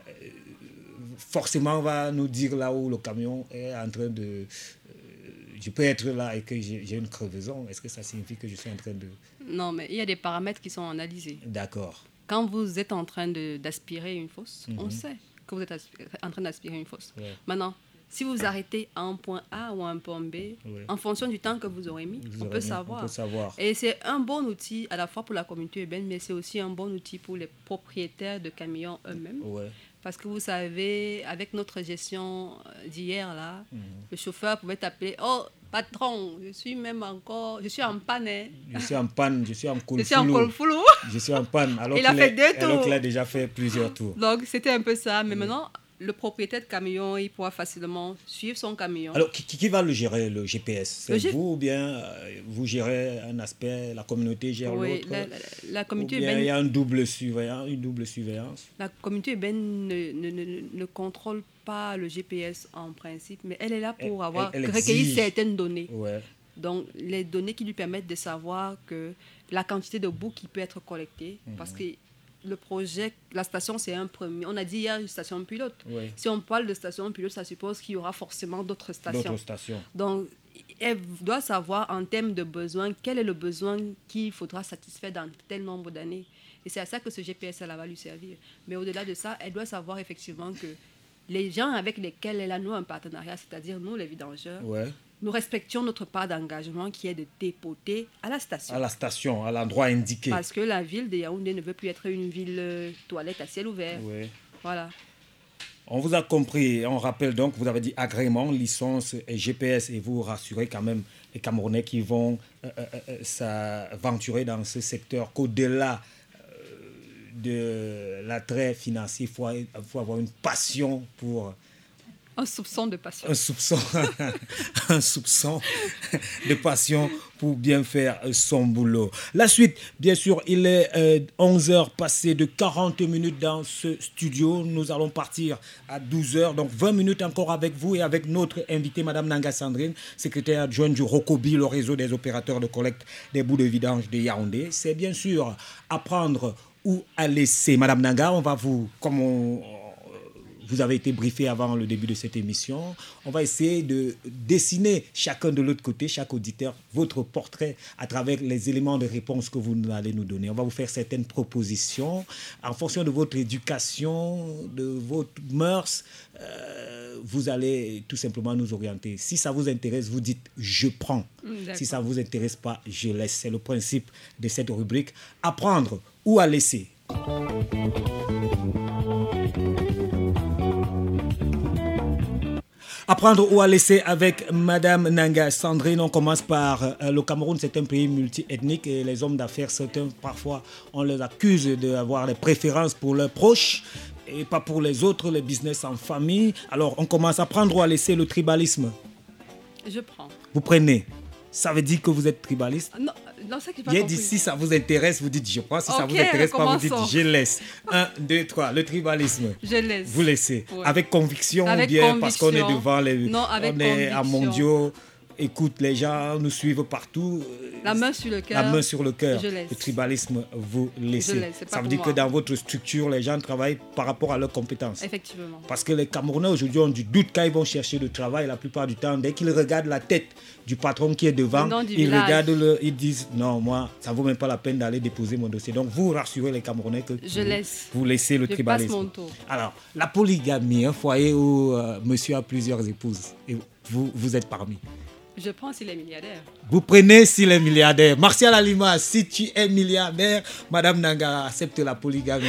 forcément va nous dire là où le camion est en train de... Euh, je peux être là et que j'ai, j'ai une crevaison. Est-ce que ça signifie que je suis en train de... Non, mais il y a des paramètres qui sont analysés. D'accord. Quand vous êtes en train de, d'aspirer une fosse, mm-hmm. on sait que vous êtes aspiré, en train d'aspirer une fosse. Ouais. Maintenant, si vous arrêtez à un point A ou à un point B, ouais. en fonction du temps que vous aurez mis, vous on, peut mis savoir. on peut savoir. Et c'est un bon outil à la fois pour la communauté urbaine, mais c'est aussi un bon outil pour les propriétaires de camions eux-mêmes. Ouais. Parce que vous savez, avec notre gestion d'hier, là, mmh. le chauffeur pouvait t'appeler « Oh, patron, je suis même encore... Je suis en panne. Hein. » Je suis en panne, je suis en col Je suis en col flou. Je suis en panne, alors, il qu'il, a fait est, deux tours. alors qu'il a déjà fait plusieurs tours. Donc, c'était un peu ça. Mais mmh. maintenant, le propriétaire de camion, il pourra facilement suivre son camion. Alors, qui, qui va le gérer, le G P S? C'est le vous G... ou bien euh, vous gérez un aspect, la communauté gère oui, l'autre? La, la, la communauté ou bien urbaine... il y a un double surveillance, une double surveillance? La communauté urbaine ne, ne, ne, ne contrôle pas le G P S en principe, mais elle est là pour elle, avoir elle, elle recueilli exige. certaines données. Ouais. Donc, les données qui lui permettent de savoir que la quantité de boue qui peut être collectée, mmh. parce que le projet, la station, c'est un premier. On a dit hier une station pilote. Oui. Si on parle de station pilote, ça suppose qu'il y aura forcément d'autres stations. D'autres stations. Donc, elle doit savoir en termes de besoins, quel est le besoin qu'il faudra satisfaire dans tel nombre d'années. Et c'est à ça que ce G P S, elle va lui servir. Mais au-delà de ça, elle doit savoir effectivement que les gens avec lesquels elle a noué un partenariat, c'est-à-dire nous, les vidangeurs, ouais. nous respections notre part d'engagement qui est de dépoter à la station. À la station, à l'endroit indiqué. Parce que la ville de Yaoundé ne veut plus être une ville euh, toilette à ciel ouvert. Oui. Voilà. On vous a compris. On rappelle donc, vous avez dit agrément, licence et G P S, et vous rassurez quand même les Camerounais qui vont euh, euh, s'aventurer dans ce secteur qu'au-delà de l'attrait financier, il faut, faut avoir une passion pour... Un soupçon de passion. Un soupçon, un soupçon de passion pour bien faire son boulot. La suite, bien sûr, il est euh, onze heures passées de quarante minutes dans ce studio. Nous allons partir à douze heures, donc vingt minutes encore avec vous et avec notre invitée, Mme Nanga Sandrine, secrétaire adjointe du ROCOBI, le réseau des opérateurs de collecte des boues de vidange de Yaoundé. C'est bien sûr apprendre ou à laisser. Madame Nanga, on va vous, comme on, vous avez été briefé avant le début de cette émission, on va essayer de dessiner chacun de l'autre côté, chaque auditeur, votre portrait à travers les éléments de réponse que vous allez nous donner. On va vous faire certaines propositions en fonction de votre éducation, de votre mœurs. Euh, vous allez tout simplement nous orienter. Si ça vous intéresse, vous dites « je prends ». Si ça ne vous intéresse pas, je laisse. C'est le principe de cette rubrique. Apprendre ou à laisser. Apprendre ou à laisser avec Madame Nanga Sandrine. On commence par euh, le Cameroun, c'est un pays multi-ethnique et les hommes d'affaires, certains parfois on les accuse d'avoir des préférences pour leurs proches. et pas pour les autres, les business en famille. Alors, on commence à prendre ou à laisser le tribalisme? Je prends. Vous prenez. Ça veut dire que vous êtes tribaliste? Non, non c'est que j'ai pas J'ai compris. dit si ça vous intéresse, vous dites je prends. Si ça Ok, vous intéresse pas, vous dites recommençons. je laisse. Un, deux, trois. Le tribalisme. Je laisse. Vous laissez. Ouais. Avec conviction Avec ou bien parce qu'on est conviction. devant les. Non, avec on est à conviction. mondiaux. Écoute, les gens nous suivent partout. La main sur le cœur. La main sur le cœur. Je laisse. Le tribalisme, vous laissez. Je laisse, c'est pas Ça veut pour dire moi. que dans votre structure, les gens travaillent par rapport à leurs compétences. Effectivement. Parce que les Camerounais aujourd'hui ont du doute quand ils vont chercher du travail. La plupart du temps, dès qu'ils regardent la tête du patron qui est devant, Le nom du ils village. regardent le, ils disent non, moi, ça ne vaut même pas la peine d'aller déposer mon dossier. Donc vous rassurez les Camerounais que Je vous, laisse. vous laissez le Je tribalisme. passe mon tour. Alors, la polygamie, un foyer où euh, monsieur a plusieurs épouses et vous, vous êtes parmi. Je prends s'il est milliardaire. Vous prenez s'il est milliardaire. Martial Alima, si tu es milliardaire, Madame Nanga accepte la polygamie.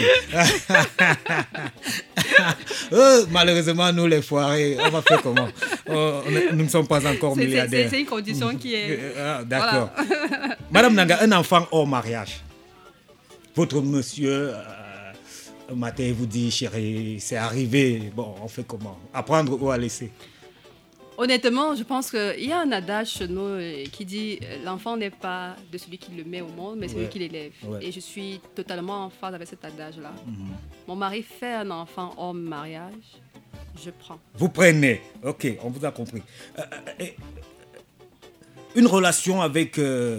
euh, malheureusement, nous les foirés, on va faire comment? Oh, on est- nous ne sommes pas encore C'est- c'est- milliardaires. C'est c'est une condition qui est... Euh, ah, D'accord. Madame Nanga, un enfant hors mariage. Votre monsieur, euh, un matin, il vous dit, chérie, c'est arrivé. Bon, on fait comment? À prendre ou à laisser? Honnêtement, je pense qu'il y a un adage chez nous euh, qui dit euh, l'enfant n'est pas de celui qui le met au monde, mais celui Ouais. qui l'élève. Ouais. Et je suis totalement en phase avec cet adage-là. Mon mari fait un enfant hors mariage, je prends. Vous prenez. Ok, on vous a compris. Euh, euh, et- une relation avec euh,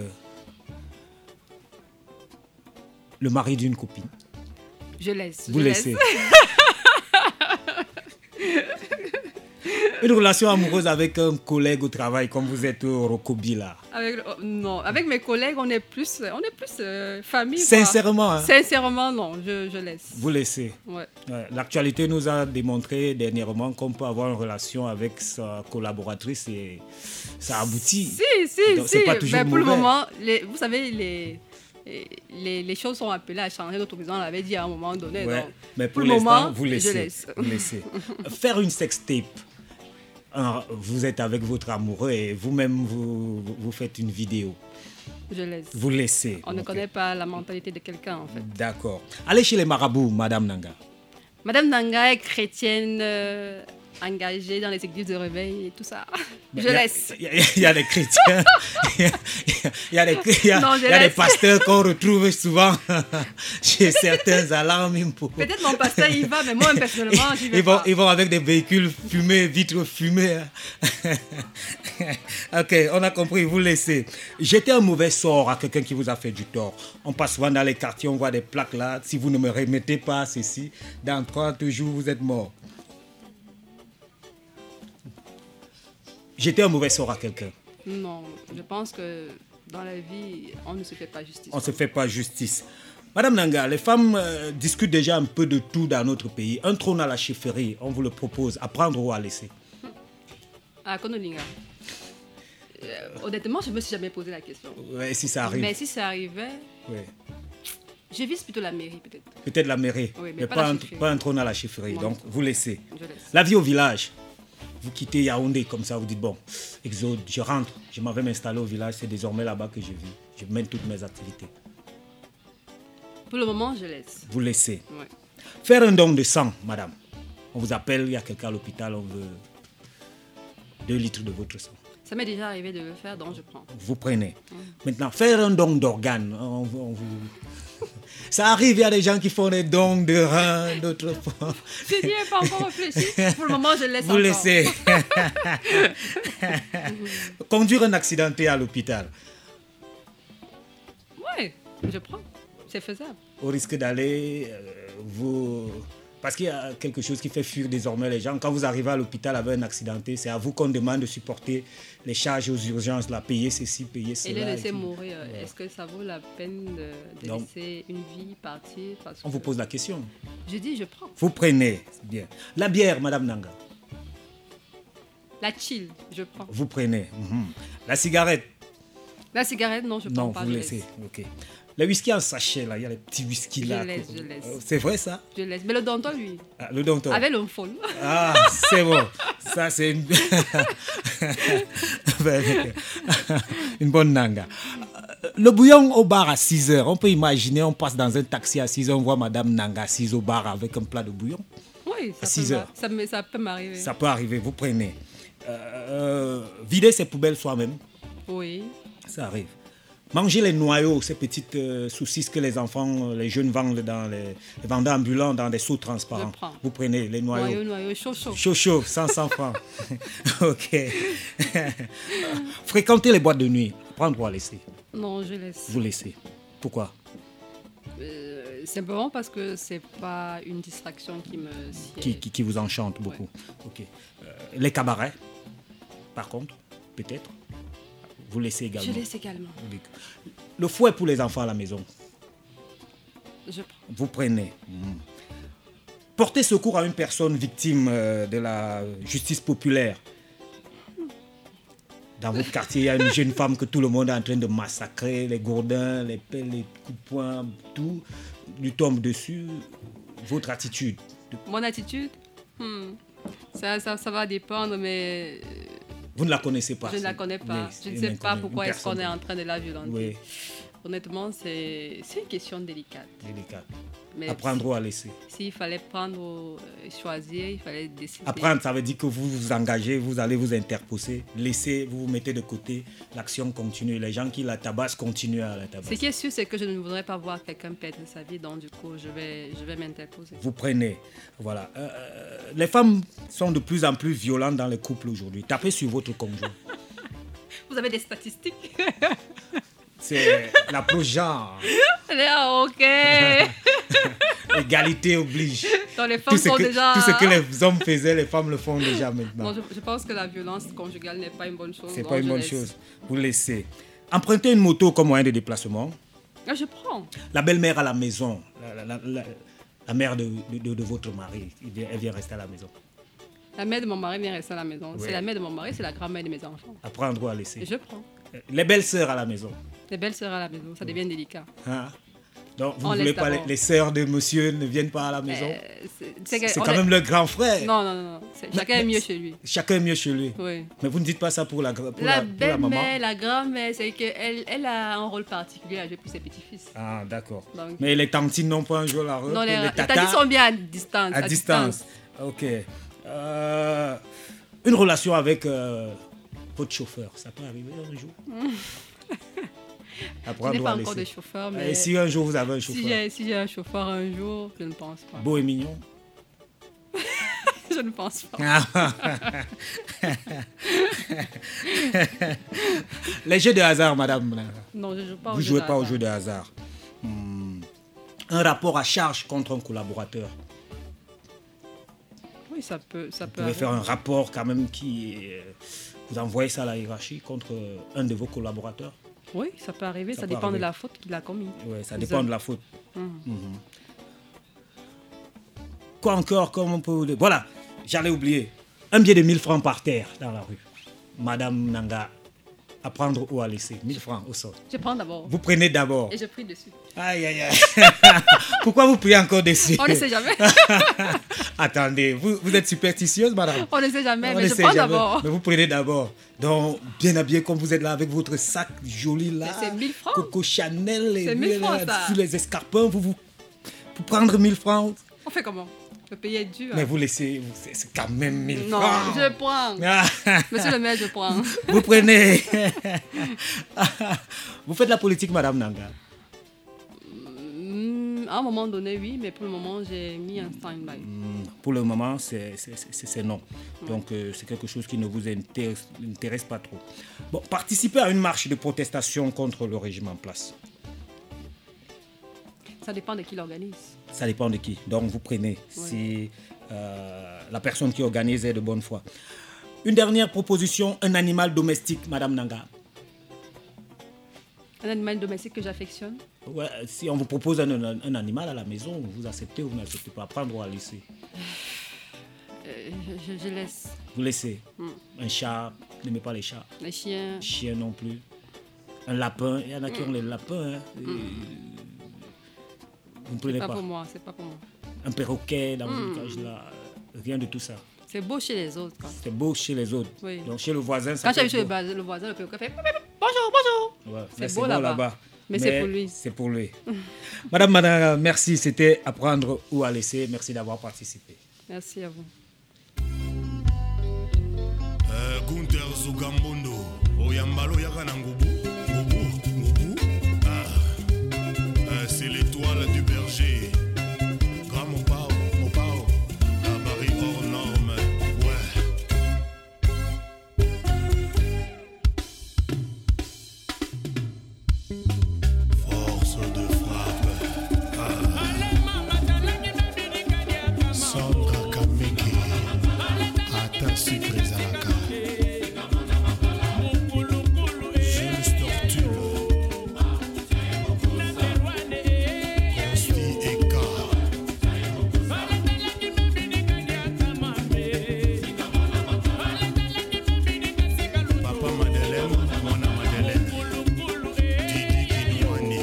le mari d'une copine. Je laisse. Vous je laissez. laisse. Une relation amoureuse avec un collègue au travail, comme vous êtes au Rokobi là. Avec, le- oh, non, avec mes collègues, on est plus, on est plus euh, famille. quoi. Sincèrement, hein, Sincèrement, non, je, je laisse. vous laissez. Ouais. Ouais, l'actualité nous a démontré dernièrement qu'on peut avoir une relation avec sa collaboratrice et ça aboutit. Si, si, Donc, si. c'est pas toujours Mais pour le mauvais. moment, les, vous savez, les, les, les choses sont appelées à changer. Notre président l'avait dit à un moment donné. Ouais, donc, mais pour, pour le l'instant, moment, vous je laissez. laisse. Vous laissez. Faire une sextape. Un- Vous êtes avec votre amoureux et vous-même vous, vous- vous faites une vidéo. Je laisse. Vous laissez. On ne Ok. connaît pas la mentalité de quelqu'un, en fait. D'accord. Allez chez les marabouts, Madame Nanga. Madame Nanga est chrétienne, euh, engagée dans les églises de réveil et tout ça. Mais Je il y a- laisse. Il y, a- il y a des chrétiens, il y a, il y a des, il y a- Non, je il y a des laisse. pasteurs qu'on retrouve souvent chez certains alarmes. Pour... Peut-être mon pasteur y va, mais moi, personnellement, j'y vais Ils vont, pas. ils vont avec des véhicules fumés, vitres fumées. Ok, on a compris, vous laissez. Jeter un mauvais sort à quelqu'un qui vous a fait du tort. On passe souvent dans les quartiers, on voit des plaques là. Si vous ne me remettez pas ceci, dans trente jours, vous êtes mort. Jeter un mauvais sort à quelqu'un. Non, je pense que dans la vie, on ne se fait pas justice. On ne se fait pas justice. Madame Nanga, les femmes euh, discutent déjà un peu de tout dans notre pays. Un trône à la chefferie, on vous le propose, à prendre ou à laisser. À Konolinga. Euh, honnêtement, je ne me suis jamais posé la question. Ouais, si ça arrive. Mais si ça arrivait, Ouais. je vise plutôt la mairie, peut-être. Peut-être la mairie, Oui, mais mais pas pas, la un, chefferie. pas un trône à la chefferie. Non. Donc, vous laissez. Je laisse. La vie au village. Vous quittez Yaoundé comme ça, vous dites, bon, Exode, je rentre, je m'en vais m'installer au village, c'est désormais là-bas que je vis. Je mène toutes mes activités. Pour le moment, je laisse. Vous laissez. Ouais. Faire un don de sang, madame. On vous appelle, il y a quelqu'un à l'hôpital, on veut deux litres de votre sang. Ça m'est déjà arrivé de le faire, donc je prends. Vous prenez. Maintenant, faire un don d'organes. on- on vous- Ça arrive, il y a des gens qui font des dons de reins, d'autres fois. Je n'y ai pas encore réfléchi. Pour le moment, je laisse Vous encore. laissez. Conduire un accidenté à l'hôpital, Oui, je prends. C'est faisable. au risque d'aller, euh, vous... Parce qu'il y a quelque chose qui fait fuir désormais les gens. Quand vous arrivez à l'hôpital avec un accidenté, c'est à vous qu'on demande de supporter les charges aux urgences, la payer ceci, payer Et cela. les et laisser tout. mourir, est-ce que ça vaut la peine de, de Non. laisser une vie partir parce On que- vous pose la question. Je dis, je prends. Vous prenez, c'est bien. La bière, Madame Nanga, La chill, je prends. vous prenez. Mhm. La cigarette, La cigarette, non, je prends non, pas. vous je laissez. laisse. Ok. Les whisky en sachet, là, il y a les petits whisky Je là. laisse, que- je laisse. Euh, C'est vrai ça? Je laisse. Mais le denton, lui, Ah, le docteur. avec l'omphone. Ah, c'est bon. Ça, c'est une... une bonne nanga. Euh, Le bouillon au bar à six heures, on peut imaginer, on passe dans un taxi à six heures, on voit Madame Nanga assise au bar avec un plat de bouillon. Oui, ça, à six peut, heures. Ça, me- ça peut m'arriver. Ça peut arriver, vous prenez. Euh, vider ses poubelles soi-même, Oui. ça arrive. Manger les noyaux, ces petites euh, saucisses que les enfants, les jeunes vendent dans les, les vendeurs ambulants dans des seaux transparents. Je prends. Vous prenez les noyaux. Noyau, noyau, chaud, chaud. Chaud, chaud, cent, cent francs. Ok. Fréquenter les boîtes de nuit, prendre ou à laisser. Non, je laisse. Vous laissez. Pourquoi? Euh, simplement parce que c'est pas une distraction qui me sied. qui, qui, qui vous enchante beaucoup. Ok. Euh, les cabarets, par contre, peut-être. Vous laissez également. Je laisse également. Le fouet pour les enfants à la maison, Je prends. vous prenez. Mm. Porter secours à une personne victime euh, de la justice populaire. Dans votre quartier, il y a une jeune femme que tout le monde est en train de massacrer, les gourdins, les pelles, les coups de poing, tout lui tombe dessus. Votre attitude. Mon attitude, hmm, ça, ça, ça va dépendre, mais euh, Vous ne la connaissez pas. je ne la c'est- connais pas. oui, Je ne une sais pas inconnue, pourquoi une est-ce qu'on est personne en train de la violenter. Oui, Honnêtement, c'est c'est une question délicate. délicate. Mais Apprendre ou à laisser. s'il fallait prendre, euh, choisir, il fallait décider. Apprendre, ça veut dire que vous vous engagez, vous allez vous interposer. Laissez, vous vous mettez de côté, l'action continue. Les gens qui la tabassent continuent à la Ce tabasser. qui est sûr, c'est que je ne voudrais pas voir quelqu'un perdre sa vie, donc du coup, je vais, je vais m'interposer. Vous prenez. Voilà. Euh, euh, les femmes sont de plus en plus violentes dans les couples aujourd'hui. Tapez sur votre conjoint. Vous avez des statistiques? C'est l'approche genre. Ah, ok. Égalité oblige. Donc les Tout femmes ce, sont que, déjà... tout ce que les hommes faisaient, les femmes le font déjà maintenant. Non, je, je pense que la violence conjugale n'est pas une bonne chose. C'est donc pas une je bonne laisse. chose. Vous laissez. Emprunter une moto comme moyen de déplacement. Ah, je prends. La belle-mère à la maison, la, la- la- la mère de, de- de votre mari, il vient- elle vient rester à la maison. La mère de mon mari vient rester à la maison. Oui. C'est la mère de mon mari, c'est la grand-mère de mes enfants. À prendre ou à laisser. Et je prends. Les belles-sœurs à la maison. Les belles-sœurs à la maison, ça devient délicat. Hein? Donc, vous On ne voulez laisse pas les, d'abord. les sœurs de monsieur ne viennent pas à la maison. Euh, c'est- c'est que- C'est on quand est- même le grand frère. Non, non, non. non. C'est- Chacun Mais- est mais- mieux chez lui. Chacun est mieux chez lui. Oui. Mais vous ne dites pas ça pour la, pour La la, pour la maman. belle-mère, la grand-mère, c'est qu'elle elle a un rôle particulier à jouer pour ses petits-fils. Ah, d'accord. Donc- Mais les tantines n'ont pas un jeu là. Non, les, les tatas, tatis sont bien à distance. à distance. Ok. Euh, une relation avec euh, votre chauffeur, ça peut arriver un jour. Je Apprendre n'ai ou pas à encore de laisser. chauffeur, Et mais si un jour vous avez un si chauffeur, j'ai si j'ai un chauffeur un jour, je ne pense pas. beau et mignon. Je ne pense pas. Les jeux de hasard, madame. Non, je ne joue pas Vous au ne jouez jeu pas aux d'hasard. jeux de hasard. Hmm. Un rapport à charge contre un collaborateur. Oui, ça peut, ça Vous peut pouvez faire arriver. un rapport quand même qui... euh, vous envoyez ça à la hiérarchie contre euh, un de vos collaborateurs. Oui, ça peut arriver. Ça Ça, peut dépend arriver. de la faute qu'il a commis. Ouais, ça Vous dépend avez- de la faute. Mhm. Mhm. Quoi encore comme on peut... vous dire Voilà, j'allais oublier. Un billet de mille francs par terre dans la rue. Madame Nanga, à prendre ou à laisser. mille francs au sol. Je prends d'abord. Vous prenez d'abord. Et je prie dessus. Aïe, aïe, aïe. Pourquoi vous priez encore dessus? On ne sait jamais. Attendez, vous, vous êtes superstitieuse, madame? On ne sait jamais, On mais ne je sait prends jamais. d'abord. Mais vous prenez d'abord. Donc, bien habillé comme vous êtes là avec votre sac joli là. Mais c'est mille francs. Coco Chanel. Et C'est vous, mille francs, là, ça. Sous les escarpins, vous, vous, vous prendre mille francs. On fait comment? Le pays est dur. Mais hein. vous laissez, vous- c'est c'est quand même mille Non, francs. je prends. Ah, Monsieur le maire, je prends. vous prenez. Vous faites la politique, madame Nanga. Hmm, à un moment donné, oui, mais pour le moment, j'ai mis un stand-by. Hmm, Pour le moment, c'est c'est- c'est- c'est non. Donc, euh, c'est quelque chose qui ne vous intéresse, intéresse pas trop. Bon, participez à une marche de protestation contre le régime en place. Ça dépend de qui l'organise. Ça dépend de qui. Donc, vous prenez si euh, la personne qui organise est de bonne foi. Une dernière proposition, un animal domestique, madame Nanga. Un animal domestique que j'affectionne. Ouais, si on vous propose un, un- un animal à la maison, vous acceptez ou vous n'acceptez pas? Prendre ou à laisser? Euh, je, je- je laisse Vous laissez. Hmm. Un chat, n'aimez pas les chats. les chiens. Chien non plus. Un lapin, il y en a qui ont les lapins. Hein. Et vous ne prenez Pas pas. pour moi, c'est pas pour moi. Un perroquet dans une cage là, rien de tout ça. C'est beau chez les autres. Quoi. C'est beau chez les autres. Oui. Donc chez le voisin, ça Quand peut j'arrive être chez le, beau. bas- le voisin, le perroquet fait bonjour, bonjour. Ouais, c'est beau, beau là-bas. là-bas. Mais, mais c'est pour lui. C'est pour lui. Madame Manda, merci. C'était à prendre ou à laisser. Merci d'avoir participé. Merci à vous. Uh, Gunther Zugambondo, Oyambalo Yakanangubu, Ngubu, Ngubu. Ah, uh, c'est l'étoile du berger. Grand Mopao, Mopao, gabarit hors norme. Ouais. Force de frappe. Ah. Sandra Kameke. Ata sucre Zalaka. Jules Tortule. Consti Eka. Papa Madeleine, Mona Madeleine. Didi Kinyoni.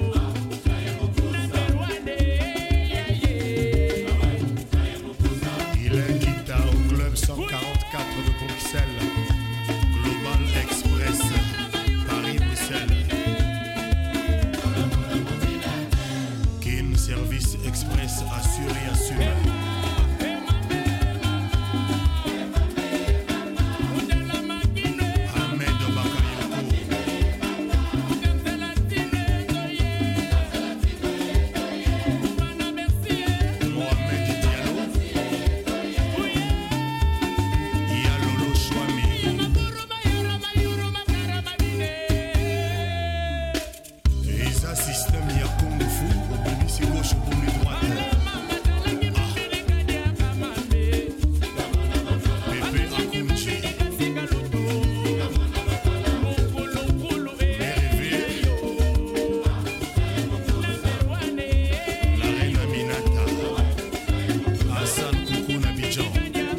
Il est Kita au club cent quarante-quatre de Bruxelles. Global Express, Paris-Bruxelles. Kin Service Express assure et assume. Ahmed Bakayoko. Mohamed Diallo. Yalolo Chouami. Isa système ya Kung Fu, obéissez gauche, obéissez droite. Ah. Pepe Akunji. Mervé. La reine Aminata. Hassan Koukou Nabidjan.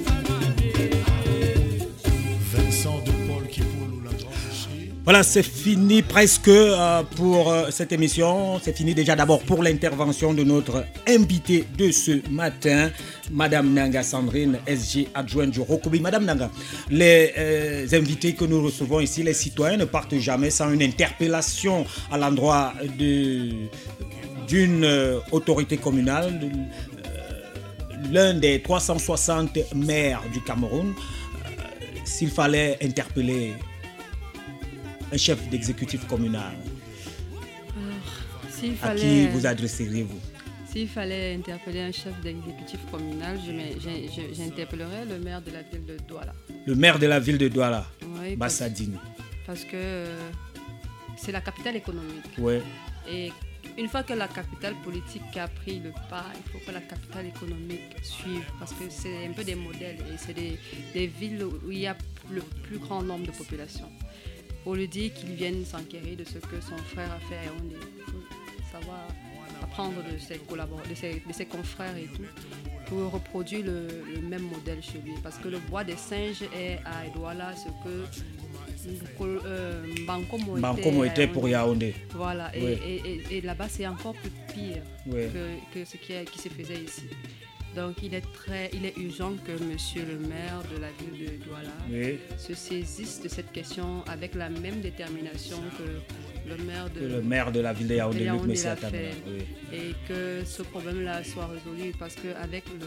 Vincent de Paul Kipoulou la grande. Voilà, c'est fini presque euh, pour euh, cette émission. C'est fini déjà d'abord pour l'intervention de notre invitée de ce matin, Madame Nanga Sandrine, S G adjointe du Rokobi. Madame Nanga, les euh, invités que nous recevons ici, les citoyens ne partent jamais sans une interpellation à l'endroit de, d'une euh, autorité communale, de, euh, l'un des trois cent soixante maires du Cameroun. Euh, s'il fallait interpeller un chef d'exécutif communal, Alors, s'il à fallait, qui vous adresseriez-vous? S'il fallait interpeller un chef d'exécutif communal, je m'ai- j'ai- j'ai- j'interpellerais le maire de la ville de Douala. Le maire de la ville de Douala, Oui, parce, Bassadine. parce que euh, c'est la capitale économique. Ouais. Et une fois que la capitale politique a pris le pas, il faut que la capitale économique suive, parce que c'est un peu des modèles et c'est des, des villes où il y a le plus grand nombre de population. Pour lui dire qu'il vienne s'enquérir de ce que son frère a fait à Yaoundé. Il faut savoir apprendre de ses, collabor- de ses, de ses confrères et tout, pour reproduire le, le même modèle chez lui. Parce que le bois des singes est à Douala ce que euh, Bankomo était, Bankomo à était pour Yaoundé. Voilà, et, Oui. et, et, et là-bas c'est encore plus pire Oui. que, que ce qui, a- qui se faisait ici. Donc il est, très, il est urgent que monsieur le maire de la ville de Douala Oui. se saisisse de cette question avec la même détermination que le maire de, Que le maire de la ville de Yaoundé, de Luc Yaoundé Messia l'a Tabana. fait. Oui. Et que ce problème-là soit résolu parce qu'avec le,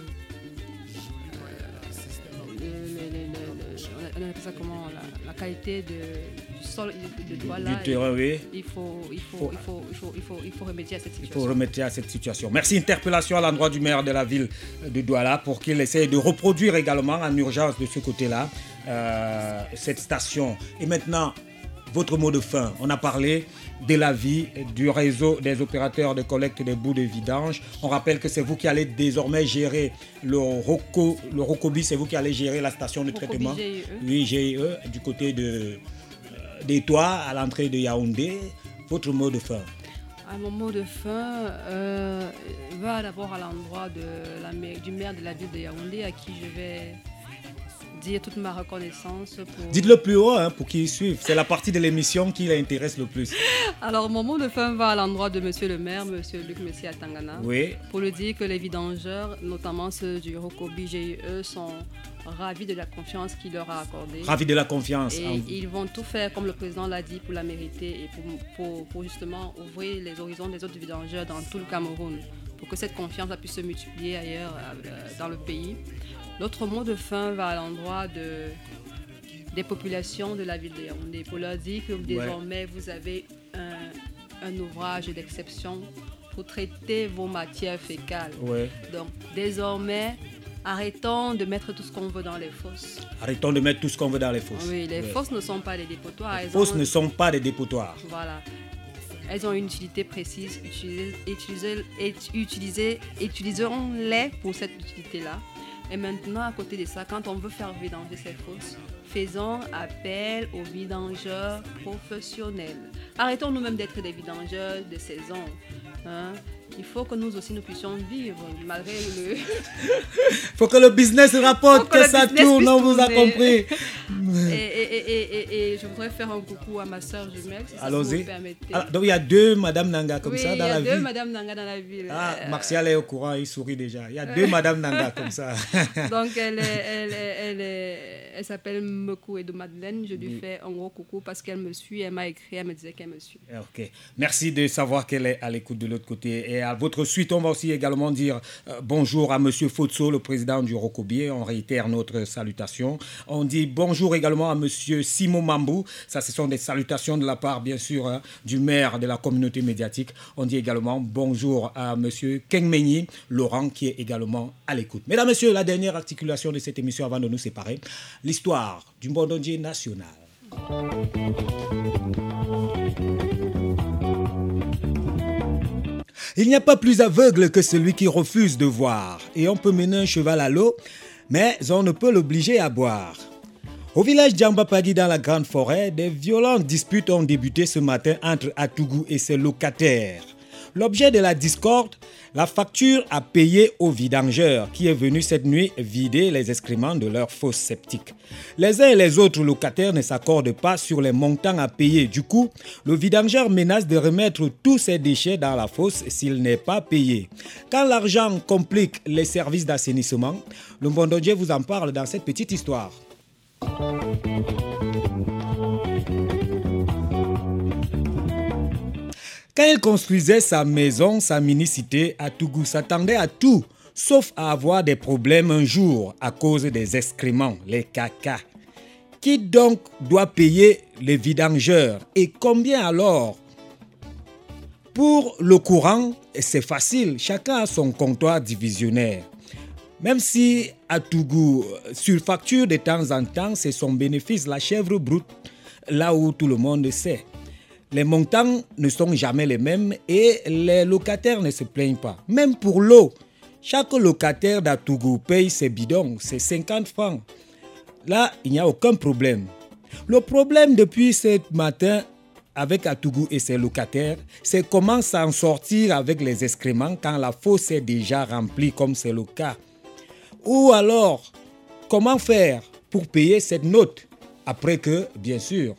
euh, le, le- le- le- on appelle ça comment, la, la qualité de, du sol de Douala, Du terrain, oui. il faut, il faut, Faut- il faut, il faut, il faut, il faut remédier à cette Il situation. faut remettre à cette situation. Merci. Interpellation à l'endroit du maire de la ville de Douala pour qu'il essaie de reproduire également en urgence de ce côté-là euh, cette station. Et maintenant, votre mot de fin. On a parlé de la vie du réseau des opérateurs de collecte des bouts de vidange. On rappelle que c'est vous qui allez désormais gérer le, Roko, le Rokobi, c'est vous qui allez gérer la station de Rokobi traitement. G I E. Oui, G I E, du côté de, euh, des toits à l'entrée de Yaoundé. Votre mot de fin. À mon mot de fin, euh, va d'abord à l'endroit de la maire- du maire de la ville de Yaoundé à qui je vais dire toute ma reconnaissance pour... Dites-le plus haut hein, pour qu'ils suivent. C'est la partie de l'émission qui l'intéresse le plus. Alors, mon mot de fin va à l'endroit de monsieur le maire, monsieur Luc Messia Tangana, Oui. pour lui dire que les vidangeurs, notamment ceux du Rokobi G I E, sont ravis de la confiance qu'il leur a accordée. Ravis de la confiance. Et en... ils vont tout faire, comme le président l'a dit, pour la mériter et pour, pour, pour justement ouvrir les horizons des autres vidangeurs dans tout le Cameroun, pour que cette confiance puisse se multiplier ailleurs euh, dans le pays. Notre mot de fin va à l'endroit de, des populations de la ville de Yaoundé pour leur dire que désormais, ouais. vous avez un, un ouvrage d'exception pour traiter vos matières fécales. Ouais. Donc, désormais, arrêtons de mettre tout ce qu'on veut dans les fosses. Arrêtons de mettre tout ce qu'on veut dans les fosses. Oui, les ouais. fosses ne sont pas des dépotoirs. Les fosses ont... ne sont pas des dépotoirs. Voilà. Elles ont une utilité précise. Utilisez, utilisez, utilisez, utilisons-les pour cette utilité-là. Et maintenant, à côté de ça, quand on veut faire vidanger ces fosses, faisons appel aux vidangeurs professionnels. Arrêtons nous-mêmes d'être des vidangeurs de saison. Hein? Il faut que nous aussi nous puissions vivre malgré le... Il faut que le business rapporte, que, que ça tourne, on vous a compris. et, et, et, et, et je voudrais faire un coucou à ma soeur jumelle, si Allons-y. ça vous permettez. Alors, donc il y a deux Madame Nanga comme oui, ça dans la ville. il y a deux Madame Nanga dans la ville. Ah, Martial est au courant, il sourit déjà. Il y a deux Madame Nanga comme ça. Donc elle, est, elle, est, elle, est, elle s'appelle Mekou Edo Madeleine. Je lui oui. fais un gros coucou parce qu'elle me suit. Elle m'a écrit, elle me disait qu'elle me suit. Ok. Merci de savoir qu'elle est à l'écoute de l'autre côté. Et à votre suite, on va aussi également dire euh, bonjour à Monsieur Fotso, le président du Rokobier. On réitère notre salutation. On dit bonjour également à Monsieur Simon Mambou. Ça, ce sont des salutations de la part, bien sûr, hein, du maire de la communauté médiatique. On dit également bonjour à Monsieur Kengmeni Laurent, qui est également à l'écoute. Mesdames, Messieurs, la dernière articulation de cette émission avant de nous séparer, l'histoire du Mbondondier national. Il n'y a pas plus aveugle que celui qui refuse de voir. Et on peut mener un cheval à l'eau, mais on ne peut l'obliger à boire. Au village d'Ambapagi dans la Grande Forêt, des violentes disputes ont débuté ce matin entre Atougou et ses locataires. L'objet de la discorde, la facture à payer au vidangeur qui est venu cette nuit vider les excréments de leur fosse septique. Les uns et les autres locataires ne s'accordent pas sur les montants à payer. Du coup, le vidangeur menace de remettre tous ses déchets dans la fosse s'il n'est pas payé. Quand l'argent complique les services d'assainissement, le Mbondondier vous en parle dans cette petite histoire. Quand il construisait sa maison, sa mini-cité, Atougou s'attendait à tout, sauf à avoir des problèmes un jour à cause des excréments, les caca. Qui donc doit payer les vidangeurs et combien alors? Pour le courant, c'est facile, chacun a son comptoir divisionnaire. Même si Atougou surfacture de temps en temps, c'est son bénéfice, la chèvre broute, là où tout le monde sait. Les montants ne sont jamais les mêmes et les locataires ne se plaignent pas. Même pour l'eau, chaque locataire d'Atougou paye ses bidons, c'est cinquante francs. Là, il n'y a aucun problème. Le problème depuis ce matin avec Atougou et ses locataires, c'est comment s'en sortir avec les excréments quand la fosse est déjà remplie comme c'est le cas. Ou alors, comment faire pour payer cette note après que, bien sûr,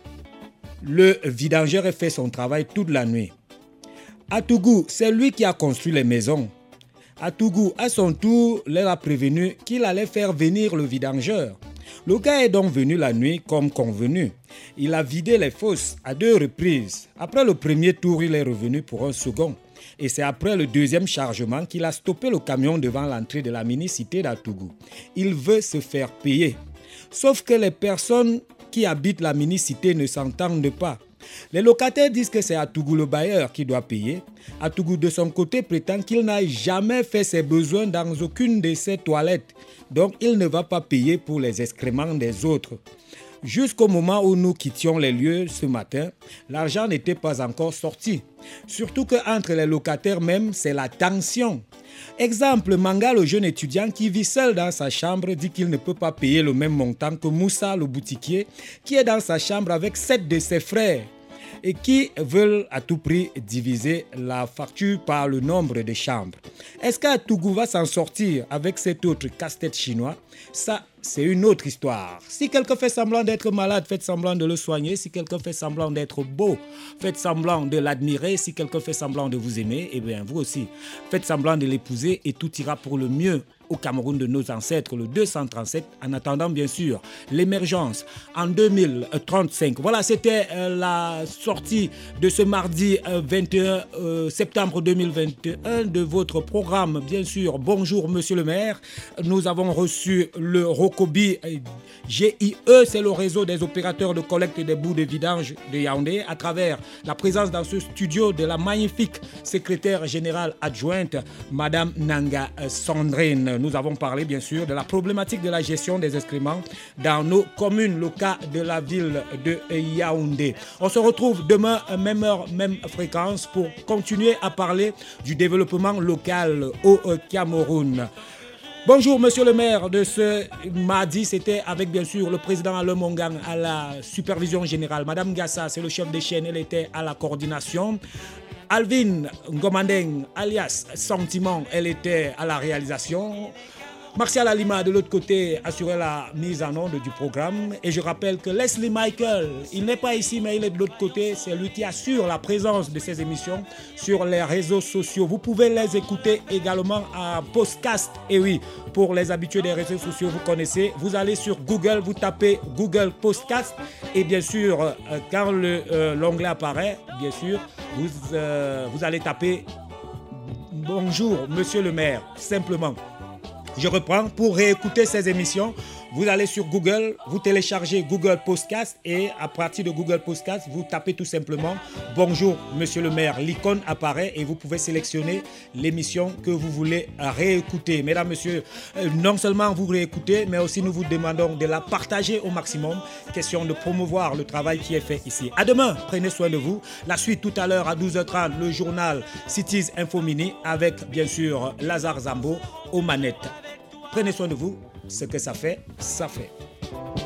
le vidangeur a fait son travail toute la nuit. Atougou, c'est lui qui a construit les maisons. Atougou, à son tour, leur a prévenu qu'il allait faire venir le vidangeur. Le gars est donc venu la nuit comme convenu. Il a vidé les fosses à deux reprises. Après le premier tour, il est revenu pour un second. Et c'est après le deuxième chargement qu'il a stoppé le camion devant l'entrée de la mini-cité d'Atougou. Il veut se faire payer. Sauf que les personnes qui habitent la mini-cité ne s'entendent pas. Les locataires disent que c'est Atougou le bailleur qui doit payer. Atougou de son côté prétend qu'il n'a jamais fait ses besoins dans aucune de ses toilettes. Donc il ne va pas payer pour les excréments des autres. Jusqu'au moment où nous quittions les lieux ce matin, l'argent n'était pas encore sorti. Surtout qu'entre les locataires même, c'est la tension. Exemple, Manga, le jeune étudiant qui vit seul dans sa chambre, dit qu'il ne peut pas payer le même montant que Moussa, le boutiquier, qui est dans sa chambre avec sept de ses frères et qui veulent à tout prix diviser la facture par le nombre de chambres. Est-ce qu'Atougou va s'en sortir avec cet autre casse-tête chinois? Ça, c'est une autre histoire. Si quelqu'un fait semblant d'être malade, faites semblant de le soigner. Si quelqu'un fait semblant d'être beau, faites semblant de l'admirer. Si quelqu'un fait semblant de vous aimer, eh bien, vous aussi, faites semblant de l'épouser et tout ira pour le mieux au Cameroun de nos ancêtres, le deux cent trente-sept, en attendant bien sûr l'émergence en deux mille trente-cinq. Voilà, c'était euh, la sortie de ce mardi euh, vingt et un euh, septembre deux mille vingt et un de votre programme, bien sûr. Bonjour Monsieur le maire. Nous avons reçu le Rokobi G I E, c'est le réseau des opérateurs de collecte des bouts de vidange de Yaoundé, à travers la présence dans ce studio de la magnifique secrétaire générale adjointe, Madame Nanga Sandrine. Nous avons parlé bien sûr de la problématique de la gestion des excréments dans nos communes, le cas de la ville de Yaoundé. On se retrouve demain, même heure, même fréquence, pour continuer à parler du développement local au Cameroun. Bonjour Monsieur le maire de ce mardi, c'était avec bien sûr le président Alain Mongang à la supervision générale. Madame Gassa, c'est le chef des chaînes, elle était à la coordination. Alvin Ngomandeng, alias Sentiment, elle était à la réalisation. Martial Alima, de l'autre côté, assurait la mise en onde du programme. Et je rappelle que Leslie Michael, il n'est pas ici, mais il est de l'autre côté. C'est lui qui assure la présence de ces émissions sur les réseaux sociaux. Vous pouvez les écouter également à podcast. Et oui, pour les habitués des réseaux sociaux, vous connaissez. Vous allez sur Google, vous tapez Google Podcast. Et bien sûr, quand le, euh, l'onglet apparaît, bien sûr, vous, euh, vous allez taper « Bonjour, Monsieur le maire », simplement. Je reprends, pour réécouter ces émissions, vous allez sur Google, vous téléchargez Google Podcast et à partir de Google Podcast, vous tapez tout simplement « Bonjour Monsieur le maire ». L'icône apparaît et vous pouvez sélectionner l'émission que vous voulez réécouter. Mesdames, Messieurs, non seulement vous réécoutez, mais aussi nous vous demandons de la partager au maximum. Question de promouvoir le travail qui est fait ici. À demain, prenez soin de vous. La suite tout à l'heure à douze heures trente, le journal Cities Info Mini avec bien sûr Lazare Zambo aux manettes. Prenez soin de vous, ce que ça fait, ça fait.